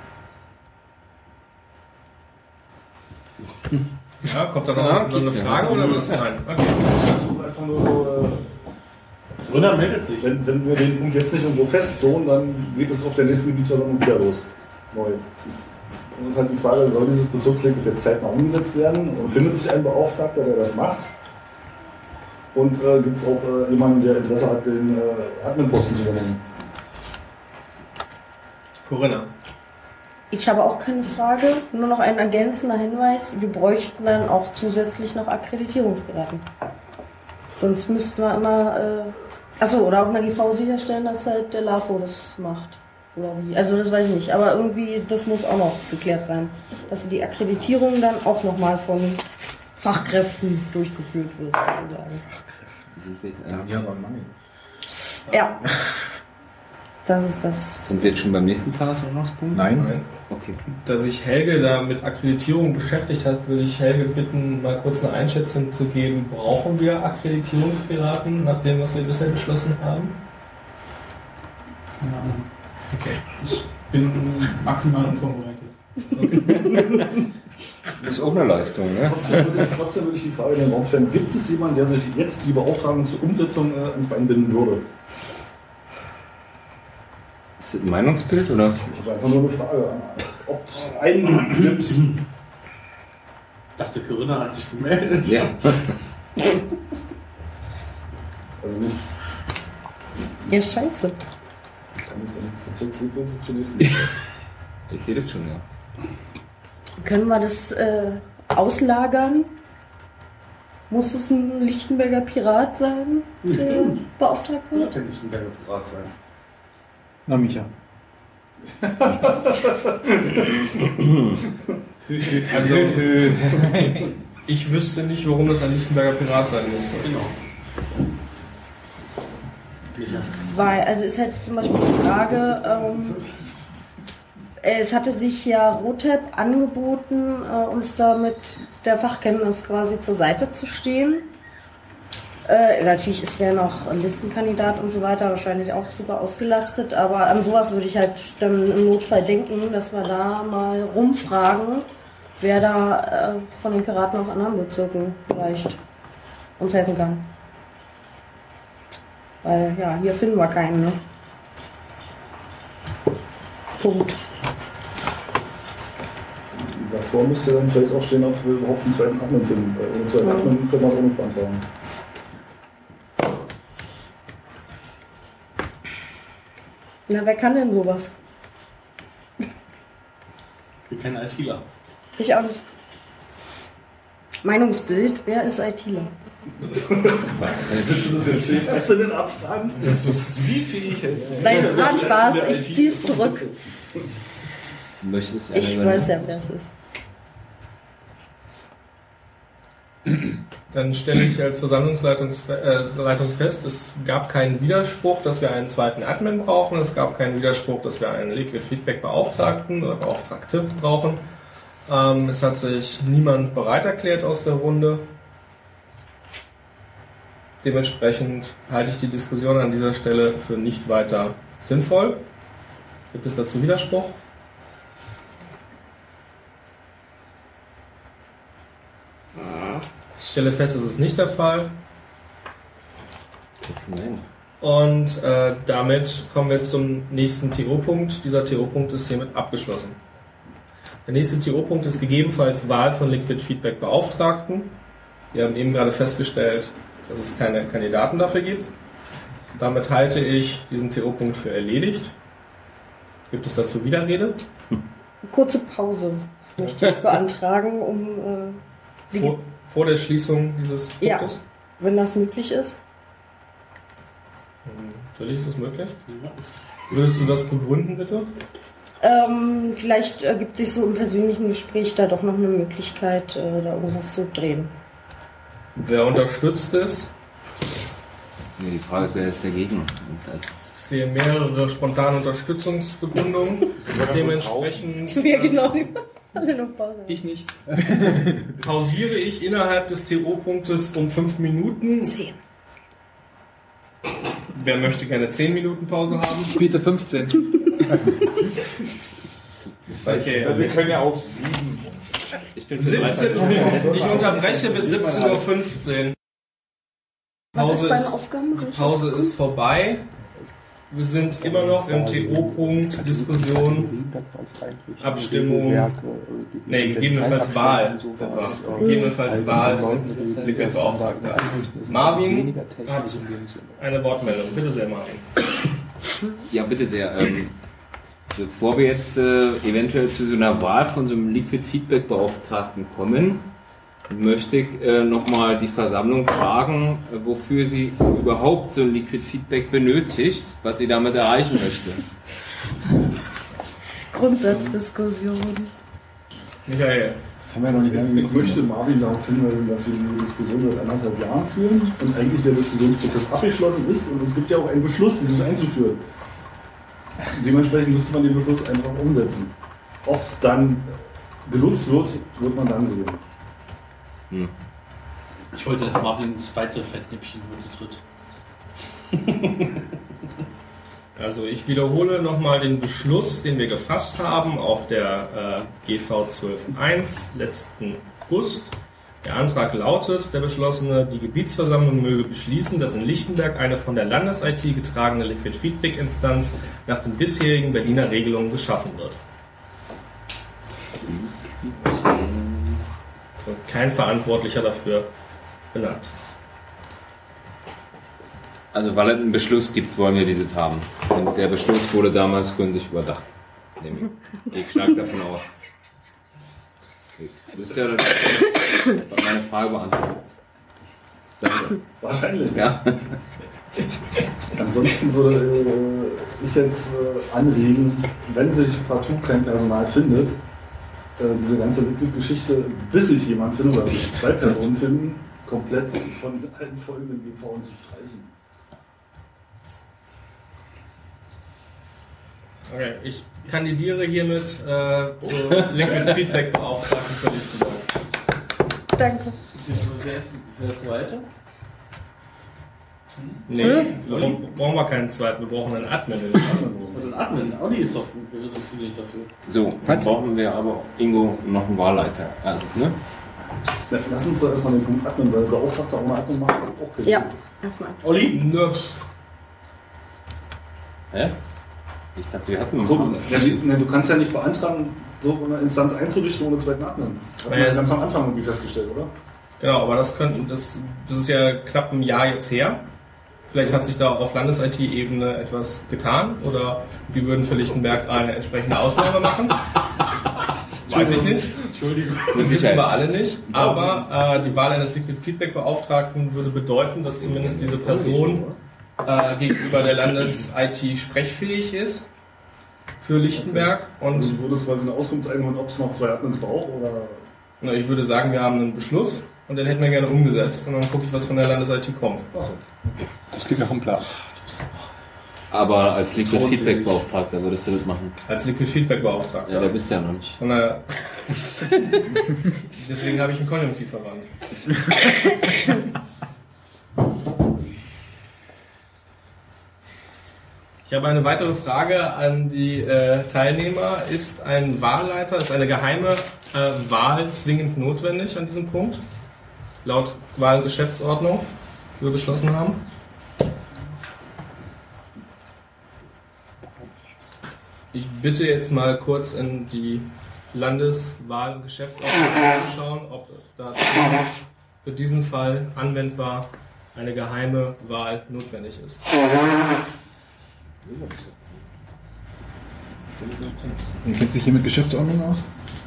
Ja, kommt da noch Ja, noch eine okay. Frage oder was? Nein. Okay. Das ist einfach nur so. Äh, Gründer meldet sich. Wenn, wenn wir den Punkt jetzt nicht irgendwo festzonen, dann geht es auf der nächsten Gebietsversammlung wieder los. Neu. Und es ist halt die Frage, soll dieses Bezirksliquid jetzt zeitnah umgesetzt werden und findet sich ein Beauftragter, der das macht? Und äh, gibt es auch äh, jemanden, der Interesse hat, den äh, Adminposten zu übernehmen? Corinna. Ich habe auch keine Frage, nur noch ein ergänzender Hinweis. Wir bräuchten dann auch zusätzlich noch Akkreditierungsberaten. Sonst müssten wir immer, äh, achso, oder auch in der G V sicherstellen, dass halt der LAFO das macht. Oder wie? Also das weiß ich nicht, aber irgendwie, das muss auch noch geklärt sein. Dass die Akkreditierung dann auch nochmal von Fachkräften durchgeführt wird, sozusagen. Da haben wir aber einen Mangel. Ja. Das ist das. Sind wir jetzt schon beim nächsten Tagesordnungspunkt? Nein. Okay. Da sich Helge da mit Akkreditierung beschäftigt hat, würde ich Helge bitten, mal kurz eine Einschätzung zu geben. Brauchen wir Akkreditierungspiraten nach dem, was wir bisher beschlossen haben? Keine Ahnung. Okay. Ich bin maximal unvorbereitet. Das ist auch eine Leistung, ne? Trotzdem würde, ich, trotzdem würde ich die Frage in den Raum stellen, gibt es jemanden, der sich jetzt die Beauftragung zur Umsetzung äh, ans Bein binden würde? Ist das ein Meinungsbild, oder? Das ist einfach nur eine Frage, ob es einen gibt. Ich dachte, Corinna hat sich gemeldet. Ja. Also nicht. Ja, scheiße. Ich sehe das schon, ja. Können wir das äh, auslagern? Muss es ein Lichtenberger Pirat sein, der Bestimmt. beauftragt wird? Kann nicht ein kleiner Pirat sein. Na, Micha. Also, ich wüsste nicht, warum das ein Lichtenberger Pirat sein müsste. Genau. Weil, also ist halt zum Beispiel die Frage, ähm, es hatte sich ja Rotep angeboten, äh, uns da mit der Fachkenntnis quasi zur Seite zu stehen. Äh, natürlich ist der noch ein Listenkandidat und so weiter, wahrscheinlich auch super ausgelastet, aber an sowas würde ich halt dann im Notfall denken, dass wir da mal rumfragen, wer da äh, von den Piraten aus anderen Bezirken vielleicht uns helfen kann. Weil, ja, hier finden wir keinen, ne? Punkt. Davor müsste dann vielleicht auch stehen, ob wir überhaupt einen zweiten Admin finden. Weil ohne zweiten Admin können wir es auch nicht beantragen. Na, wer kann denn sowas? Wir kennen ITler. Ich auch nicht. Meinungsbild, wer ist ITler? Was? Willst du das jetzt sehen? Kannst du denn abfragen? Das ist wie fähig hältst du? Nein, war ein Spaß, ich ziehe es zurück. Möchtest du Ich weiß ja, wer es ist. Dann stelle ich als Versammlungsleitung äh, fest, es gab keinen Widerspruch, dass wir einen zweiten Admin brauchen. Es gab keinen Widerspruch, dass wir einen Liquid Feedback Beauftragten oder Beauftragte brauchen. Ähm, es hat sich niemand bereit erklärt aus der Runde. Dementsprechend halte ich die Diskussion an dieser Stelle für nicht weiter sinnvoll. Gibt es dazu Widerspruch? Ich stelle fest, es ist nicht der Fall. Und äh, damit kommen wir zum nächsten T O-Punkt. Dieser T O-Punkt ist hiermit abgeschlossen. Der nächste T O-Punkt ist gegebenenfalls Wahl von Liquid Feedback Beauftragten. Wir haben eben gerade festgestellt, dass es keine Kandidaten dafür gibt. Damit halte ich diesen T O-Punkt für erledigt. Gibt es dazu Widerrede? Kurze Pause möchte ich beantragen, um äh, vor, vor der Schließung dieses Punktes? Ja, wenn das möglich ist. Natürlich ist es möglich. Würdest du das begründen, bitte? Ähm, vielleicht ergibt sich so im persönlichen Gespräch da doch noch eine Möglichkeit, äh, da irgendwas zu drehen. Wer unterstützt es? Nee, die Frage ist, wer ist dagegen? Ich sehe mehrere spontane Unterstützungsbekundungen. Dementsprechend Wer genau? Ich nicht. Pausiere ich innerhalb des T O-Punktes um fünf Minuten. Zehn. Wer möchte keine zehn Minuten Pause haben? Ich biete fünfzehn. Okay. Wir können ja auf sieben. Ich bin siebzehn. Ich unterbreche bis siebzehn Uhr fünfzehn. Pause Was ist ist, beim Aufgabenbericht? Pause ist vorbei. Wir sind immer noch im T O-Punkt Diskussion, Abstimmung, ne, gegebenenfalls Wahl sind wir. Gegebenenfalls Wahl mit Liquid-Beauftragter. Marvin hat eine Wortmeldung. Bitte sehr, Marvin. Ja, bitte sehr. Ähm, bevor wir jetzt äh, eventuell zu so einer Wahl von so einem Liquid-Feedback-Beauftragten kommen, möchte ich äh, nochmal die Versammlung fragen, äh, wofür sie überhaupt so ein Liquid Feedback benötigt, was sie damit erreichen möchte. Grundsatzdiskussion. Michael. Das haben wir noch nicht lange. Ich möchte Marvin darauf hinweisen, dass wir diese Diskussion seit anderthalb Jahren führen und eigentlich der Diskussionsprozess abgeschlossen ist und es gibt ja auch einen Beschluss, dieses einzuführen. Dementsprechend müsste man den Beschluss einfach umsetzen. Ob es dann genutzt wird, wird man dann sehen. Hm. Ich wollte, dass Marvin ins zweite Fettnäpfchen tritt. Also ich wiederhole nochmal den Beschluss, den wir gefasst haben auf der äh, G V zwölf Punkt eins letzten August. Der Antrag lautet, der Beschlossene, die Gebietsversammlung möge beschließen, dass in Lichtenberg eine von der Landes-I T getragene Liquid-Feedback-Instanz nach den bisherigen Berliner Regelungen geschaffen wird. Kein Verantwortlicher dafür benannt. Also weil es einen Beschluss gibt, wollen wir dieses haben. Und der Beschluss wurde damals gründlich überdacht. Ich schlage davon aus. Das ist ja meine Frage beantwortet. Danke. Wahrscheinlich. Ja. Ansonsten würde äh, ich jetzt äh, anregen, wenn sich partout kein Personal findet, diese ganze Liquid-Geschichte, bis sich jemand findet, oder bis sich zwei Personen finden, komplett von allen folgenden G V zu streichen. Okay, ich kandidiere hiermit äh, zur Liquid Feedback Beauftragten für Lichtenberg. Danke. Wer ist der Zweite? Nee, hm? brauchen wir keinen zweiten, wir brauchen einen Admin. Also ein Admin, Audi ist doch gut, wir wissen nicht dafür. So, dann brauchen wir aber Ingo noch einen Wahlleiter. Also, ne? Ja, lass uns doch erstmal den Punkt Admin, weil Beauftragter ohne Admin macht auch keinen Ja, erstmal. Olli? Nö. Hä? Ich dachte, wir hatten so, noch ja, ne, du kannst ja nicht beantragen, so eine Instanz einzurichten ohne zweiten Admin. Das hat man ja ganz am Anfang irgendwie festgestellt, oder? Genau, aber das könnten, das, das ist ja knapp ein Jahr jetzt her. Vielleicht hat sich da auf Landes-I T-Ebene etwas getan oder die würden für Lichtenberg eine entsprechende Ausnahme machen. Weiß ich nicht. Entschuldigung. Mit Das wissen Sicherheit. wir alle nicht. Aber äh, die Wahl eines Liquid Feedback Beauftragten würde bedeuten, dass zumindest diese Person äh, gegenüber der Landes-I T sprechfähig ist für Lichtenberg. Und Also du würdest quasi eine Auskunft einholen, ob es noch zwei Admins braucht oder. Na, ich würde sagen, wir haben einen Beschluss und den hätten wir gerne umgesetzt. Und dann gucke ich, was von der Landes-I T kommt. Achso. Das klingt nach einem Plan. Aber als Liquid Feedback Beauftragter würdest du das machen? Als Liquid Feedback Beauftragter. Ja, der bist du ja noch nicht. Und, äh, deswegen habe ich einen Konjunktiv verwandt. Ich habe eine weitere Frage an die äh, Teilnehmer. Ist ein Wahlleiter, ist eine geheime äh, Wahl zwingend notwendig an diesem Punkt? Laut Wahlgeschäftsordnung, die wir beschlossen haben? Ich bitte jetzt mal kurz in die Landeswahl- und Geschäftsordnung zu schauen, ob da für diesen Fall anwendbar eine geheime Wahl notwendig ist. Man kennt sich hier mit Geschäftsordnung aus?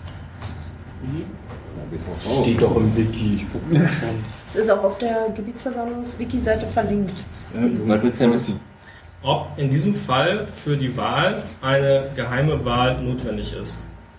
Steht doch im Wiki. Ich guck mal schon. Es ist auch auf der Gebietsversammlungs-Wiki-Seite verlinkt. Was willst du denn wissen? Ob in diesem Fall für die Wahl eine geheime Wahl notwendig ist.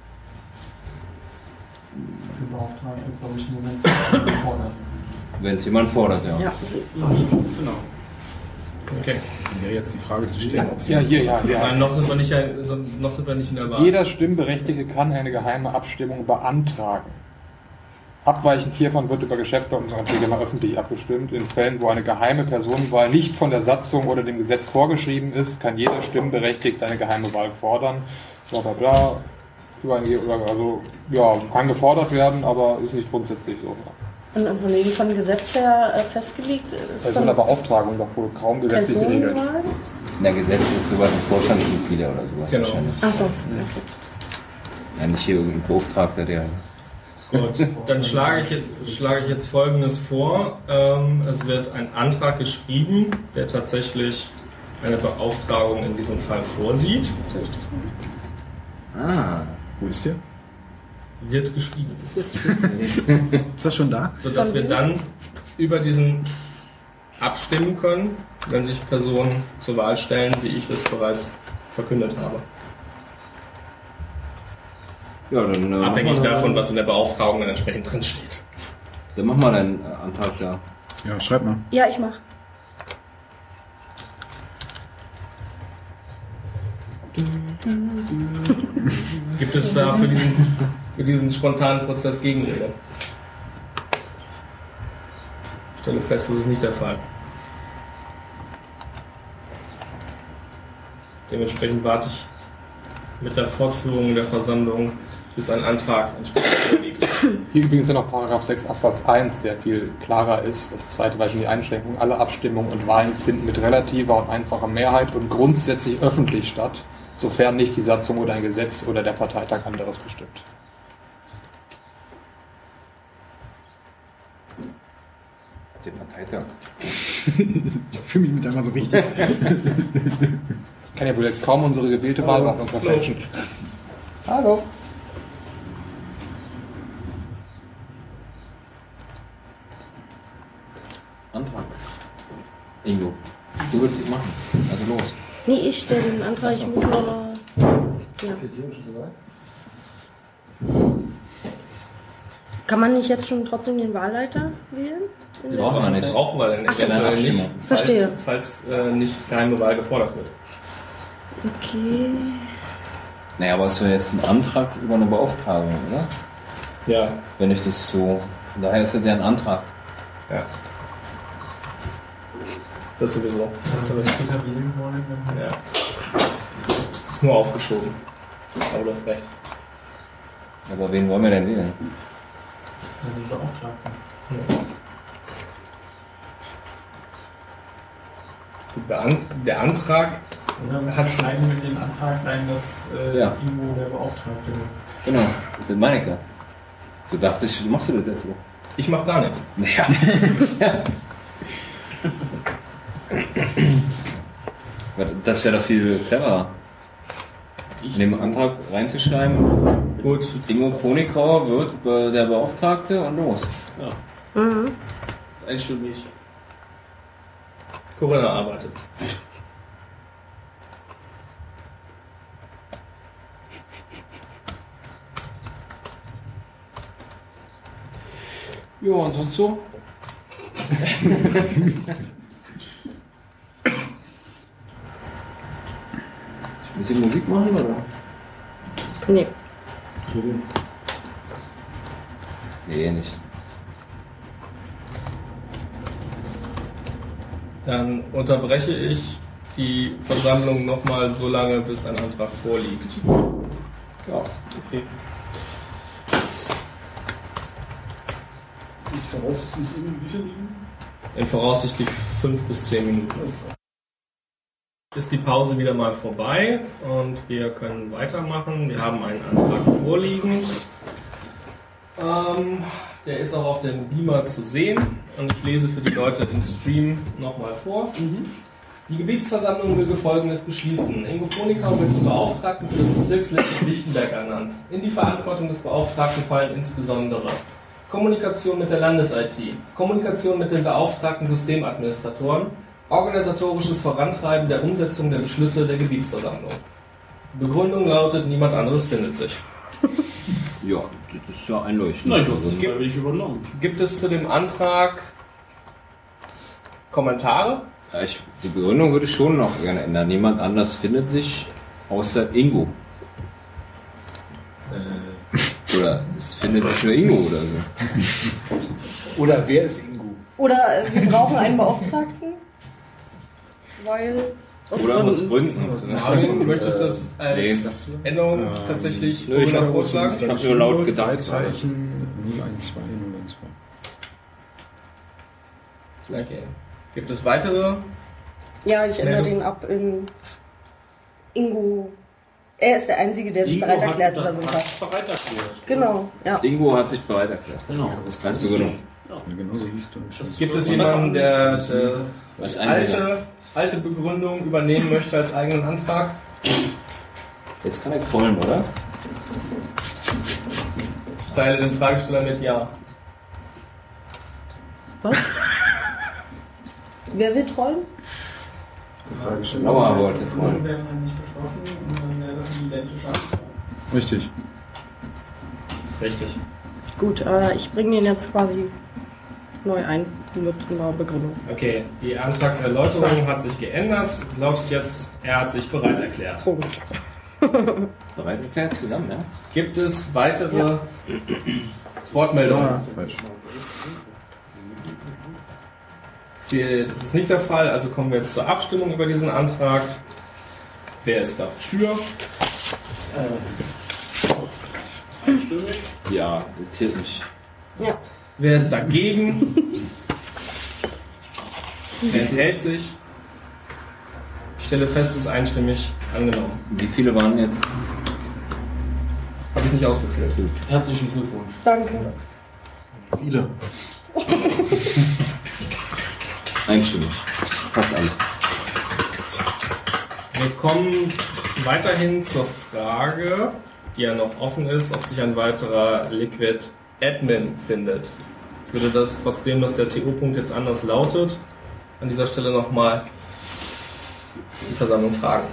Für Beauftragte, glaube ich, nur wenn es fordert. Wenn es jemand fordert, ja. Ja. Genau. Okay. Wäre jetzt die Frage zu stellen, ob Ja, hier, ja, ja. Nein, noch sind wir nicht, noch sind wir nicht in der Wahl. Jeder Stimmberechtigte kann eine geheime Abstimmung beantragen. Abweichend hiervon wird über Geschäftsordnungsanträge immer öffentlich abgestimmt. In Fällen, wo eine geheime Personenwahl nicht von der Satzung oder dem Gesetz vorgeschrieben ist, kann jeder Stimmberechtigte eine geheime Wahl fordern. Bla bla bla. Also, ja, kann gefordert werden, aber ist nicht grundsätzlich so. Und von wegen von Gesetz her äh, festgelegt? Bei so einer Beauftragung doch wohl kaum gesetzlich geregelt. Personenwahl? In der Gesetz ist sogar ein Vorstandsmitglieder oder sowas Genau. wahrscheinlich. Ach so. Ja, nicht hier irgendein Beauftragter, der... Gut, dann schlage ich jetzt, schlage ich jetzt Folgendes vor. Ähm, es wird ein Antrag geschrieben, der tatsächlich eine Beauftragung in diesem Fall vorsieht. Ah. Wo ist der? Wird geschrieben. Ist das schon da? Sodass wir dann über diesen abstimmen können, wenn sich Personen zur Wahl stellen, wie ich das bereits verkündet habe. Ja, dann, äh, Abhängig mach mal- davon, was in der Beauftragung dann entsprechend drin steht. Dann mach mal deinen äh, Antrag da. Ja, schreib mal. Ja, ich mach. Gibt es da für diesen, für diesen spontanen Prozess Gegenrede? Ich stelle fest, das ist nicht der Fall. Dementsprechend warte ich mit der Fortführung der Versammlung, bis ein Antrag entsprechend vorliegt. Hier übrigens ja noch Paragraph sechs Absatz eins, der viel klarer ist. Das zweite war schon die Einschränkung. Alle Abstimmungen und Wahlen finden mit relativer und einfacher Mehrheit und grundsätzlich öffentlich statt, sofern nicht die Satzung oder ein Gesetz oder der Parteitag anderes bestimmt. Der Parteitag. Ich fühle mich mit einmal so richtig. Ich kann ja wohl jetzt kaum unsere gewählte Wahlordnung verfälschen. Hallo. Antrag. Ingo, du willst es machen. Also los. Nee, ich stelle den Antrag, ich muss nur... Ja. Kann man nicht jetzt schon trotzdem den Wahlleiter wählen? Die brauchen wir nicht. Brauchen wir denn Ach so. eventuell nicht, falls, Verstehe. falls äh, nicht geheime Wahl gefordert wird. Okay. Naja, aber es ist ja jetzt ein Antrag über eine Beauftragung, oder? Ja. Wenn ich das so... Von daher ist ja der ein Antrag. Ja. Das sowieso. Das aber später wählen wollen. Wenn Ja. Ist nur aufgeschoben. Aber du hast recht. Aber wen wollen wir denn wählen? Den Beauftragten. Der, An der Antrag Oder hat schneiden wir den Antrag rein, dass äh, Ja. Ingo der Beauftragte wird. Genau, das meine ich ja. So dachte ich, machst du das jetzt so? Ich mach gar nichts. Naja. Das wäre doch viel cleverer. in dem Antrag reinzuschreiben. Gut. Ingo Ponikauer wird äh, der Beauftragte und los. Ja. Mhm. Das ist einstimmig. Corinna arbeitet. Ja, und sonst so? Ein bisschen Musik machen, oder? Nee. Nee, nicht. Dann unterbreche ich die Versammlung nochmal so lange, bis ein Antrag vorliegt. Ja, okay. Ist voraussichtlich in Bücher liegen? In voraussichtlich fünf bis zehn Minuten. Ist die Pause wieder mal vorbei und wir können weitermachen. Wir haben einen Antrag vorliegen. Ähm, der ist auch auf dem Beamer zu sehen und ich lese für die Leute im Stream nochmal vor. Mhm. Die Gebietsversammlung will Folgendes beschließen. Ingo Ponikau wird zum Beauftragten für das Bezirkslehrteam Lichtenberg ernannt. In die Verantwortung des Beauftragten fallen insbesondere Kommunikation mit der Landes-I T, Kommunikation mit den beauftragten Systemadministratoren, organisatorisches Vorantreiben der Umsetzung der Beschlüsse der Gebietsversammlung. Begründung lautet, niemand anderes findet sich. Ja, das ist ja einleuchtend. Nein, das ist will ich übernommen. Gibt es zu dem Antrag Kommentare? Ja, ich, die Begründung würde ich schon noch gerne ändern. Niemand anders findet sich außer Ingo. Äh. Oder es findet sich nur Ingo oder so. Oder wer ist Ingo? Oder äh, wir brauchen einen Beauftragten, weil... Oder aus Gründen. Marvin, möchtest du das als nee. Änderung Ähm, tatsächlich nö, ich hab- vorschlagen? ich hab nur laut gedacht. Zeichen null eins zwei null eins zwei. Okay. Gibt es weitere? Ja, ich ändere Meldung? den ab in Ingo. Er ist der Einzige, der sich Ingo bereit hat- erklärt oder so. hat sich bereit erklärt. Genau, ja. Ingo hat sich bereit erklärt. Genau. Das ist ganz Begründung. Ja. Ja, genau so siehst du. Es Gibt es jemanden, der, der Als die Einziger. alte, alte Begründung übernehmen möchte als eigenen Antrag? Jetzt kann er trollen, oder? Ich teile den Fragesteller mit Ja. Was? Wer will trollen? Die Frage stellen. Lauer wollte Dann trollen. wäre man nicht beschlossen und dann wäre das ein identischer Antrag. Richtig. Richtig. Gut, äh, ich bringe den jetzt quasi neu ein mit einer Begründung. Okay, die Antragserläuterung hat sich geändert. Lautet jetzt, er hat sich bereit erklärt. Punkt. Bereit erklärt zusammen, ja? Gibt es weitere Wortmeldungen? Ja, falsch. Sie- Das ist nicht der Fall, also kommen wir jetzt zur Abstimmung über diesen Antrag. Wer ist dafür? Einstimmig. Ja, das zählt nicht. Ja. Wer ist dagegen? Wer enthält sich? Ich stelle fest, es ist einstimmig angenommen. Wie viele waren jetzt? Habe ich nicht ausgezählt. Herzlichen Glückwunsch. Danke. Viele. Einstimmig. Fast alle. Wir kommen weiterhin zur Frage, die ja noch offen ist, ob sich ein weiterer Liquid Admin findet. Ich würde das, trotzdem, dass der T O-Punkt jetzt anders lautet, an dieser Stelle nochmal die Versammlung fragen.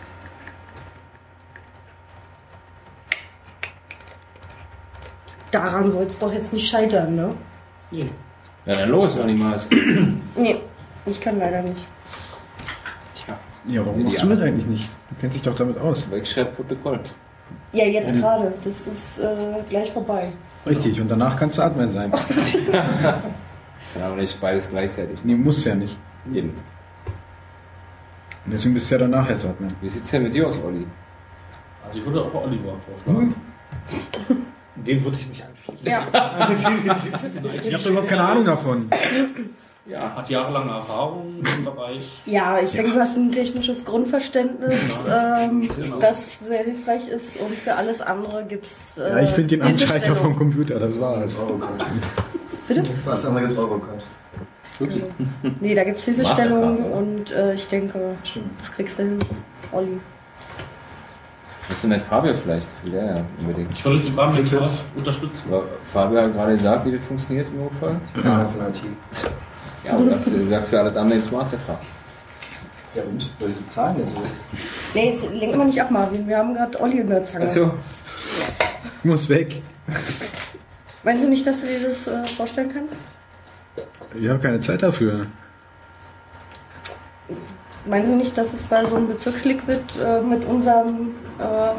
Daran soll es doch jetzt nicht scheitern, ne? Nee. Ja, dann los, Animals. Nee, ich kann leider nicht. Tja, Ja, warum Ja. machst du das eigentlich nicht? Du kennst dich doch damit aus. weil ich schreibe Protokoll. Ja, jetzt gerade. Das ist äh, gleich vorbei. Richtig, und danach kannst du Admin sein. Kann aber nicht beides gleichzeitig. Nee, musst ja nicht. Eben. Und deswegen bist du ja danach jetzt Admin. Wie sieht's denn mit dir aus, Olli? Also ich würde auch Oliver vorschlagen. Dem würde ich mich anschließen. Ja. Ich habe überhaupt keine Ahnung davon. Ja, hat jahrelange Erfahrung im Bereich. Ja, ich denke, du hast ein technisches Grundverständnis, ähm, das sehr hilfreich ist und für alles andere gibt es. Äh, Ja, ich finde den Anschalter Hilfestellung. vom Computer, das war's. Bitte? Was andere gibt's Eurocard. Also, nee, da gibt es Hilfestellung Mastercard, oder? und äh, ich denke, das kriegst du hin, Olli. Was ist denn mit Fabio vielleicht? Ja, ja, unbedingt. Ich wollte sogar mit was unterstützen. Aber Fabio hat gerade gesagt, wie das funktioniert im Notfall. Ja, von I T. Ja, aber das gesagt für alle Damen ins Masterfach. Ja und? Soll ich so bezahlen jetzt? Oder? Nee, jetzt lenken wir nicht ab, Marvin. Wir haben gerade Olli in der Zange. Achso. Ich muss weg. Meinst du nicht, dass du dir das äh, vorstellen kannst? Ich habe keine Zeit dafür. Meinst du nicht, dass es bei so einem Bezirksliquid äh, mit unserem äh,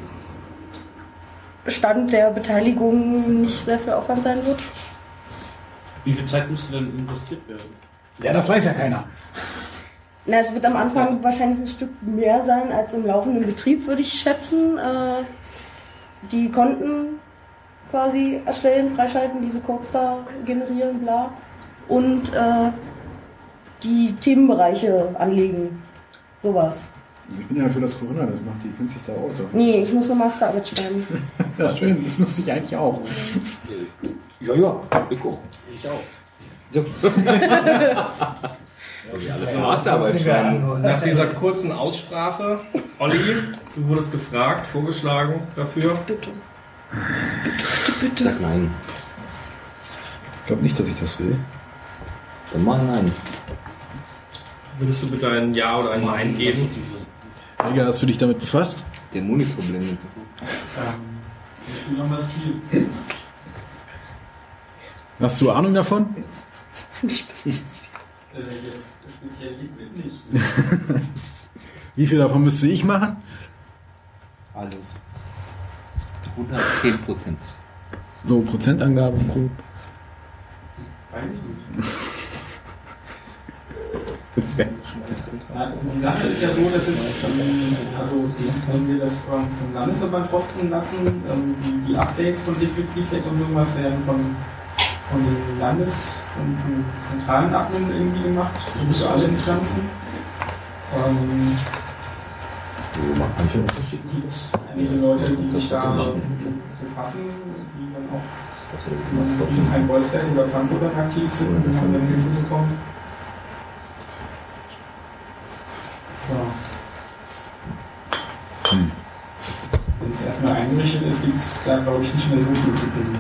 Stand der Beteiligung nicht sehr viel Aufwand sein wird? Wie viel Zeit müsste denn investiert werden? Ja, das weiß ja keiner. Na, es wird am Anfang wahrscheinlich ein Stück mehr sein als im laufenden Betrieb, würde ich schätzen. Äh, die Konten quasi erstellen, freischalten, diese Codes da generieren, bla. Und äh, die Themenbereiche anlegen. Sowas. Also ich bin ja für das Corona, das macht die kennt sich da aus. Nee, ich muss eine Masterarbeit schreiben. Ja, schön, das müsste ich eigentlich auch. Ja, ja, ich auch. Ich auch. So. Also Masterarbeit schreiben. Nach dieser kurzen Aussprache, Olli, du wurdest gefragt, vorgeschlagen dafür. Bitte. Bitte. Sag nein. Ich glaube nicht, dass ich das will. Dann mach nein. Würdest du bitte ein Ja oder ein Nein geben? Digga, hast du dich damit befasst? Der Monitorproblem. Ähm, besonders viel. Hast du Ahnung davon? Äh, jetzt speziell Liquid nicht. Wie viel davon müsste ich machen? Alles. hundertzehn Prozent. So, Prozentangabe grob. Weiß ich nicht. Ja, die Sache ist ja so, dass es, ähm, also wenn wir das vom, vom Landesverband posten lassen, ähm, die, die Updates von Liquid Feedback und sowas werden von, von den Landes-, von, von den zentralen Admin irgendwie gemacht, für alle Instanzen. Ähm, diese Leute, die sich da befassen, die dann auch in Rheinbolzberg oder Frankfurt dann aktiv sind und haben dann Hilfe bekommen. So. Hm. Wenn es erstmal eingerichtet ist, gibt es da, glaube ich, nicht mehr so viel zu tun.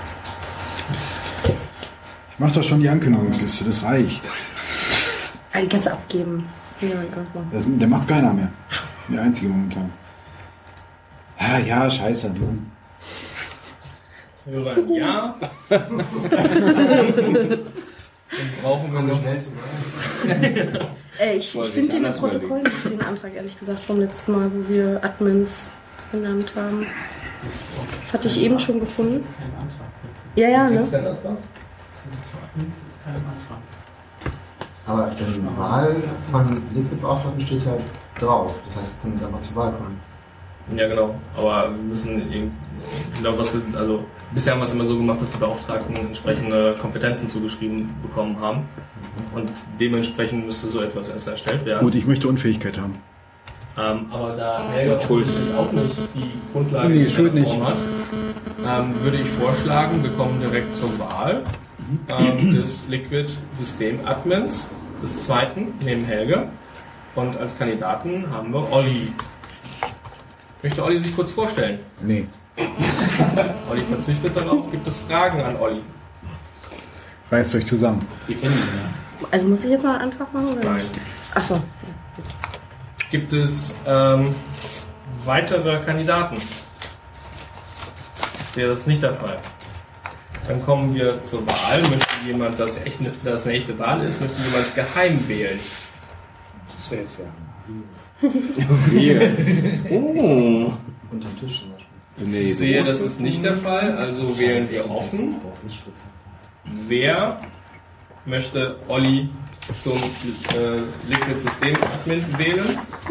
Ich mach doch schon die Ankündigungsliste, das reicht. Ah, die kannst du abgeben. Ja, das, der macht's keiner mehr. Der einzige momentan. Ah, ja, scheiße. Ich höre ein Ja. Dann brauchen wir noch schnell zu machen. Ey, ich ich finde den im Protokoll nicht, den Antrag, ehrlich gesagt, vom letzten Mal, wo wir Admins genannt haben. Das hatte ich eben schon gefunden. Ja, ja, ne? Aber die Wahl von Liquid-Beauftragten steht ja drauf. Das heißt, wir können jetzt einfach zur Wahl kommen. Ja, genau. Aber wir müssen, genau, was, also bisher haben wir es immer so gemacht, dass die Beauftragten entsprechende Kompetenzen zugeschrieben bekommen haben. Und dementsprechend müsste so etwas erst erstellt werden. Gut, ich möchte Unfähigkeit haben. Ähm, aber da Helga Schuld auch nicht die Grundlage nee, in Schuld der Form nicht. hat, ähm, würde ich vorschlagen, wir kommen direkt zur Wahl ähm, des Liquid-System-Admins, des zweiten, neben Helge. Und als Kandidaten haben wir Olli. Möchte Olli sich kurz vorstellen? Nee. Olli verzichtet darauf. Gibt es Fragen an Olli? Reißt euch zusammen. Wir kennen ihn ja. Also muss ich jetzt mal einen Antrag machen? Oder Nein. nicht? Ach so. Gibt es ähm, weitere Kandidaten? Wäre das nicht der Fall. Dann kommen wir zur Wahl. Möchte jemand, das, echt, das eine echte Wahl ist, möchte jemand geheim wählen? Das wäre jetzt ja. Wir. Oh. Unterm Tisch zum Beispiel. Nee, ich sehe, das ist nicht der Fall, also wählen wir offen. Wer möchte Olli zum äh, Liquid-System-Admin wählen?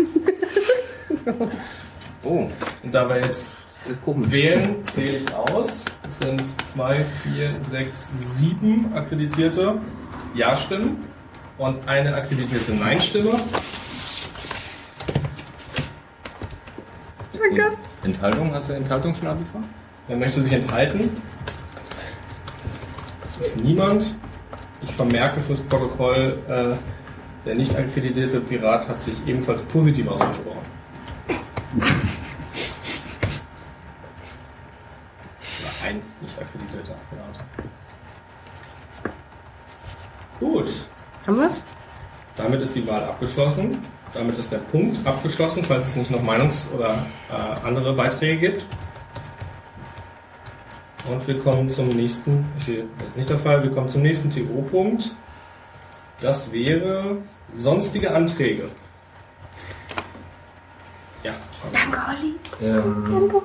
Oh, und da wir jetzt wählen, zähle ich aus. Es sind zwei, vier, sechs, sieben akkreditierte Ja-Stimmen und eine akkreditierte Nein-Stimme. Danke. Enthaltung? Hast du Enthaltung schon abgefahren? Wer möchte sich enthalten? Das ist niemand. Ich vermerke fürs Protokoll, äh, der nicht akkreditierte Pirat hat sich ebenfalls positiv ausgesprochen. Haben wir es? Damit ist die Wahl abgeschlossen. Damit ist der Punkt abgeschlossen, falls es nicht noch Meinungs- oder äh, andere Beiträge gibt. Und wir kommen zum nächsten, ich sehe, das ist nicht der Fall, wir kommen zum nächsten T O-Punkt. Das wäre sonstige Anträge. Ja. Danke, Olli. Ähm, Danke.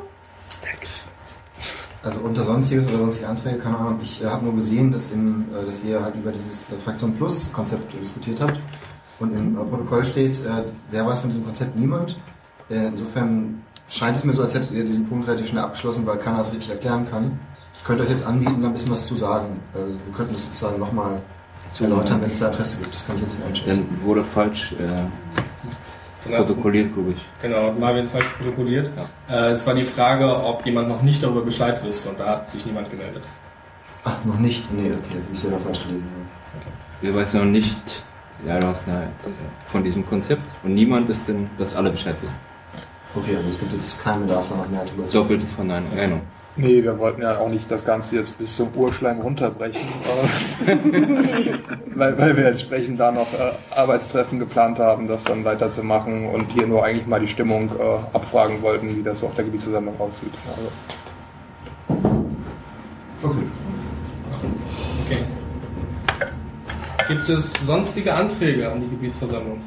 Also unter Sonstiges oder sonstige Anträge, keine Ahnung, ich äh, habe nur gesehen, dass, in, äh, dass ihr halt über dieses äh, Fraktion Plus Konzept äh, diskutiert habt und im äh, Protokoll steht, äh, wer weiß von diesem Konzept? Niemand. Äh, insofern scheint es mir so, als hättet ihr diesen Punkt relativ schnell abgeschlossen, weil keiner es richtig erklären kann. Ich könnte euch jetzt anbieten, da ein bisschen was zu sagen. Also wir könnten das sozusagen nochmal zu erläutern, wenn es da Interesse gibt. Das kann ich jetzt nicht einschätzen. Dann wurde falsch äh, protokolliert, glaube ich. Genau, Marvin falsch protokolliert. Ja. Äh, es war die Frage, ob jemand noch nicht darüber Bescheid wüsste und da hat sich niemand gemeldet. Ach, noch nicht? Nee, okay, hab ich selber falsch gelesen. Okay. Wir wissen noch nicht, ja, du hast eine, von diesem Konzept und niemand ist denn, dass alle Bescheid wissen. Okay, also es gibt jetzt keinen Bedarf, da noch mehr zu überzeugen. Doppelte Verneinung. Nee, wir wollten ja auch nicht das Ganze jetzt bis zum Urschleim runterbrechen, weil, weil wir entsprechend da noch äh, Arbeitstreffen geplant haben, das dann weiterzumachen und hier nur eigentlich mal die Stimmung äh, abfragen wollten, wie das auf der Gebietsversammlung aussieht. Also. Okay. Okay. Gibt es sonstige Anträge an die Gebietsversammlung?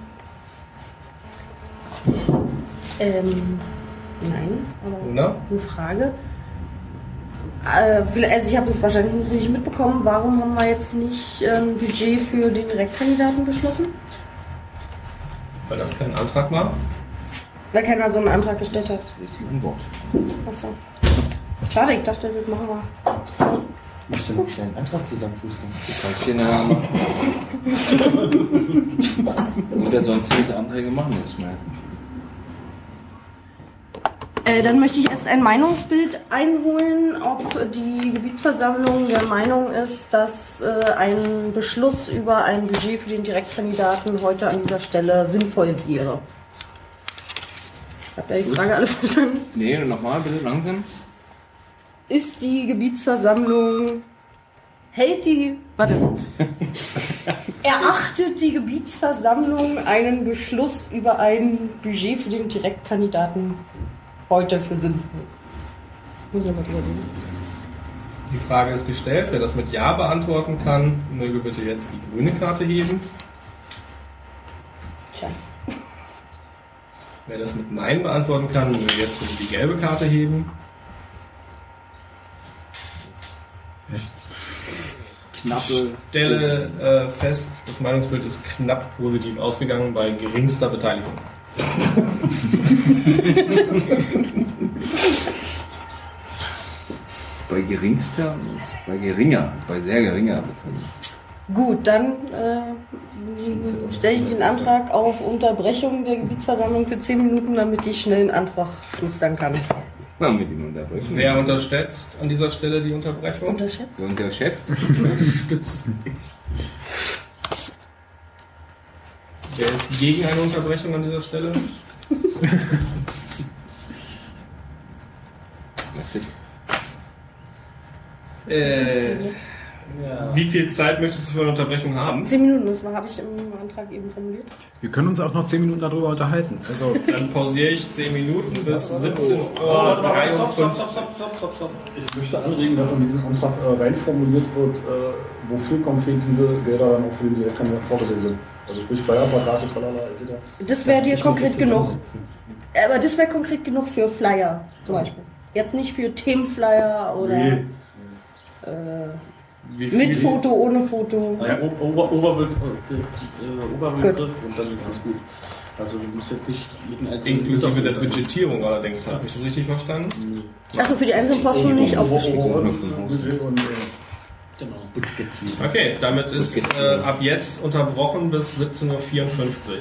Ähm, nein, aber Na? eine Frage. Äh, also ich habe es wahrscheinlich nicht richtig mitbekommen, warum haben wir jetzt nicht ein ähm, Budget für den Direktkandidaten beschlossen? Weil das kein Antrag war? Weil keiner so einen Antrag gestellt hat. Richtige Antwort. Achso. Schade, ich dachte, das machen wir. Möchtest du noch schnell einen Antrag zusammenschustern? Du kannst hier nachher machen. Und der sonstige Anträge machen jetzt schnell. Äh, dann möchte ich erst ein Meinungsbild einholen, ob die Gebietsversammlung der Meinung ist, dass äh, ein Beschluss über ein Budget für den Direktkandidaten heute an dieser Stelle sinnvoll wäre. Habt ihr die Frage alle verstanden? Nee, nochmal bitte langsam. Ist die Gebietsversammlung, hält die, warte, erachtet die Gebietsversammlung einen Beschluss über ein Budget für den Direktkandidaten heute für sinnvoll? Muss ich mal überlegen. Die Frage ist gestellt. Wer das mit Ja beantworten kann, möge bitte jetzt die grüne Karte heben. Scheiße. Wer das mit Nein beantworten kann, möge jetzt bitte die gelbe Karte heben. Knappe. Ich stelle äh, fest, das Meinungsbild ist knapp positiv ausgegangen bei geringster Beteiligung. Bei geringster ist bei geringer, bei sehr geringer Beteiligung. Gut, dann äh, stelle ich den Antrag auf Unterbrechung der Gebietsversammlung für zehn Minuten, damit ich schnell einen Antrag schustern kann. Na, mit dem Unterbrechung. Wer unterschätzt an dieser Stelle die Unterbrechung? Unterschätzt? Unterschätzt? Unterstützt. Wer ist gegen eine Unterbrechung an dieser Stelle? Was ist? Äh, ja. Wie viel Zeit möchtest du für eine Unterbrechung haben? Zehn Minuten, das habe ich im Antrag eben formuliert. Wir können uns auch noch zehn Minuten darüber unterhalten. Also dann pausiere ich zehn Minuten bis siebzehn Uhr dreiundfünfzig. Ich möchte anregen, dass in diesem Antrag äh, rein formuliert wird, äh, wofür konkret diese Gelder dann auch für den Direktkandidaten vorgesehen sind. Also sprich Flyer-Plakate, tralala, et cetera. Das wäre dir konkret genug. Aber das wäre konkret genug für Flyer zum Beispiel. Jetzt nicht für Themenflyer oder Nee. äh, mit Foto, ohne Foto. Ja, Ober, Oberbegriff, äh, Oberbegriff und dann ist es gut. Also du musst jetzt nicht jeden einzelnen... Inklusive der Budgetierung allerdings, habe ich das richtig verstanden? Achso, für die einzelnen Posten nicht aufgeschrieben. Okay, damit ist äh, ab jetzt unterbrochen bis siebzehn Uhr vierundfünfzig.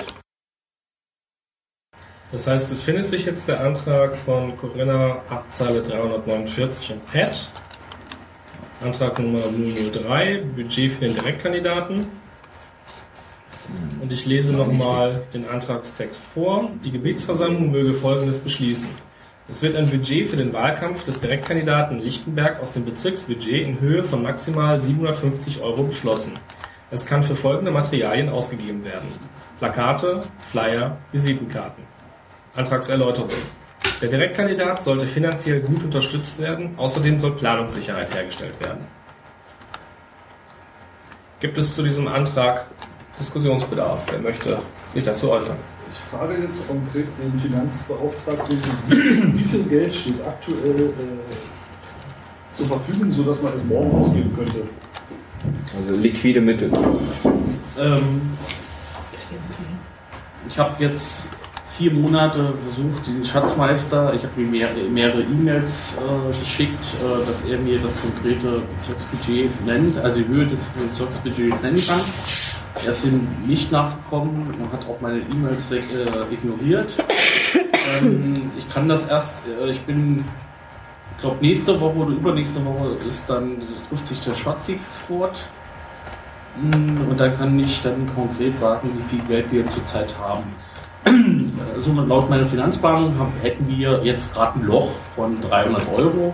Das heißt, es findet sich jetzt der Antrag von Corinna ab Zeile dreihundertneunundvierzig im Pad. Antrag Nummer null null drei, Budget für den Direktkandidaten. Und ich lese nochmal den Antragstext vor. Die Gebietsversammlung möge Folgendes beschließen. Es wird ein Budget für den Wahlkampf des Direktkandidaten Lichtenberg aus dem Bezirksbudget in Höhe von maximal siebenhundertfünfzig Euro beschlossen. Es kann für folgende Materialien ausgegeben werden: Plakate, Flyer, Visitenkarten. Antragserläuterung. Der Direktkandidat sollte finanziell gut unterstützt werden, außerdem soll Planungssicherheit hergestellt werden. Gibt es zu diesem Antrag Diskussionsbedarf? Wer möchte sich dazu äußern? Ich frage jetzt konkret den Finanzbeauftragten, wie, wie viel Geld steht aktuell äh, zur Verfügung, sodass man es morgen ausgeben könnte? Also liquide Mittel. Ähm, ich habe jetzt vier Monate versucht, den Schatzmeister, ich habe mir mehrere, mehrere E-Mails äh, geschickt, äh, dass er mir das konkrete Bezirksbudget nennt, also die Höhe des Bezirksbudgets nennen kann. Er ist ihm nicht nachgekommen und hat auch meine E-Mails äh, ignoriert. Ähm, ich kann das erst, äh, ich bin, ich glaube nächste Woche oder übernächste Woche ist dann, trifft sich der Schwarzsiegsquad. Und dann kann ich dann konkret sagen, wie viel Geld wir zurzeit haben. Also laut meiner Finanzplanung haben, hätten wir jetzt gerade ein Loch von dreihundert Euro,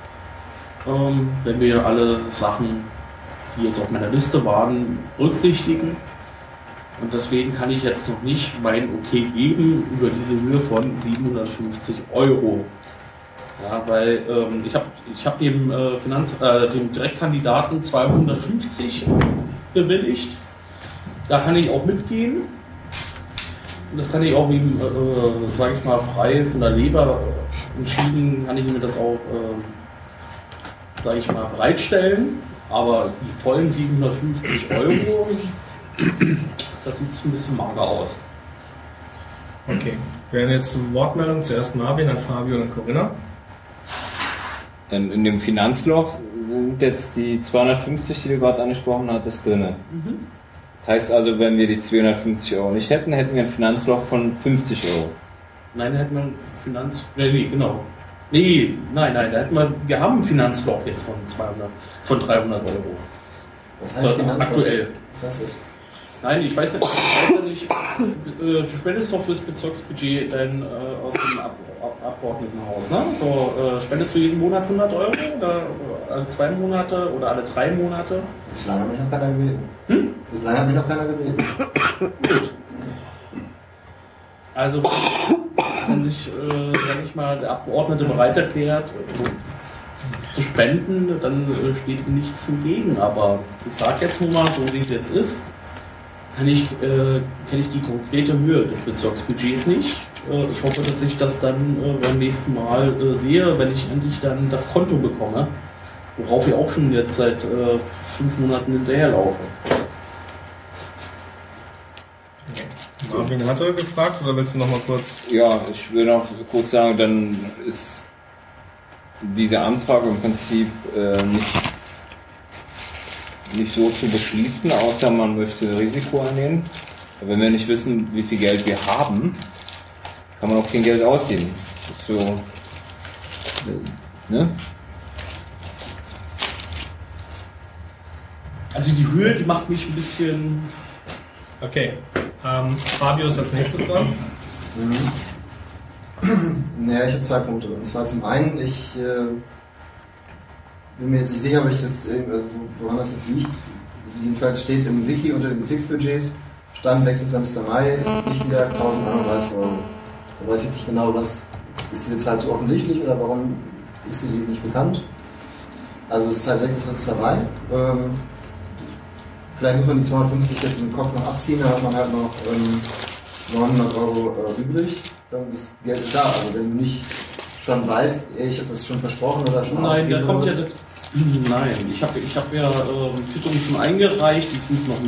ähm, wenn wir alle Sachen, die jetzt auf meiner Liste waren, berücksichtigen. Und deswegen kann ich jetzt noch nicht mein Okay geben über diese Höhe von siebenhundertfünfzig Euro. Ja, weil ähm, ich habe ich hab dem, äh, Finanz, äh, dem Direktkandidaten zweihundertfünfzig bewilligt. Da kann ich auch mitgehen. Und das kann ich auch ihm, äh, sage ich mal, frei von der Leber entschieden, kann ich mir das auch, äh, sage ich mal, bereitstellen. Aber die vollen siebenhundertfünfzig Euro, das sieht ein bisschen mager aus. Okay, wir haben jetzt Wortmeldung zuerst Marvin, dann Fabio und dann Corinna. In, in dem Finanzloch sind jetzt die zweihundertfünfzig, die du gerade angesprochen hattest, drin. Mhm. Das heißt also, wenn wir die zweihundertfünfzig Euro nicht hätten, hätten wir ein Finanzloch von fünfzig Euro. Nein, da hätten wir ein Finanz... Nee, nee, genau. Nee, nein, nein, da hätten wir... Wir haben ein Finanzloch jetzt von zweihundert, von dreihundert Euro. Was heißt so, Finanzloch? aktuell. Was heißt das? Nein, ich weiß ja, ich weiß ja nicht. äh, Du spendest doch fürs Bezirksbudget dein, äh, aus dem Ab Ab Abgeordnetenhaus, ne? So, äh, spendest du jeden Monat hundert Euro oder alle zwei Monate oder alle drei Monate? Bislang hat mich noch keiner gebeten. Hm? Bislang hat mich noch keiner gebeten. Gut. Also, wenn sich, äh, sag ich mal, der Abgeordnete bereit erklärt, äh, zu spenden, dann äh, steht ihm nichts entgegen. Aber ich sage jetzt nur mal, so wie es jetzt ist, kann ich, äh, kenne ich die konkrete Höhe des Bezirksbudgets nicht. Äh, ich hoffe, dass ich das dann äh, beim nächsten Mal äh, sehe, wenn ich endlich dann das Konto bekomme, worauf ich auch schon jetzt seit äh, fünf Monaten hinterherlaufe. Marvin hatte gefragt, oder willst du noch mal kurz? Ja, ich will noch kurz sagen, dann ist dieser Antrag im Prinzip äh, nicht, nicht so zu beschließen, außer man möchte Risiko annehmen. Aber wenn wir nicht wissen, wie viel Geld wir haben, kann man auch kein Geld ausgeben. Das ist so, ne? Also die Höhe, die macht mich ein bisschen... Okay, ähm, Fabio ist als nächstes dran. Mhm. Naja, ich habe zwei Punkte. Und zwar zum einen, ich äh, bin mir jetzt nicht sicher, ob ich das, also woran das jetzt liegt. Jedenfalls steht im Wiki unter den Bezirksbudgets, Stand sechsundzwanzigster Mai, Lichtenberg tausendneununddreißig Euro. Da weiß ich jetzt nicht genau, was ist diese Zahl zu offensichtlich oder warum ist sie nicht bekannt. Also es ist halt sechsundzwanzigster Mai. Ähm, vielleicht muss man die zweihundertfünfzig jetzt im Kopf noch abziehen, da hat man halt noch ähm, neunhundert Euro äh, übrig. Dann das Geld ist da. Also wenn du nicht schon weißt, ey, ich habe das schon versprochen oder schon Nein, da kommt ja das. Nein, ich habe ich hab ja äh, Quittungen schon eingereicht, die sind noch